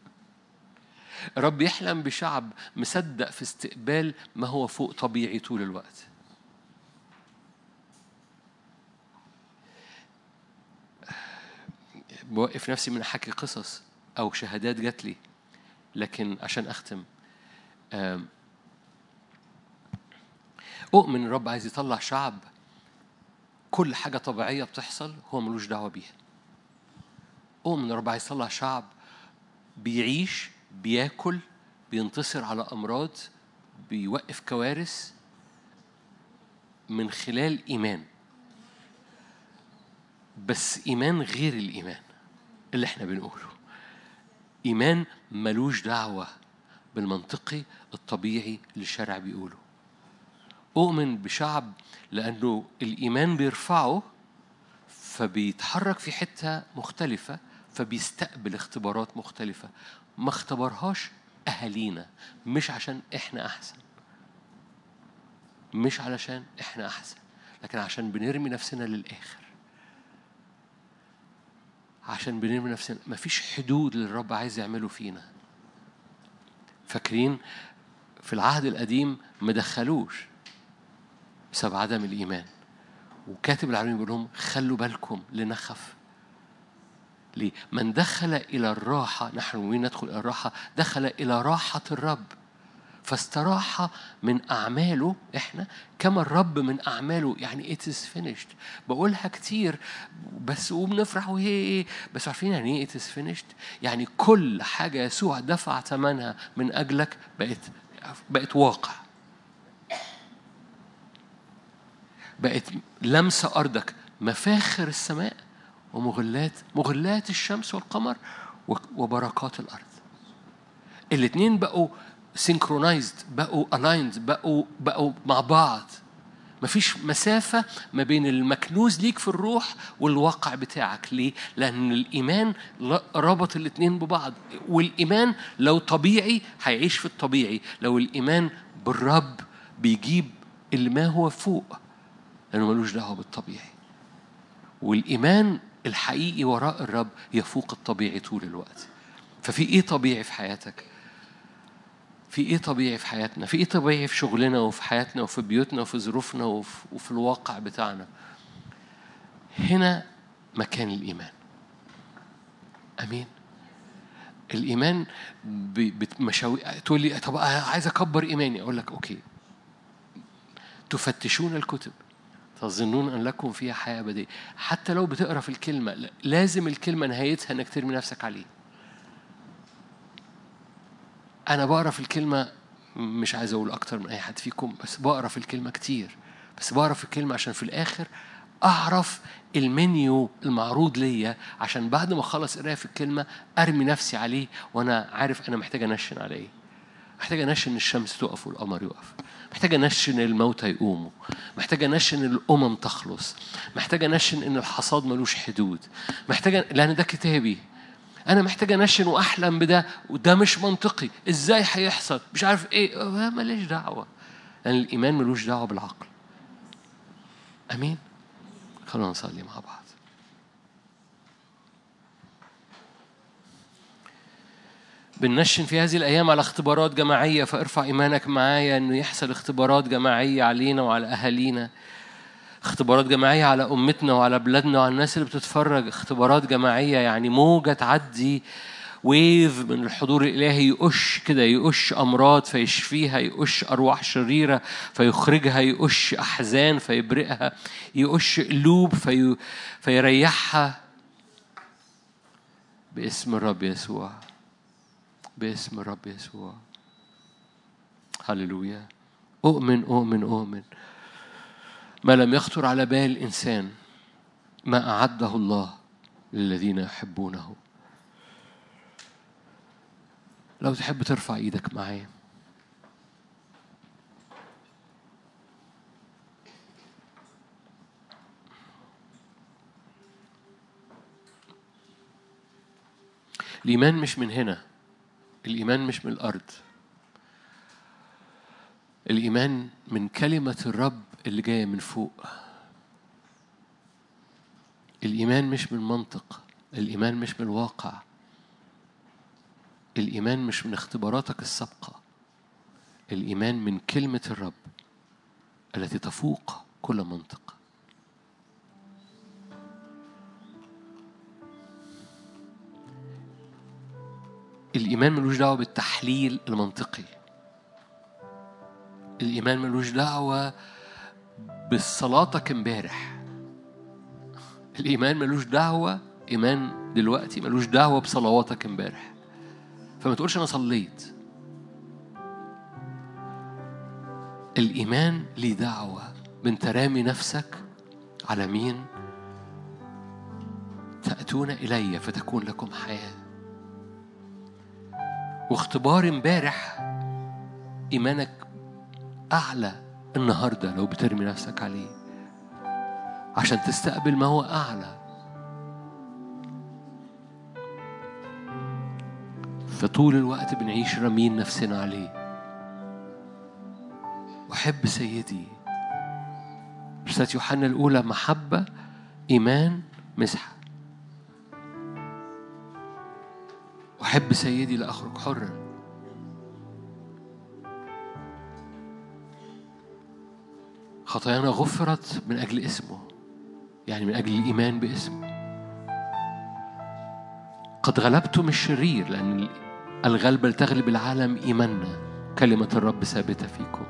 رب يحلم بشعب مصدق في استقبال ما هو فوق طبيعي طول الوقت. بوقف نفسي من أحكي قصص أو شهادات جات لي، لكن عشان أختم أؤمن الرب عايز يطلع شعب كل حاجة طبيعية بتحصل هو ملوش دعوة بيها. أؤمن الرب عايز يطلع شعب بيعيش، بياكل، بينتصر على أمراض، بيوقف كوارث من خلال إيمان، بس إيمان غير الإيمان اللي احنا بنقوله. إيمان ملوش دعوة بالمنطقي الطبيعي اللي الشرع بيقوله. أؤمن بشعب لأنه الإيمان بيرفعه فبيتحرك في حتة مختلفة، فبيستقبل اختبارات مختلفة ما اختبرهاش أهالينا، مش عشان إحنا أحسن، مش علشان إحنا أحسن، لكن عشان بنرمي نفسنا للآخر، عشان بنرمي نفسنا. مفيش حدود للرب عايز يعمله فينا. فاكرين في العهد القديم ما دخلوش بسبب عدم الإيمان، وكاتب العلمين بيقول لهم خلوا بالكم لنخف. ليه؟ من دخل إلى الراحة، نحن وين ندخل إلى الراحة؟ دخل إلى راحة الرب فاستراح من أعماله. إحنا كما الرب من أعماله، يعني it is finished. بقولها كتير بس وبنفرح وهي بس عارفين يعني it is finished؟ يعني كل حاجة يسوع دفع ثمنها من أجلك بقت واقع، بقت لمسة أرضك، مفاخر السماء ومغلات الشمس والقمر وبركات الأرض. الاثنين بقوا سينكرونايزد، بقوا ألايند، بقوا مع بعض. مفيش مسافة ما بين المكنوز ليك في الروح والواقع بتاعك. ليه؟ لأن الإيمان ربط الاثنين ببعض. والإيمان لو طبيعي هيعيش في الطبيعي، لو الإيمان بالرب بيجيب اللي ما هو فوق، لأنه ملوش دعوة بالطبيعي. والإيمان الحقيقي وراء الرب يفوق الطبيعي طول الوقت. ففي إيه طبيعي في حياتك؟ في إيه طبيعي في حياتنا؟ في إيه طبيعي في شغلنا وفي حياتنا وفي بيوتنا وفي ظروفنا وفي الواقع بتاعنا؟ هنا مكان الإيمان. أمين. الإيمان تقول لي طب عايز أكبر إيماني. أقول لك أوكي، تفتشون الكتب تظنون أن لكم فيها حياة أبدية. حتى لو بتقرأ في الكلمة، لازم الكلمة نهايتها أنك ترمي نفسك عليه. أنا بقرأ في الكلمة، مش عايز أقول أكتر من أي حد فيكم، بس بقرأ في الكلمة كتير، بس بقرأ في الكلمة عشان في الآخر أعرف المنيو المعروض ليا، عشان بعد ما أخلص قراءة في الكلمة أرمي نفسي عليه وأنا عارف أنا محتاج أنشن عليه. محتاج أنشن الشمس تقف والقمر يقف، محتاج أنشن الموتى يقوموا، محتاج أنشن الأمم تخلص، محتاج أنشن إن الحصاد ملوش حدود، لأن ده كتابي. أنا محتاج أنشن وأحلم بده، وده مش منطقي. إزاي هيحصل؟ مش عارف إيه، ماليش دعوة، لأن الإيمان ملوش دعوة بالعقل. أمين. خلونا نصلي مع بعض. بننشن في هذه الأيام على اختبارات جماعية، فارفع إيمانك معايا إنه يحصل اختبارات جماعية علينا وعلى أهالينا، اختبارات جماعية على أمتنا وعلى بلادنا وعلى الناس اللي بتتفرج. اختبارات جماعية يعني موجة تعدي، ويف من الحضور الإلهي، يقش كده، يقش أمراض فيشفيها، يقش أرواح شريرة فيخرجها، يقش أحزان فيبرئها، يقش قلوب فيريحها باسم الرب يسوع، باسم الرب يسوع. هللويا. أؤمن أؤمن أؤمن ما لم يخطر على بال الإنسان ما أعده الله للذين يحبونه. لو تحب ترفع إيدك معايا. الإيمان مش من هنا، الإيمان مش من الأرض، الإيمان من كلمة الرب اللي جاية من فوق. الإيمان مش من منطق، الإيمان مش من الواقع، الإيمان مش من اختباراتك السابقة، الإيمان من كلمة الرب التي تفوق كل منطق. الإيمان ملوش دعوة بالتحليل المنطقي، الإيمان ملوش دعوة بصلاتك امبارح، الإيمان ملوش دعوة، إيمان دلوقتي ملوش دعوة بصلواتك امبارح. فما تقولش أنا صليت. الإيمان ليه دعوة بأن ترامي نفسك على مين؟ تأتون إلي فتكون لكم حياة. واختبار امبارح إيمانك أعلى النهاردة لو بترمي نفسك عليه عشان تستقبل ما هو أعلى. فطول الوقت بنعيش رامين نفسنا عليه. وحب سيدي. رسالة يوحنا الأولى محبة، إيمان، مسحة. وحب سيدي لأخرج حرا. خطايانا غفرت من أجل اسمه، يعني من أجل الإيمان باسمه. قد غلبتم الشرير، لأن الغلبة لتغلب العالم إيماننا. كلمة الرب ثابتة فيكم.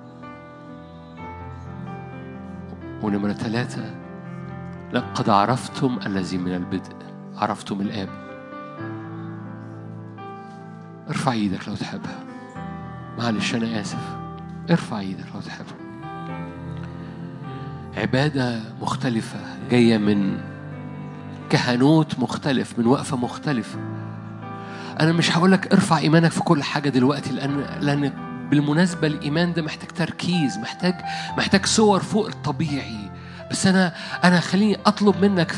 ونمرة 3، لقد عرفتم الذي من البدء، عرفتم الآب. ارفع ايدك لو تحبها. معلش أنا آسف، ارفع ايدك لو تحبها. عبادة مختلفة جاية من كهنوت مختلف، من وقفة مختلفة. أنا مش هقولك ارفع إيمانك في كل حاجة دلوقتي، لأن بالمناسبة الإيمان ده محتاج تركيز، محتاج صور فوق الطبيعي. بس أنا خليني أطلب منك،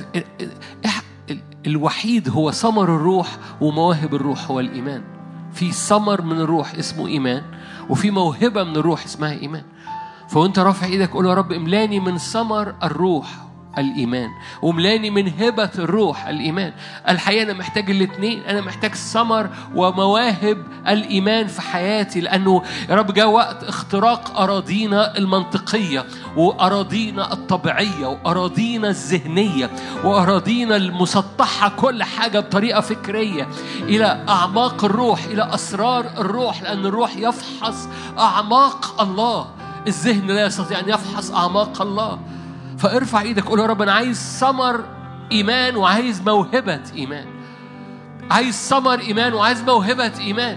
الوحيد هو ثمر الروح ومواهب الروح هو الإيمان. في ثمر من الروح اسمه إيمان، وفي موهبة من الروح اسمها إيمان. فوانت رافع ايدك قول يا رب املاني من ثمر الروح الإيمان، وملاني من هبة الروح الإيمان. الحقيقة أنا محتاج الاثنين، أنا محتاج ثمر ومواهب الإيمان في حياتي، لأنه يا رب جاء وقت اختراق أراضينا المنطقية وأراضينا الطبيعية وأراضينا الذهنية وأراضينا المسطحة، كل حاجة بطريقة فكرية، إلى أعماق الروح، إلى أسرار الروح، لأن الروح يفحص أعماق الله. الذهن لا يستطيع أن يفحص أعماق الله. فارفع ايدك قول يا رب أنا عايز ثمر إيمان وعايز موهبة إيمان، عايز ثمر إيمان وعايز موهبة إيمان.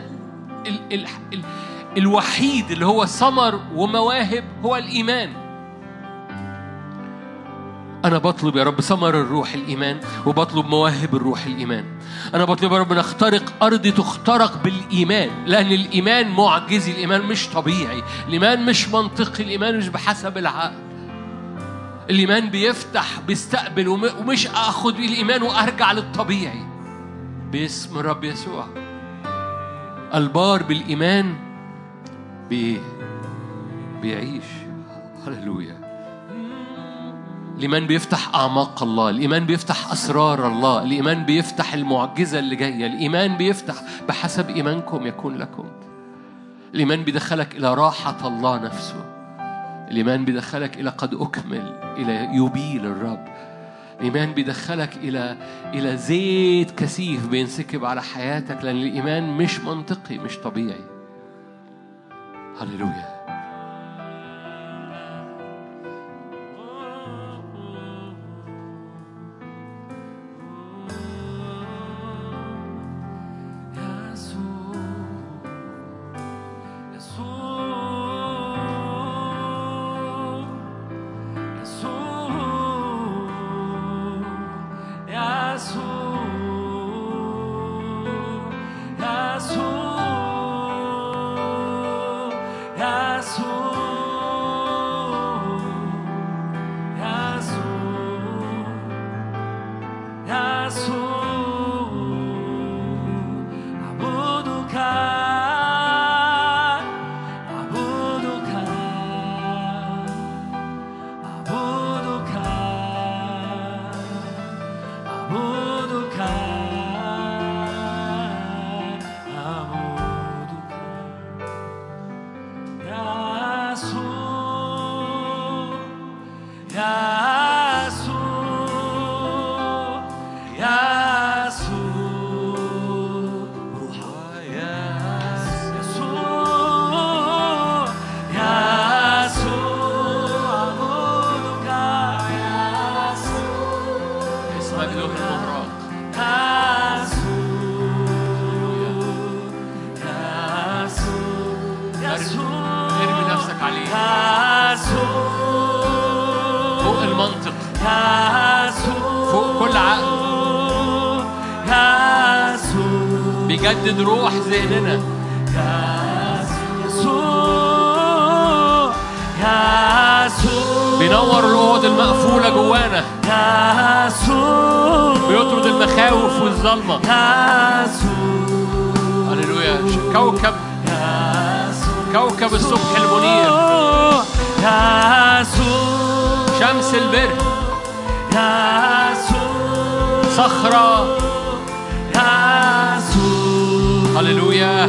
الوحيد اللي هو ثمر ومواهب هو الإيمان. أنا بطلب يا رب ثمر الروح الإيمان، وبطلب مواهب الروح الإيمان. أنا بطلب يا رب نخترق أرض تخترق بالإيمان، لأن الإيمان معجزي، الإيمان مش طبيعي، الإيمان مش منطقي، الإيمان مش بحسب العقل. الإيمان بيفتح، بيستقبل، ومش أخذ الإيمان وأرجع للطبيعي. باسم الرب يسوع. البار بالإيمان بيعيش. هللويا. الإيمان بيفتح أعماق الله، الإيمان بيفتح أسرار الله، الإيمان بيفتح المعجزة اللي جاية، الإيمان بيفتح بحسب إيمانكم يكون لكم. الإيمان بيدخلك إلى راحة الله نفسه، الإيمان بيدخلك إلى قد أكمل، إلى يبيل الرب. الإيمان بيدخلك إلى زيت كثيف بينسكب على حياتك، لأن الإيمان مش منطقي، مش طبيعي. هللويا. بيجدد روح ذهننا. بينور الأوض المقفولة جوانا. بيطرد المخاوف والظلمة. هللويا. كوكب الصبح المنير. شمس البر. صخرة. هللويا.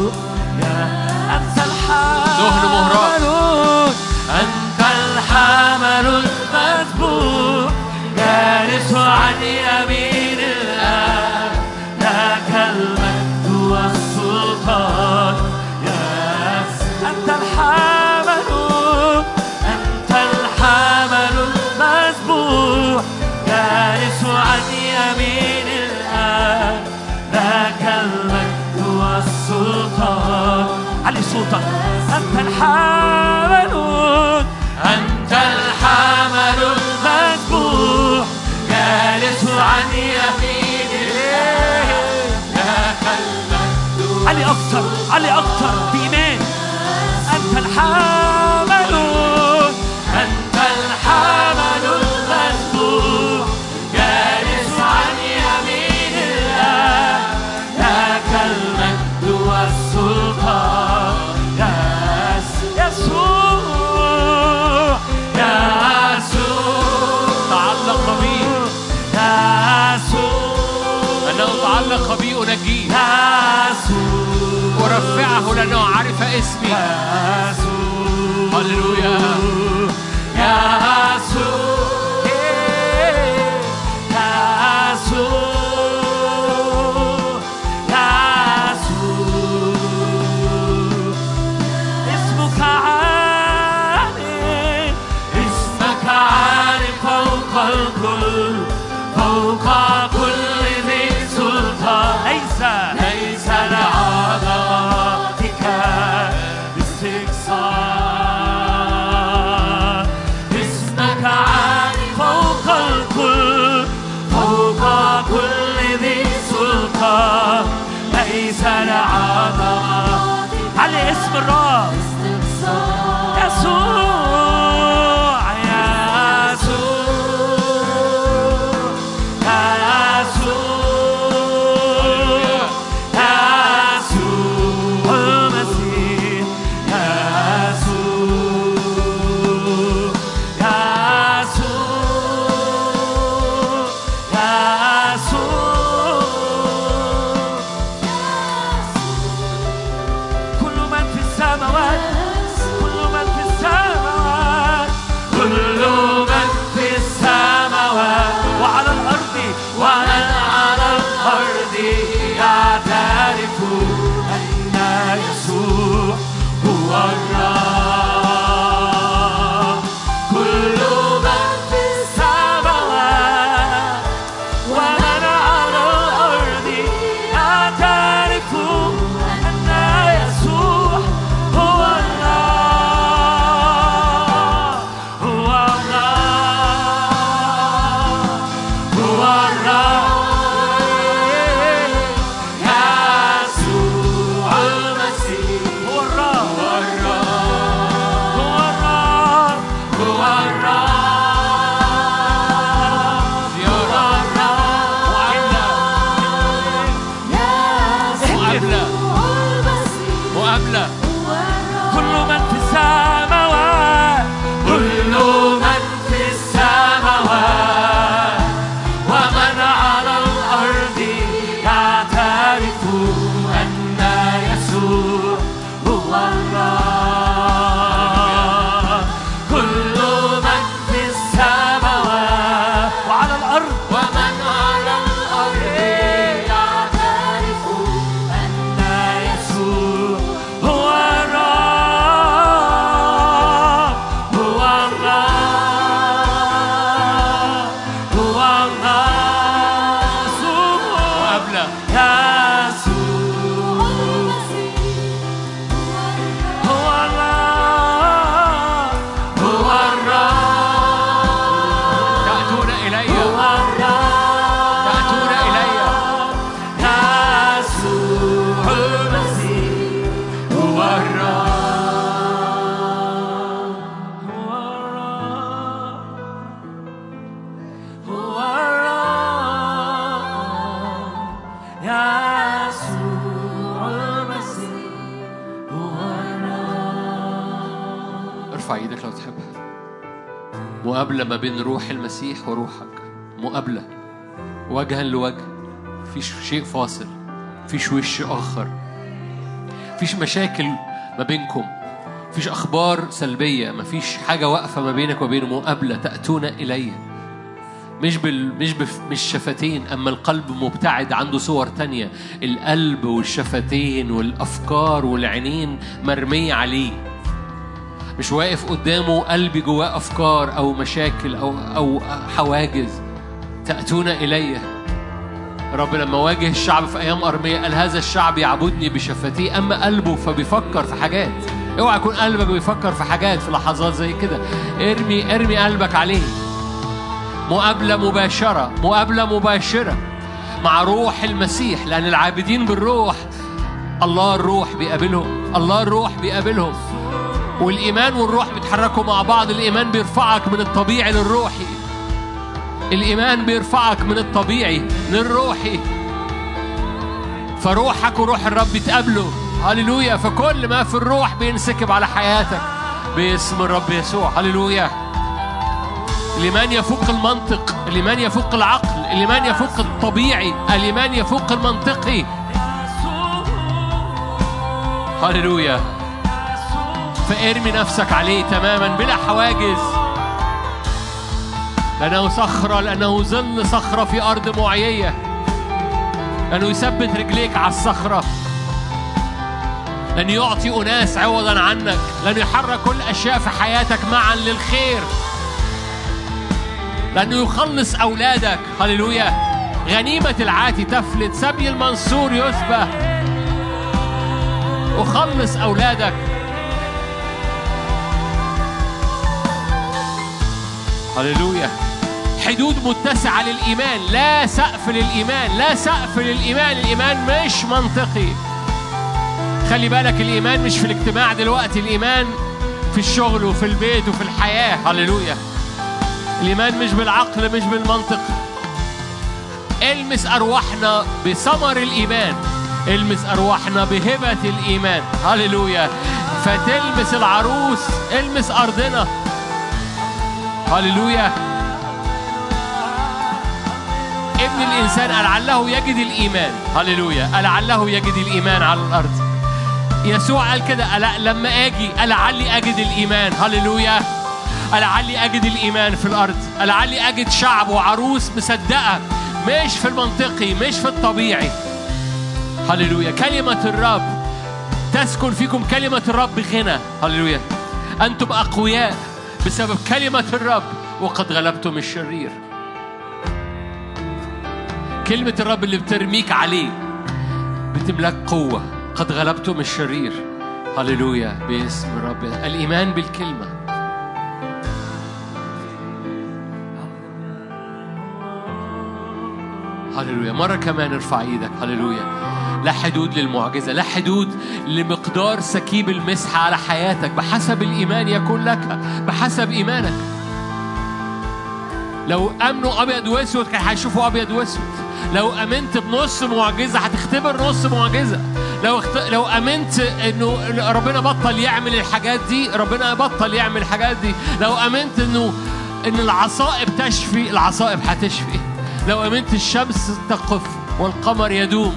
أنت الحامل مهراق. أنت الحامل المذبوح جالس عن يمين الآب لك المجد والسلطان. أنت الحامل. أنت الحامل المذبوح جالس عن يمين الآب لك المجد والسلطان. علي صوتك. أنت الحامل. أنت الحامل المذبوح جالس عن يمين الآب لك المجد. علي أكتر، علي أكتر بإيمان. أنت الحامل. أنت الحامل المذبوح جالس عن يمين الآب لك المجد والسلطان. يسوع يسوع تعلق بي. يسوع أنه تعلق بي أنجيه. يسوع أرفعه لأنه عرف اسمي. يسوع هللويا. يسوع اسمك عالي. اسمك عالي فوق الكل، فوق كل ذي سلطان. ليس لعظمتك استكثار. اسمك عالي فوق الكل، فوق كل ذي سلطان. ليس لعظمتك. على اسم الرب. يسوع كل من ايدك لو تحب. مقابلة ما بين روح المسيح وروحك، مقابلة وجها لوجه، مفيش شيء فاصل، مفيش وش آخر، مفيش مشاكل ما بينكم، مفيش أخبار سلبية، مفيش حاجة واقفة ما بينك وبينه. مقابلة تأتون إلي، مش شفتين، أما القلب مبتعد عنده صور تانية. القلب والشفتين والأفكار والعينين مرمية عليه، مش واقف قدامه قلبي جواه أفكار أو مشاكل أو حواجز. تأتون إلي. رب لما واجه الشعب في أيام أرمية قال هذا الشعب يعبدني بشفتيه، أما قلبه فبيفكر في حاجات. اوعى يكون قلبك بيفكر في حاجات في لحظات زي كده. ارمي قلبك عليه. مقابلة مباشرة، مقابلة مباشرة مع روح المسيح، لأن العابدين بالروح الله الروح بيقابلهم، الله الروح بيقابلهم. والإيمان والروح بيتحركوا مع بعض. الإيمان بيرفعك من الطبيعي للروحي، الإيمان بيرفعك من الطبيعي للروحي، فروحك وروح الرب يتقابلوا. هللويا. فكل ما في الروح بينسكب على حياتك باسم الرب يسوع. هللويا. الإيمان يفوق المنطق، الإيمان يفوق العقل، الإيمان يفوق الطبيعي، الإيمان يفوق المنطقي. هللويا. فارمي نفسك عليه تماما بلا حواجز، لأنه صخرة، لأنه ظل صخرة في أرض معيية، لأنه يثبت رجليك على الصخرة، لأنه يعطي أناس عوضا عنك، لأنه يحرك كل أشياء في حياتك معا للخير، لأنه يخلص أولادك. هللويا. غنيمة العاتي تفلت، سبي المنصور يسبى. أخلص أولادك. هللويا. حدود متسعة للإيمان، لا سقف للإيمان، لا سقف للإيمان. الإيمان مش منطقي. خلي بالك، الإيمان مش في الاجتماع دلوقتي، الإيمان في الشغل وفي البيت وفي الحياة. هللويا. الإيمان مش بالعقل، مش بالمنطق. المس أرواحنا بثمر الإيمان، المس أرواحنا بهبة الإيمان. هللويا. فتلمس العروس، المس أرضنا. هللويا. ابن الإنسان لعله يجد الإيمان. هللويا. لعله يجد الإيمان على الأرض. يسوع قال كده، لما أجي لعلي أجد الإيمان. هللويا. لعلي أجد الإيمان في الأرض، لعلي أجد شعب وعروس مصدقة، مش في المنطقي، مش في الطبيعي. هللويا. كلمة الرب تسكن فيكم، كلمة الرب بغنى. هللويا. أنتم أقوياء بسبب كلمة الرب، وقد غلبتم الشرير. كلمة الرب اللي بترميك عليه بتملك قوة. قد غلبتم الشرير. هللويا. باسم الرب. الإيمان بالكلمة. هللويا. مرة كمان ارفع ايدك. هللويا. لا حدود للمعجزة، لا حدود لمقدار سكيب المسحة على حياتك. بحسب الإيمان يكون لك، بحسب إيمانك. لو أمنوا أبيض وأسود كان هيشوفوا أبيض وأسود. لو أمنت بنص معجزة هتختبر نص معجزة. لو أمنت إنه ربنا بطل يعمل الحاجات دي، ربنا بطل يعمل الحاجات دي. لو أمنت إن العصائب تشفي، العصائب هتشفي. لو أمنت الشمس تقف والقمر يدوم،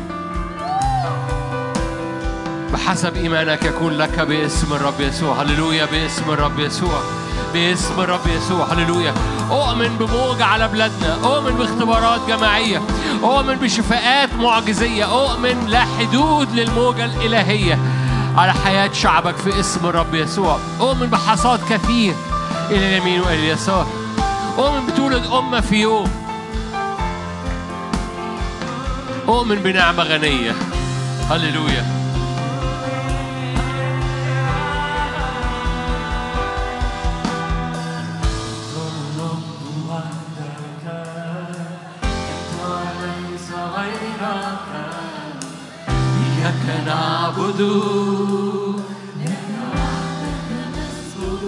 بحسب إيمانك يكون لك باسم الرب يسوع. هللويا. باسم الرب يسوع. باسم الرب يسوع. هللويا. أؤمن بموجة على بلادنا، أؤمن باختبارات جماعية، أؤمن بشفاءات معجزية، أؤمن لا حدود للموجة الإلهية على حياة شعبك في اسم الرب يسوع. أؤمن بحصاد كثير إلى اليمين وإلى اليسار. أؤمن بتولد أمة في يوم. أؤمن بنعمة غنية. هللويا. إياك نعبد، لك وحدك نسجد،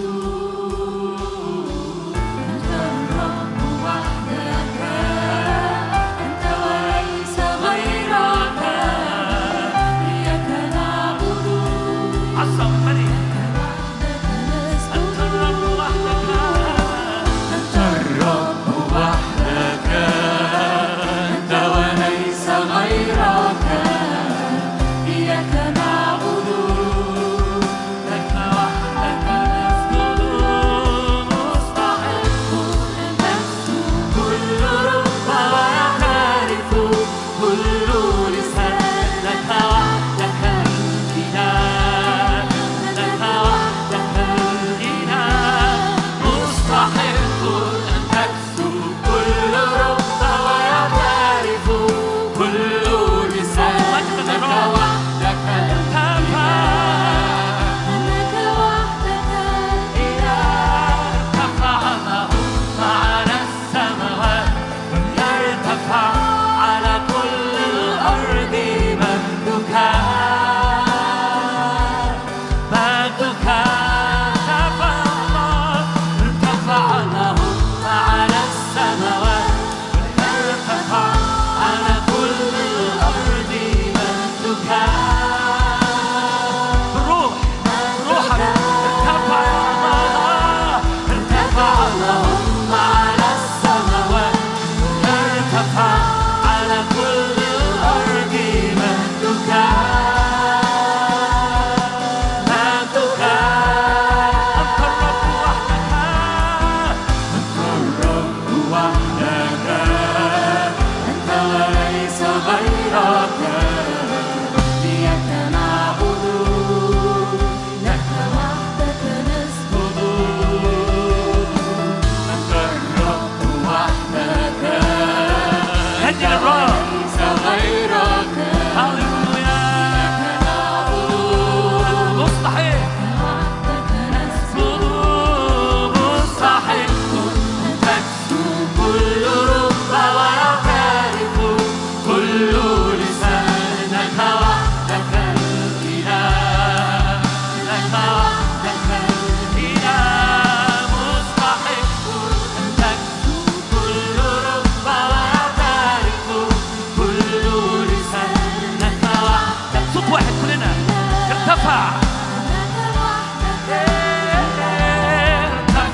أنت الرب وحدك، أنت وليس غيرك. إياك نعبد، عظم ملك، لك وحدك نسجد، أنت الرب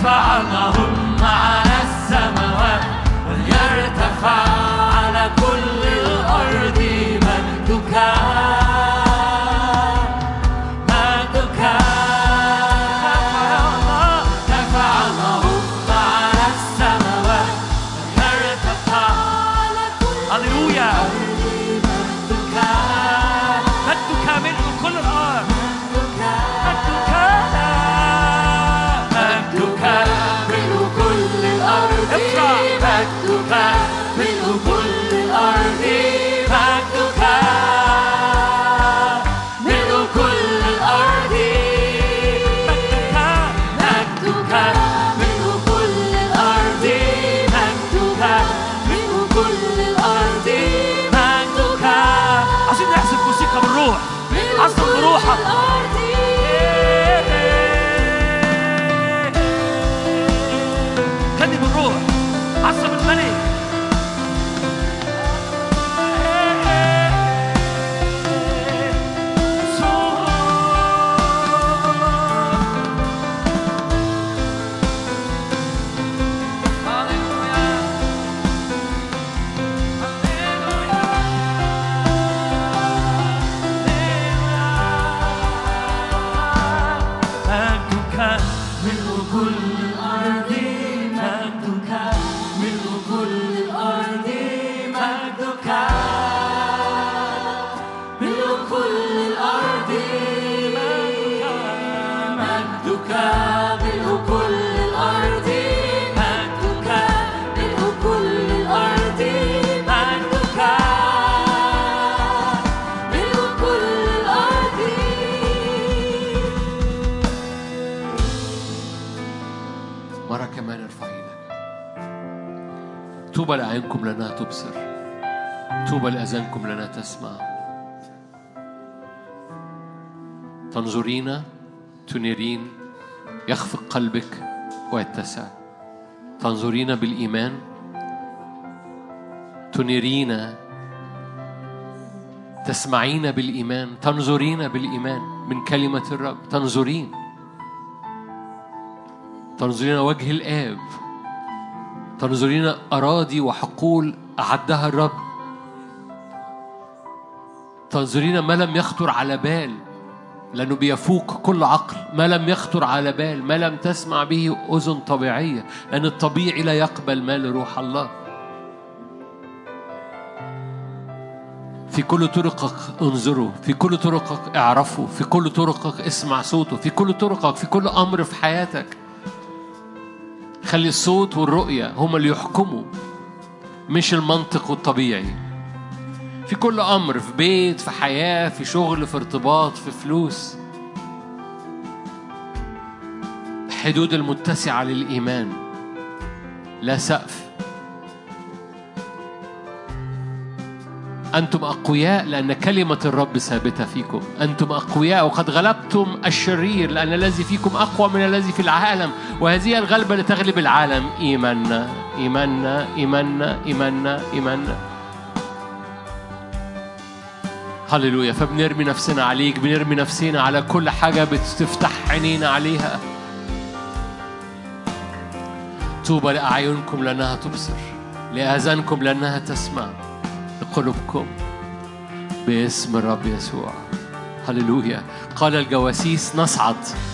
اللهم على السماوات وليرتفع على كل الأرض مجدك مجدك ارتفع اللهم على السماوات وليرتفع على كل هللويا مجدك مجدك ملء كل الأرض كلم الروح عصب الملك طوبى لأعينكم لأنها تبصر، طوبى لأذانكم لأنها تسمع. تنظرين تنيرين يخفق قلبك ويتسع. تنظرين بالإيمان تنيرين، تسمعين بالإيمان، تنظرين بالإيمان من كلمة الرب. تنظرين وجه الآب، تنظرين أراضي وحقول أعدها الرب، تنظرين ما لم يخطر على بال، لأنه بيفوق كل عقل. ما لم يخطر على بال، ما لم تسمع به أذن طبيعية، لأن الطبيعي لا يقبل ما لروح الله. في كل طرقك انظروا، في كل طرقك اعرفوا، في كل طرقك اسمع صوته، في كل طرقك، في كل أمر في حياتك. خلي الصوت والرؤية هما اللي يحكموا، مش المنطق والطبيعي. في كل أمر، في بيت، في حياة، في شغل، في ارتباط، في فلوس. حدود المتسعة للإيمان، لا سقف. أنتم أقوياء لأن كلمة الرب ثابتة فيكم. أنتم أقوياء وقد غلبتم الشرير، لأن الذي فيكم أقوى من الذي في العالم، وهذه الغلبة لتغلب العالم. إيماننا إيماننا إيماننا إيماننا إيماننا. هللويا. فبنرمي نفسنا عليك، بنرمي نفسنا على كل حاجة بتفتح عينينا عليها. طوبى لأعينكم لأنها تبصر، لآذانكم لأنها تسمع، لقلوبكم باسم الرب يسوع. هللويا. قال الجواسيس نصعد،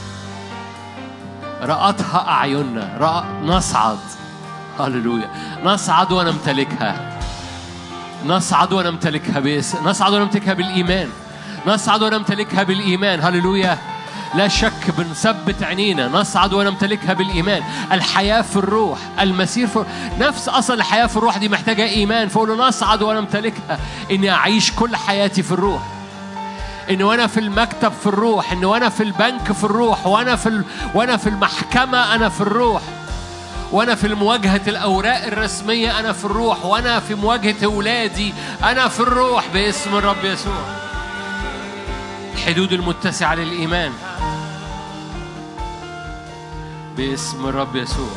رأتها أعيننا، نصعد. هللويا. نصعد ونمتلكها، نصعد ونمتلكها نصعد ونمتلكها بالإيمان، نصعد ونمتلكها بالإيمان. هللويا. لا شك بنثبت عينينا، نصعد ونمتلكها بالإيمان. الحياة في الروح، المسير في نفس أصل الحياة في الروح دي محتاجة إيمان. فقولوا نصعد ونمتلكها. إني أعيش كل حياتي في الروح، إن وأنا في المكتب في الروح، إن وأنا في البنك في الروح، وأنا في المحكمة أنا في الروح، وأنا في مواجهة الأوراق الرسمية أنا في الروح، وأنا في مواجهة أولادي أنا في الروح باسم الرب يسوع. الحدود المتسعة للإيمان باسم الرب يسوع.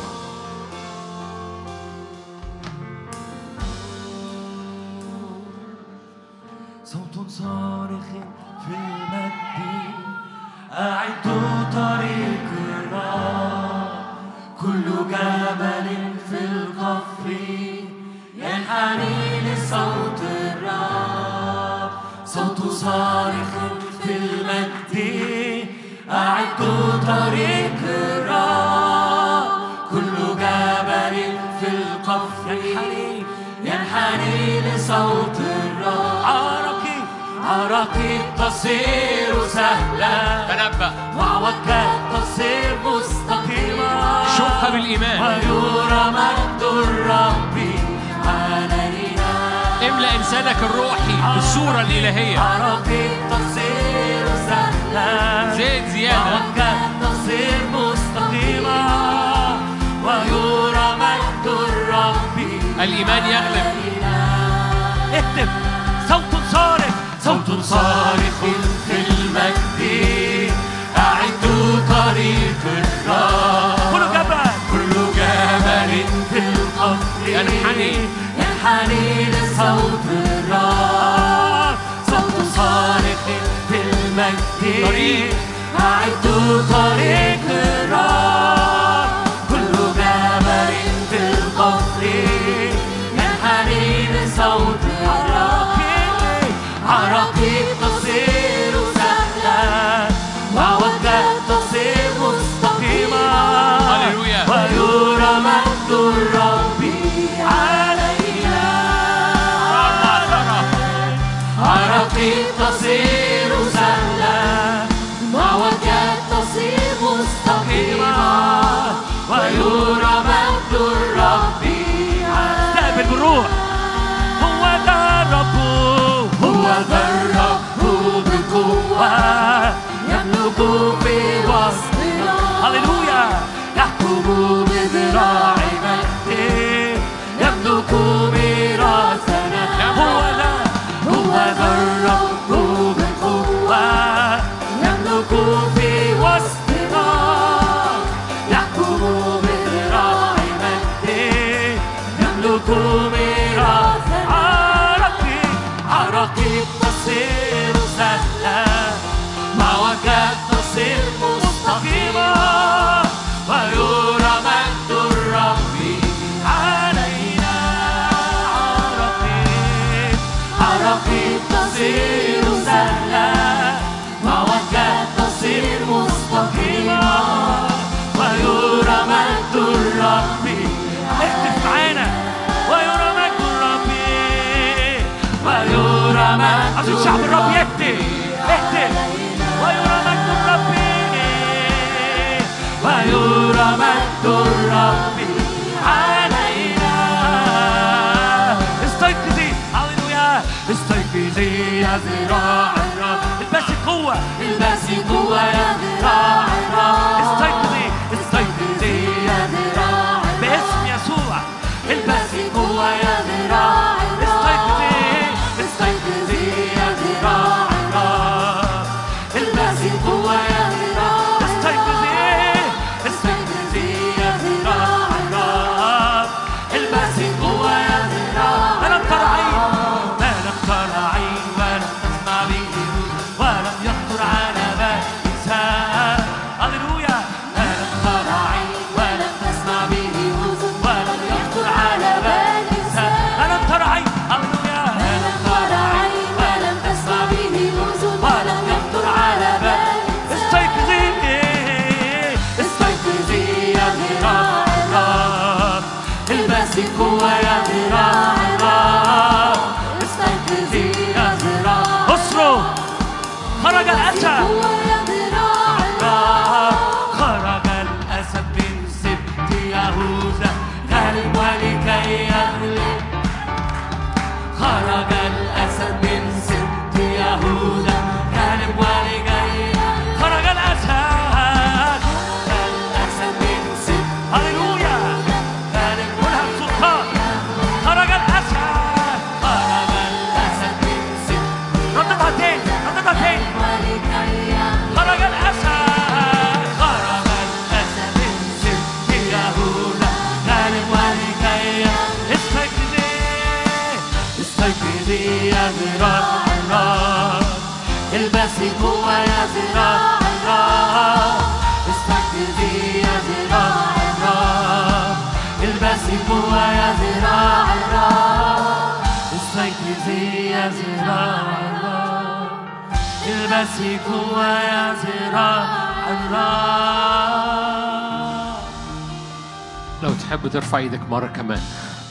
صوت صارخ في المجد، أعدوا طريقنا، كل كل جبل في القفر ينحني لصوت الرب. صوت صارخ في المجد أعدوا طريق الرب. كل جبل في القفر ينحني لصوت الرب. عراقيب تصير سهلة، تنبأ وعوجات تصير مستقيمة. شوفها بالإيمان. ويرى مجد الرب علينا. املأ إنسانك الروحي بالصورة الإلهية. عراقيب تصير سهلة، زيت زيادة، وعوجات تصير مستقيمة. ويرى مجد الرب. الإيمان يغلب. اكتب صوت صارخ، صوت صارخ في المجد أعدوا طريق الرب. كل جبل في القفر ينحني لصوت الرب. صوت صارخ في المجد أعدوا طريق الرب. كل جبل في القفر ينحني لصوت الرب. عراقيب تصير سهلة، وعوجات تصير مستقيمة. هللويا. ويرى مجد الرب علينا. عراقيب تصير سهلة، وعوجات تصير مستقيمة. ويرى مجد الرب علينا. استقبل بالروح. هو ذا الرب، هو ذا الرب بقوة يملك في وسطنا. هللويا. يحكم بذراع مجده يملك ميراثنا. هو ذا الرب بقوة يملك في وسطنا. يحكم بذراع مجده يملك ميراثنا. عراقيب تصير سهلة، معوجات تصير مستقيمة. ويرى مجد الرب علينا. عراقيب تصير سهلة، معوجات تصير مستقيمة. ويرى مجد الرب. اكتب معانا. ويرى مجد الرب. ويرى مجد عشان شعب الرب يكتب. اكتب. ويرى مجد الرب. ويرى مجد الرب علينا. استيقظي. هللويا. استيقظي يا ذراع الرب. البسي قوة، البسي قوة يا ذراع الرب. استيقظي، استيقظي يا ذراع الرب. باسم يسوع البسي قوة يا ذراع الرب. استيقظي يا ذراع الرب. البسي قوة يا ذراع. استيقظي يا ذراع الرب. البسي قوة يا ذراع. ما لم تر عين، ما لم تر عين ولم تسمع به ولم يخطر على بال إنسان. هللويا. ما لم تر عين ولم تسمع به ولم يخطر على بال إنسان. ما لم تر عين. هللويا. قوة يا ذراع الرب. استيقظي يا ذراع. اصرخ. خرج الأسد. خرج الأسد من سبط يهوذا غالب ولكي يغلب. خرج الأسد من سبط يهوذا غالب ولكي يغلب. خرج الأسد. الأسد من سبط. هللويا. خرج الأسد. خرج الأسد من سبط. رددها تاني، رددها تاني. خرج الأسد. خرج الأسد من سبط يهوذا غالب ولكي يغلب. استيقظي، استيقظي يا ذراع الرب. البسي قوة يا ذراع الرب. استيقظي يا ذراع الرب. المسيح هو يا ذراع الرب استيقظي يا ذراع الرب المسيح هو يا ذراع الرب. لو تحب ترفع ايدك مرة كمان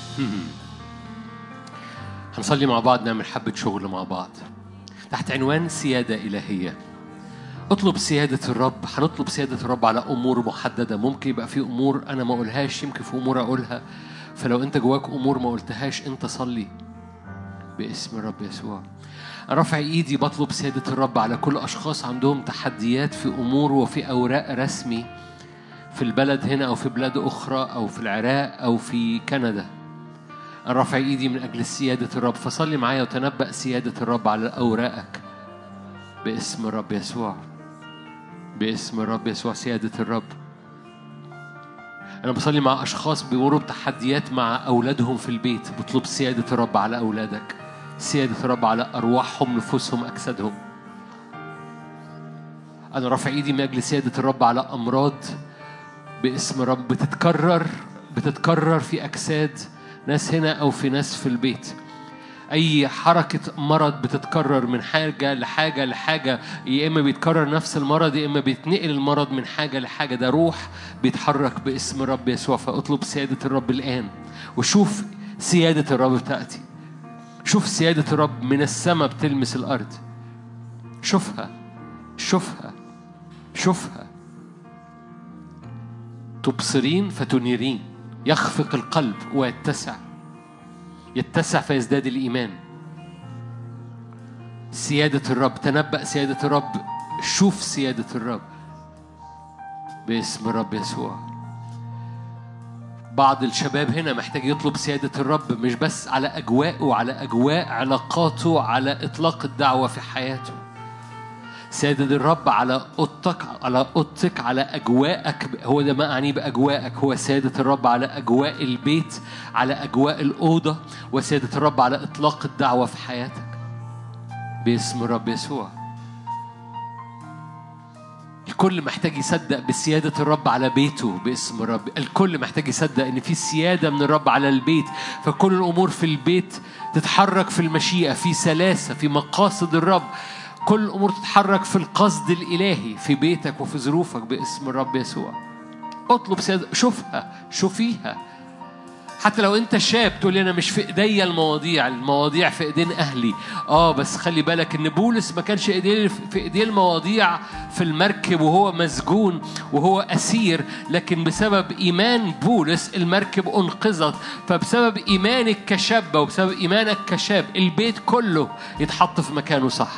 هنصلي مع بعض، نعمل حبة شغل مع بعض تحت عنوان سيادة إلهية. اطلب سيادة الرب. هنطلب سيادة الرب على أمور محددة. ممكن يبقى في أمور أنا ما أقولهاش، يمكن في أمور أقولها. فلو أنت جواك أمور ما قلتهاش أنت صلي باسم الرب يسوع. أنا رافع إيدي بطلب سيادة الرب على كل أشخاص عندهم تحديات في أمور وفي أوراق رسمي في البلد هنا أو في بلاد أخرى أو في العراق أو في كندا. أنا رافع إيدي من أجل سيادة الرب، فصلي معايا وتنبأ سيادة الرب على أوراقك باسم الرب يسوع. باسم الرب يسوع سيادة الرب. أنا بصلي مع أشخاص بيمروا بتحديات مع أولادهم في البيت، بطلب سيادة الرب على أولادك، سيادة الرب على أرواحهم، نفوسهم، أجسادهم. أنا رافع إيدي من أجل سيادة الرب على أمراض باسم الرب بتتكرر في أجساد ناس هنا أو في ناس في البيت. أي حركة مرض بتتكرر من حاجة لحاجة لحاجة، يا إما بيتكرر نفس المرض يا إما بيتنقل المرض من حاجة لحاجة. ده روح بيتحرك باسم الرب يسوع. فأطلب سيادة الرب الآن وشوف سيادة الرب تأتي. شوف سيادة الرب من السماء بتلمس الأرض. شوفها شوفها شوفها. تبصرين فتنيرين. يخفق القلب ويتسع، يتسع فيزداد الإيمان. سيادة الرب. تنبأ سيادة الرب. شوف سيادة الرب باسم الرب يسوع. بعض الشباب هنا محتاج يطلب سيادة الرب مش بس على أجواءه وعلى أجواء علاقاته، على إطلاق الدعوة في حياته. سيادة الرب على أوضتك على أجواءك. هو ده ما أعني بأجواءك، هو سيادة الرب على أجواء البيت، على أجواء الأوضة، وسيادة الرب على إطلاق الدعوة في حياتك باسم الرب يسوع. الكل محتاج يصدق بسيادة الرب على بيته باسم الرب. الكل محتاج يصدق إن في سيادة من الرب على البيت، فكل الأمور في البيت تتحرك في المشيئة، في سلاسة، في مقاصد الرب. كل الأمور تتحرك في القصد الإلهي في بيتك وفي ظروفك باسم الرب يسوع. اطلب سيادة. شوفها شوفيها. حتى لو أنت شاب تقول لي أنا مش في إيديا المواضيع في إيدين أهلي. بس خلي بالك إن بولس ما كانش في إيديه المواضيع في المركب وهو مسجون وهو أسير، لكن بسبب إيمان بولس المركب أنقذت. فبسبب إيمانك كشابة وبسبب إيمانك كشاب البيت كله يتحط في مكانه صح.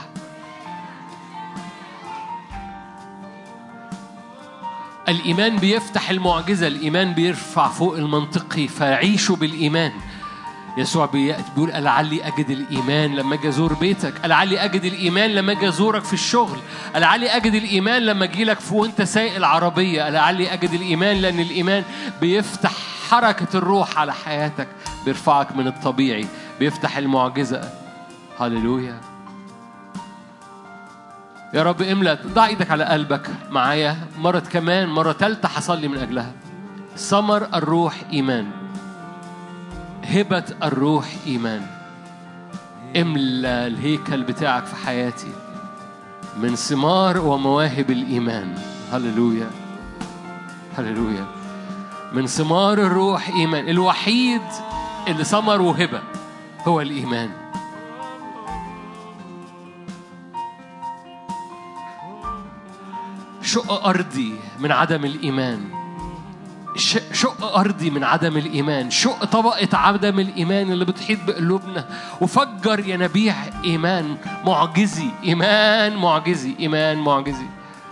الإيمان بيفتح المعجزة، الإيمان بيرفع فوق المنطقي، فعيشوا بالإيمان. يسوع بيقول لعلي أجد الإيمان لما أجي أزور بيتك، لعلي أجد الإيمان لما أجي أزورك في الشغل، لعلي أجد الإيمان لما أجي لك وأنت سايق العربية، لعلي أجد الإيمان لأن الإيمان بيفتح حركة الروح على حياتك، بيرفعك من الطبيعي، بيفتح المعجزة. هاليلويا. يا رب املأ. ضع ايدك على قلبك معايا مرة كمان، مرة ثالثة حصلي من أجلها. ثمر الروح إيمان، هبة الروح إيمان. املأ الهيكل بتاعك في حياتي من ثمار ومواهب الإيمان. هللويا هللويا. من ثمار الروح إيمان. الوحيد اللي ثمر وهبة هو الإيمان. شق أرضي من عدم الإيمان، شق أرضي من عدم الإيمان، شق طبقة عدم الإيمان اللي بتحيط بقلوبنا، وفجر ينابيع إيمان معجزي، إيمان معجزي، إيمان معجزي.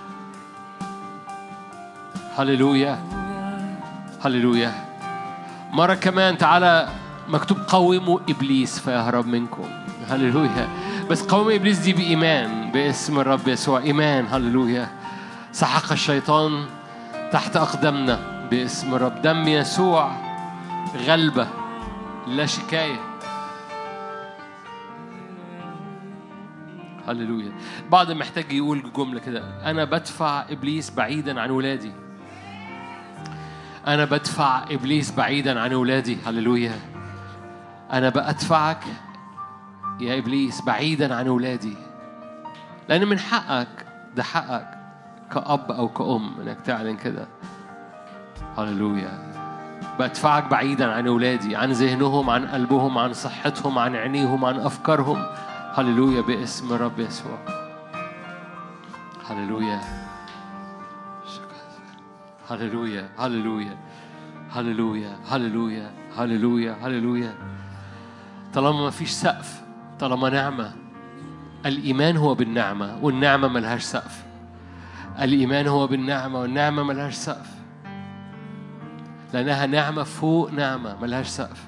هللويا هللويا. مرة كمان تعالى. مكتوب قوموا إبليس فيهرب منكم. هللويا. بس قوموا إبليس دي بإيمان باسم الرب يسوع. إيمان. هللويا. سحق الشيطان تحت أقدامنا باسم الرب. دم يسوع غلبة لا شكاية. هللويا. بعض محتاج يقول جملة كده: أنا بدفع إبليس بعيدا عن ولادي. أنا بدفع إبليس بعيدا عن أولادي. هللويا. أنا بأدفعك يا إبليس بعيدا عن أولادي، لأن من حقك، ده حقك كأب أو كأم إنك تعلن كده. هللويا. بدفعك بعيدا عن أولادي، عن ذهنهم، عن قلبهم، عن صحتهم، عن عينيهم، عن أفكارهم. هللويا باسم رب يسوع. هللويا هللويا هللويا هللويا هللويا هللويا هللويا. طالما ما فيش سقف، طالما نعمة، الإيمان هو بالنعمة والنعمة ملهاش سقف. الإيمان هو بالنعمة والنعمة ملهاش سقف، لأنها نعمة فوق نعمة ملهاش سقف.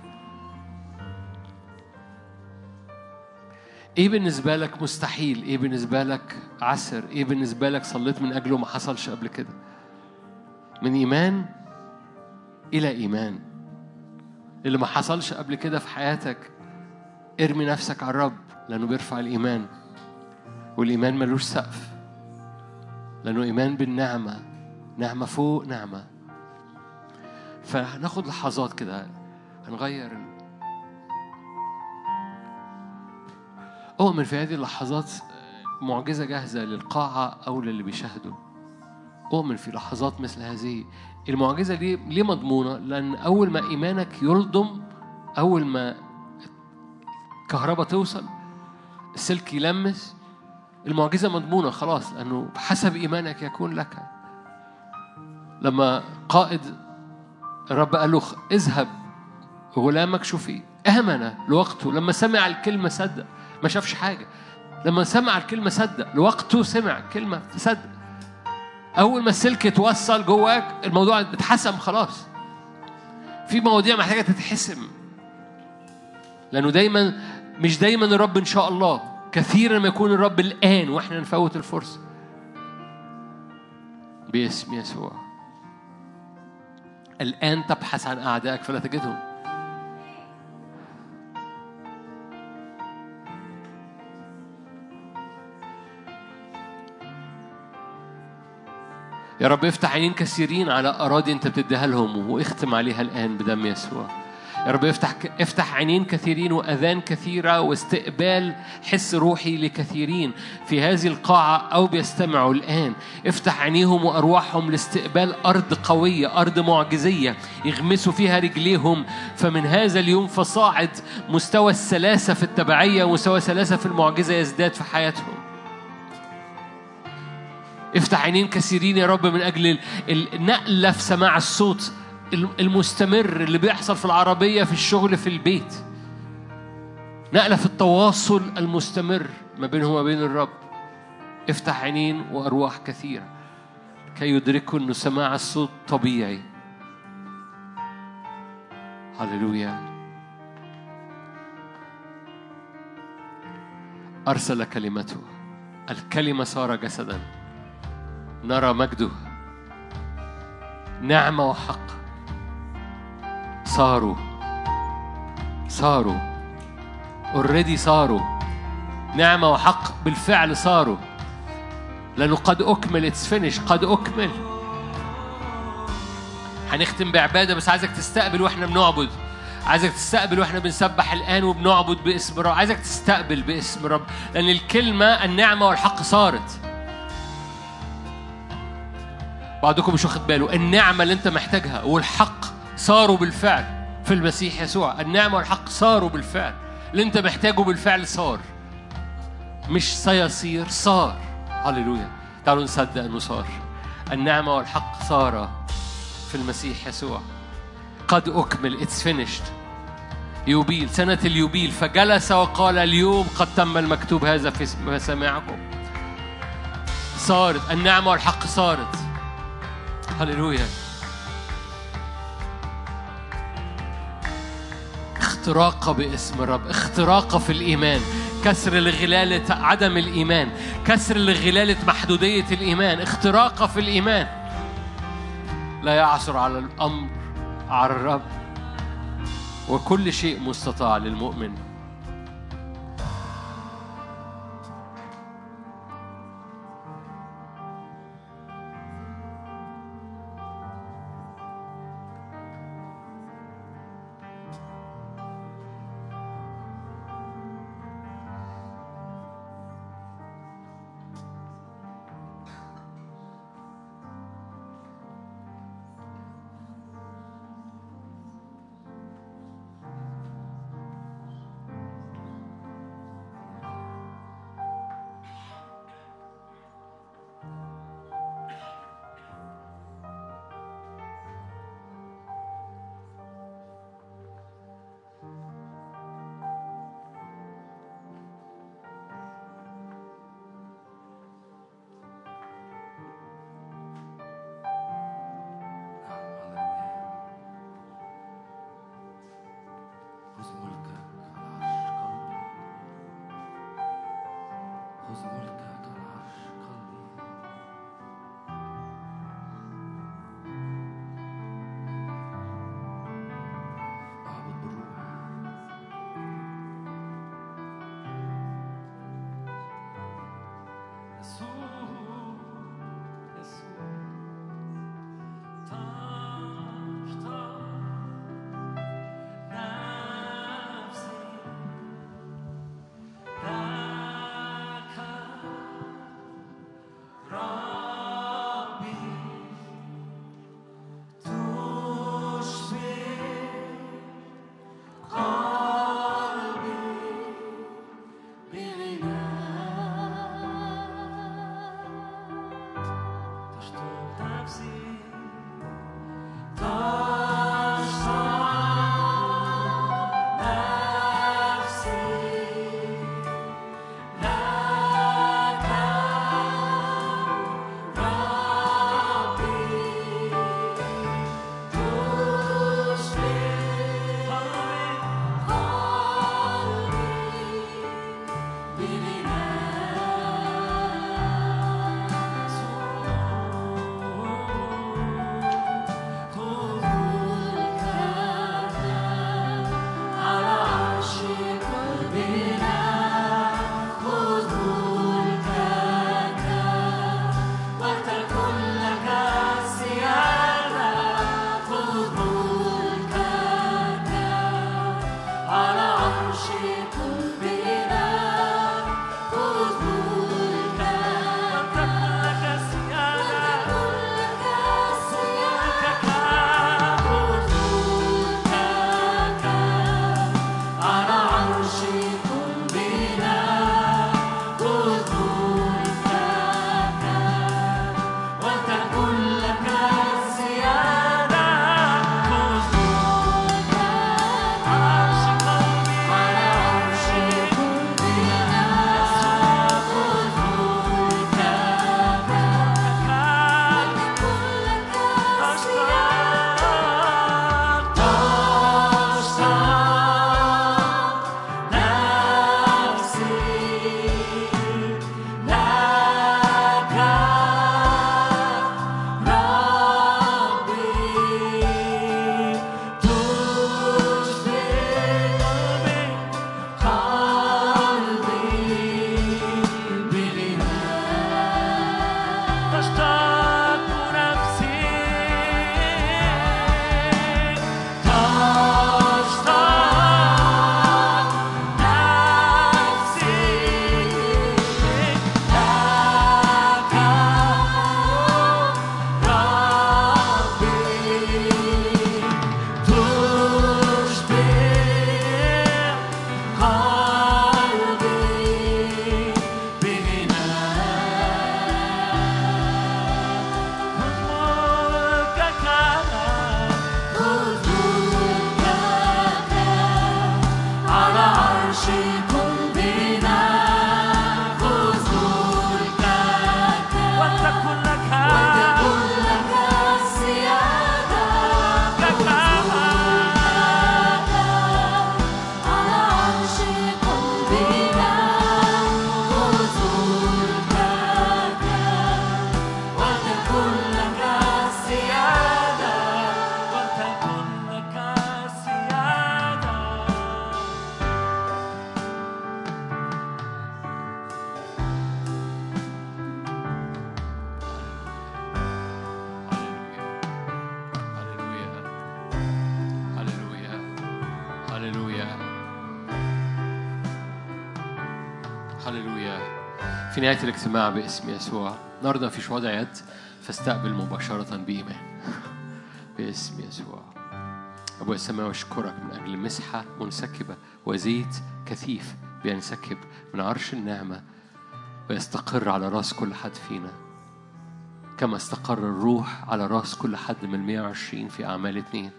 إيه بالنسبة لك مستحيل؟ إيه بالنسبة لك عسر؟ إيه بالنسبة لك صليت من أجله ما حصلش قبل كده؟ من إيمان إلى إيمان. اللي ما حصلش قبل كده في حياتك ارمي نفسك على الرب، لأنه بيرفع الإيمان، والإيمان ملوش سقف، لأنه إيمان بالنعمة، نعمة فوق نعمة. فهناخد لحظات كده، هنغير أؤمن في هذه اللحظات معجزة جاهزة للقاعة أو للي بيشاهدوا. أؤمن في لحظات مثل هذه. المعجزة دي ليه مضمونة؟ لأن أول ما إيمانك يلضم، أول ما الكهرباء توصل، السلك يلمس، المعجزة مضمونة خلاص، لأنه بحسب إيمانك يكون لك. لما قائد الرب قال له اذهب غلامك شوفي، آمن لوقته. لما سمع الكلمة صدق، ما شافش حاجة. لما سمع الكلمة صدق لوقته، سمع كلمة صدق. أول ما السلك يتوصل جواك الموضوع اتحسم خلاص. في مواضيع محتاجة تتحسم، لأنه دايما مش دايما الرب إن شاء الله، كثيرا ما يكون الرب الآن وإحنا نفوت الفرصة. باسم يسوع. الآن تبحث عن أعدائك فلا تجدهم. يا رب افتح عينين كثيرين على أراضي أنت بتديها لهم، واختم عليها الآن بدم يسوع. يا رب افتح عينين كثيرين وأذان كثيرة واستقبال حس روحي لكثيرين في هذه القاعة أو بيستمعوا الآن. افتح عينيهم وأرواحهم لاستقبال أرض قوية، أرض معجزية يغمسوا فيها رجليهم. فمن هذا اليوم فصاعد مستوى السلاسة في التبعية ومستوى السلاسة في المعجزة يزداد في حياتهم. افتح عينين كثيرين يا رب من أجل النقلة في سماع الصوت المستمر اللي بيحصل في العربية، في الشغل، في البيت. نقلة في التواصل المستمر ما بينهم وما بين الرب. افتح عينين وأرواح كثيرة كي يدركوا أنه سماع الصوت طبيعي. هللويا. أرسل كلمته، الكلمة صار جسدا، نرى مجده. نعمة وحق صاروا already صاروا. نعمة وحق بالفعل صاروا، لأنه قد أكمل. it's finished. قد أكمل. هنختم بعبادة، بس عايزك تستقبل وإحنا بنعبد. عايزك تستقبل وإحنا بنسبح الآن وبنعبد باسم رب. عايزك تستقبل باسم رب، لأن الكلمة النعمة والحق صارت. بعضكم مش واخد باله، النعمة اللي أنت محتاجها والحق صاروا بالفعل في المسيح يسوع. النعمة والحق صاروا بالفعل. اللي أنت محتاجه بالفعل صار، مش سيصير، صار. هللويا. تعالوا نصدق أنه صار. النعمة والحق صار في المسيح يسوع. قد أكمل. it's finished. يوبيل، سنة اليوبيل، فجلس وقال اليوم قد تم المكتوب هذا في مسامعكم. صارت النعمة والحق صارت. هللويا. اختراق باسم الرب، اختراق في الإيمان، كسر لغلالة عدم الإيمان، كسر لغلالة محدودية الإيمان، اختراق في الإيمان. لا يعثر على الأمر على الرب، وكل شيء مستطاع للمؤمن. في نهاية الاجتماع باسم يسوع. النهارده مفيش وضع يد، فاستقبل مباشرة بإيمان باسم يسوع. أبويا السماوي أشكرك من أجل مسحة منسكبة وزيت كثيف بينسكب من عرش النعمة ويستقر على رأس كل حد فينا، كما استقر الروح على رأس كل حد من 120 في أعمال 2.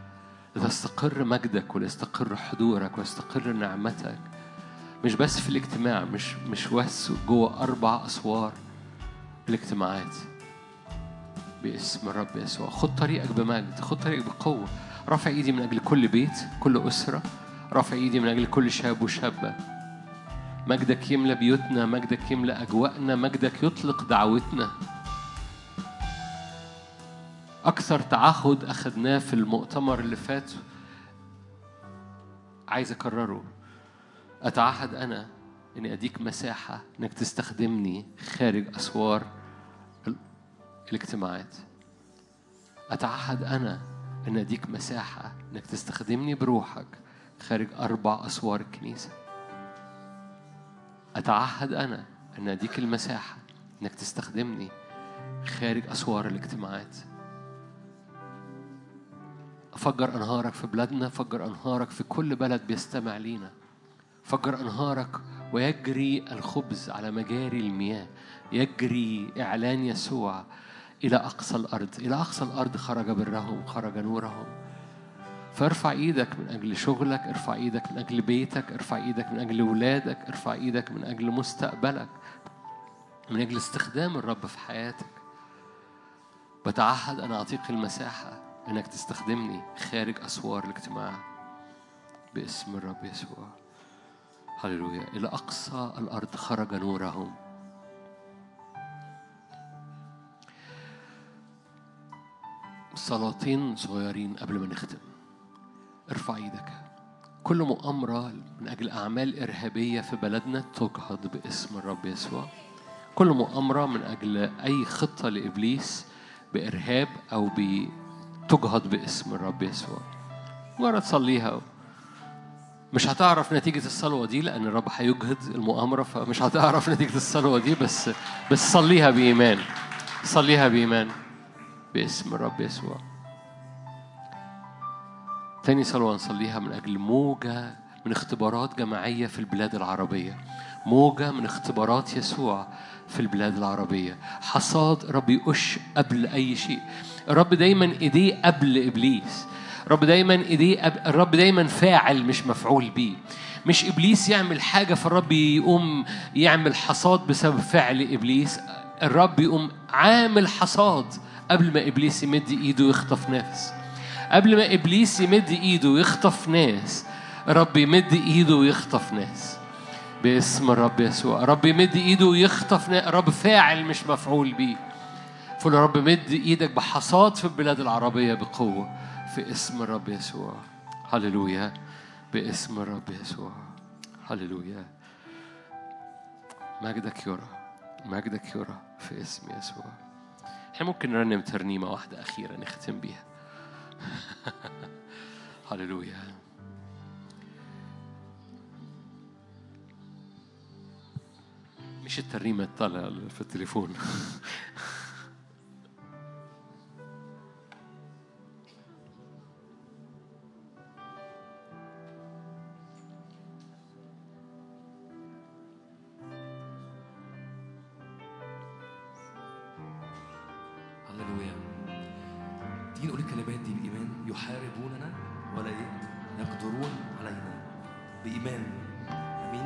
لتستقر مجدك وليستقر حضورك ويستقر نعمتك، مش بس في الاجتماع، مش بس جوه 4 أسوار الاجتماعات باسم الرب يسوع. خد طريقك بمجد، خد طريقك بقوة. رافع ايدي من أجل كل بيت، كل أسرة. رافع ايدي من أجل كل شاب وشابة. مجدك يملى بيوتنا، مجدك يملى أجواءنا، مجدك يطلق دعوتنا. أكثر تعهد أخذناه في المؤتمر اللي فات عايز أكرره. أتعهد أنا إني أديك مساحة إنك تستخدمني خارج أسوار الاجتماعات. أتعهد أنا إن أديك مساحة إنك تستخدمني بروحك خارج 4 أسوار الكنيسة. أتعهد أنا إن أديك المساحة إنك تستخدمني خارج أسوار الاجتماعات. فجر أنهارك في بلادنا، فجر أنهارك في كل بلد بيستمع لينا. فجر أنهارك ويجري الخبز على مجاري المياه، يجري إعلان يسوع إلى أقصى الأرض. إلى أقصى الأرض خرج برهم، خرج نورهم. فارفع إيدك من أجل شغلك، ارفع إيدك من أجل بيتك، ارفع إيدك من أجل ولادك، ارفع إيدك من أجل مستقبلك، من أجل استخدام الرب في حياتك. بتعهد أنا أعطيك المساحة إنك تستخدمني خارج أسوار الاجتماع باسم الرب يسوع. هللويا. إلى أقصى الأرض خرج نورهم. صلاتين صغيرين قبل ما نختم. ارفع ايدك. كل مؤامرة من أجل أعمال إرهابية في بلدنا تجهض باسم الرب يسوع. كل مؤامرة من أجل أي خطة لإبليس بإرهاب أو تجهض باسم الرب يسوع. مجرد صليها. مش هتعرف نتيجة الصلوة دي لأن الرب هيجهض المؤامرة، فمش هتعرف نتيجة الصلوة دي، بس صليها بإيمان. صليها بإيمان باسم الرب يسوع. تاني صلوة نصليها من أجل موجة من اختبارات جماعية في البلاد العربية. موجة من اختبارات يسوع في البلاد العربية. حصاد رب يقش قبل أي شيء. الرب دايما إيديه قبل إبليس. الرب دايما إيديه الرب دايما فاعل مش مفعول بيه. مش إبليس يعمل حاجة فالرب يقوم يعمل حصاد بسبب فعل إبليس. الرب يقوم عامل حصاد قبل ما إبليس يمد إيده ويخطف ناس. قبل ما إبليس يمد إيده ويخطف ناس، رب يمد إيده ويخطف ناس باسم الرب يسوع. رب يمد إيده ويخطف ناس. رب فاعل مش مفعول بيه. فقول يا رب مد إيدك بحصاد في البلاد العربية بقوة في اسم الرب يسوع. هللويا. باسم الرب يسوع. هللويا. مجدك يرى، مجدك يرى في اسم يسوع. احنا ممكن نرنم ترنيمة واحدة أخيرة نختم بيها. هللويا. مش الترنيمة الطالعة في التليفون. هللويا. تيجي نقول الكلمات دي بإيمان. يحاربوننا ولا يقدرون علينا. بإيمان. أمين.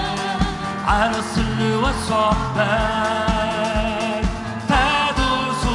على الصل والصحبان تدوس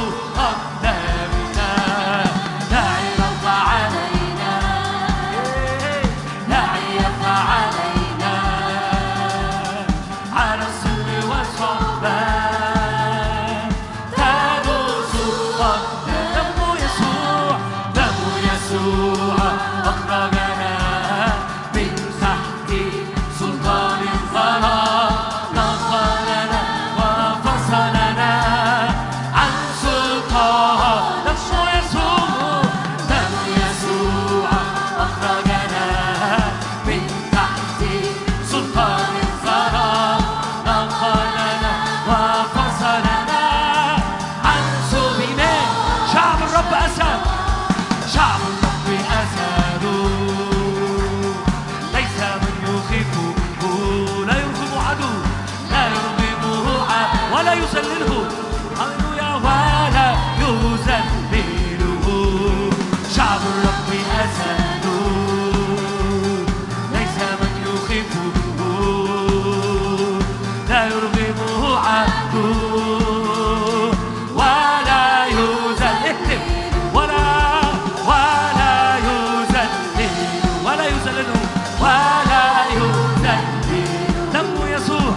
يذلله. هللويا ولا يذلله. شعب الرب أسد ليس من يخيفه، لا يرغمه عبده ولا يذلله ولا يذلله ولا يذلله ولا يذلله. دم يسوع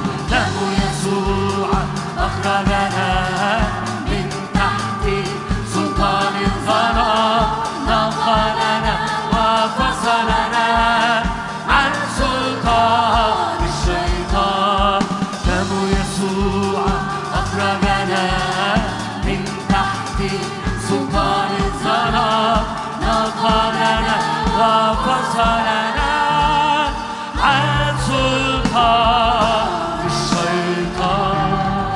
أخرجنا من تحت سلطان الظلام، نقلنا وفصلنا عن سلطان الشيطان. دم يسوع أخرجنا من تحت سلطان الظلام، نقلنا وفصلنا عن سلطان الشيطان.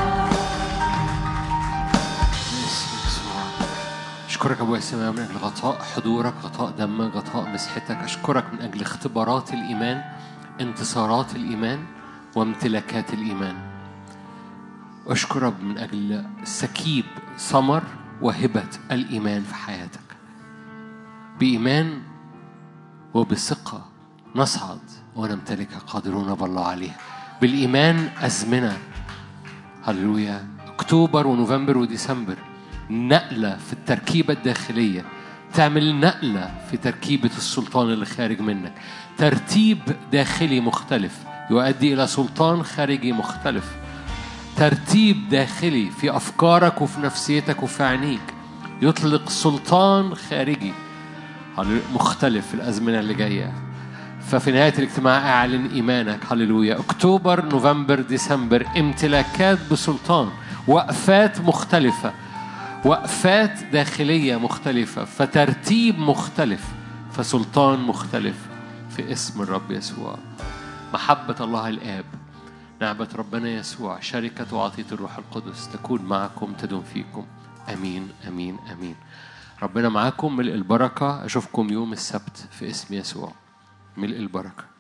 أشكرك أبويا السماوي من أجل غطاء حضورك، غطاء دمك، غطاء مسحتك. أشكرك من أجل اختبارات الإيمان، انتصارات الإيمان، وامتلاكات الإيمان. أشكرك من أجل سكيب ثمر وهبة الإيمان في حياتك. بإيمان وبثقة نصعد ونمتلك، قادرون بالله عليها. بالإيمان أزمنة، هللويا، أكتوبر ونوفمبر وديسمبر نقلة في التركيبة الداخلية، تعمل نقلة في تركيبة السلطان اللي خارج منك. ترتيب داخلي مختلف يؤدي إلى سلطان خارجي مختلف. ترتيب داخلي في أفكارك وفي نفسيتك وفي عينيك يطلق سلطان خارجي مختلف في الأزمنة اللي جاية. ففي نهاية الاجتماع أعلن إيمانك. هللويا. أكتوبر نوفمبر ديسمبر امتلاكات بسلطان، وقفات مختلفة، وقفات داخلية مختلفة، فترتيب مختلف، فسلطان مختلف في اسم الرب يسوع. محبة الله الآب، نعمة ربنا يسوع، شركة وعطية الروح القدس تكون معكم، تدوم فيكم. أمين أمين أمين. ربنا معاكم. ملء البركة. أشوفكم يوم السبت في اسم يسوع. ملء البركة.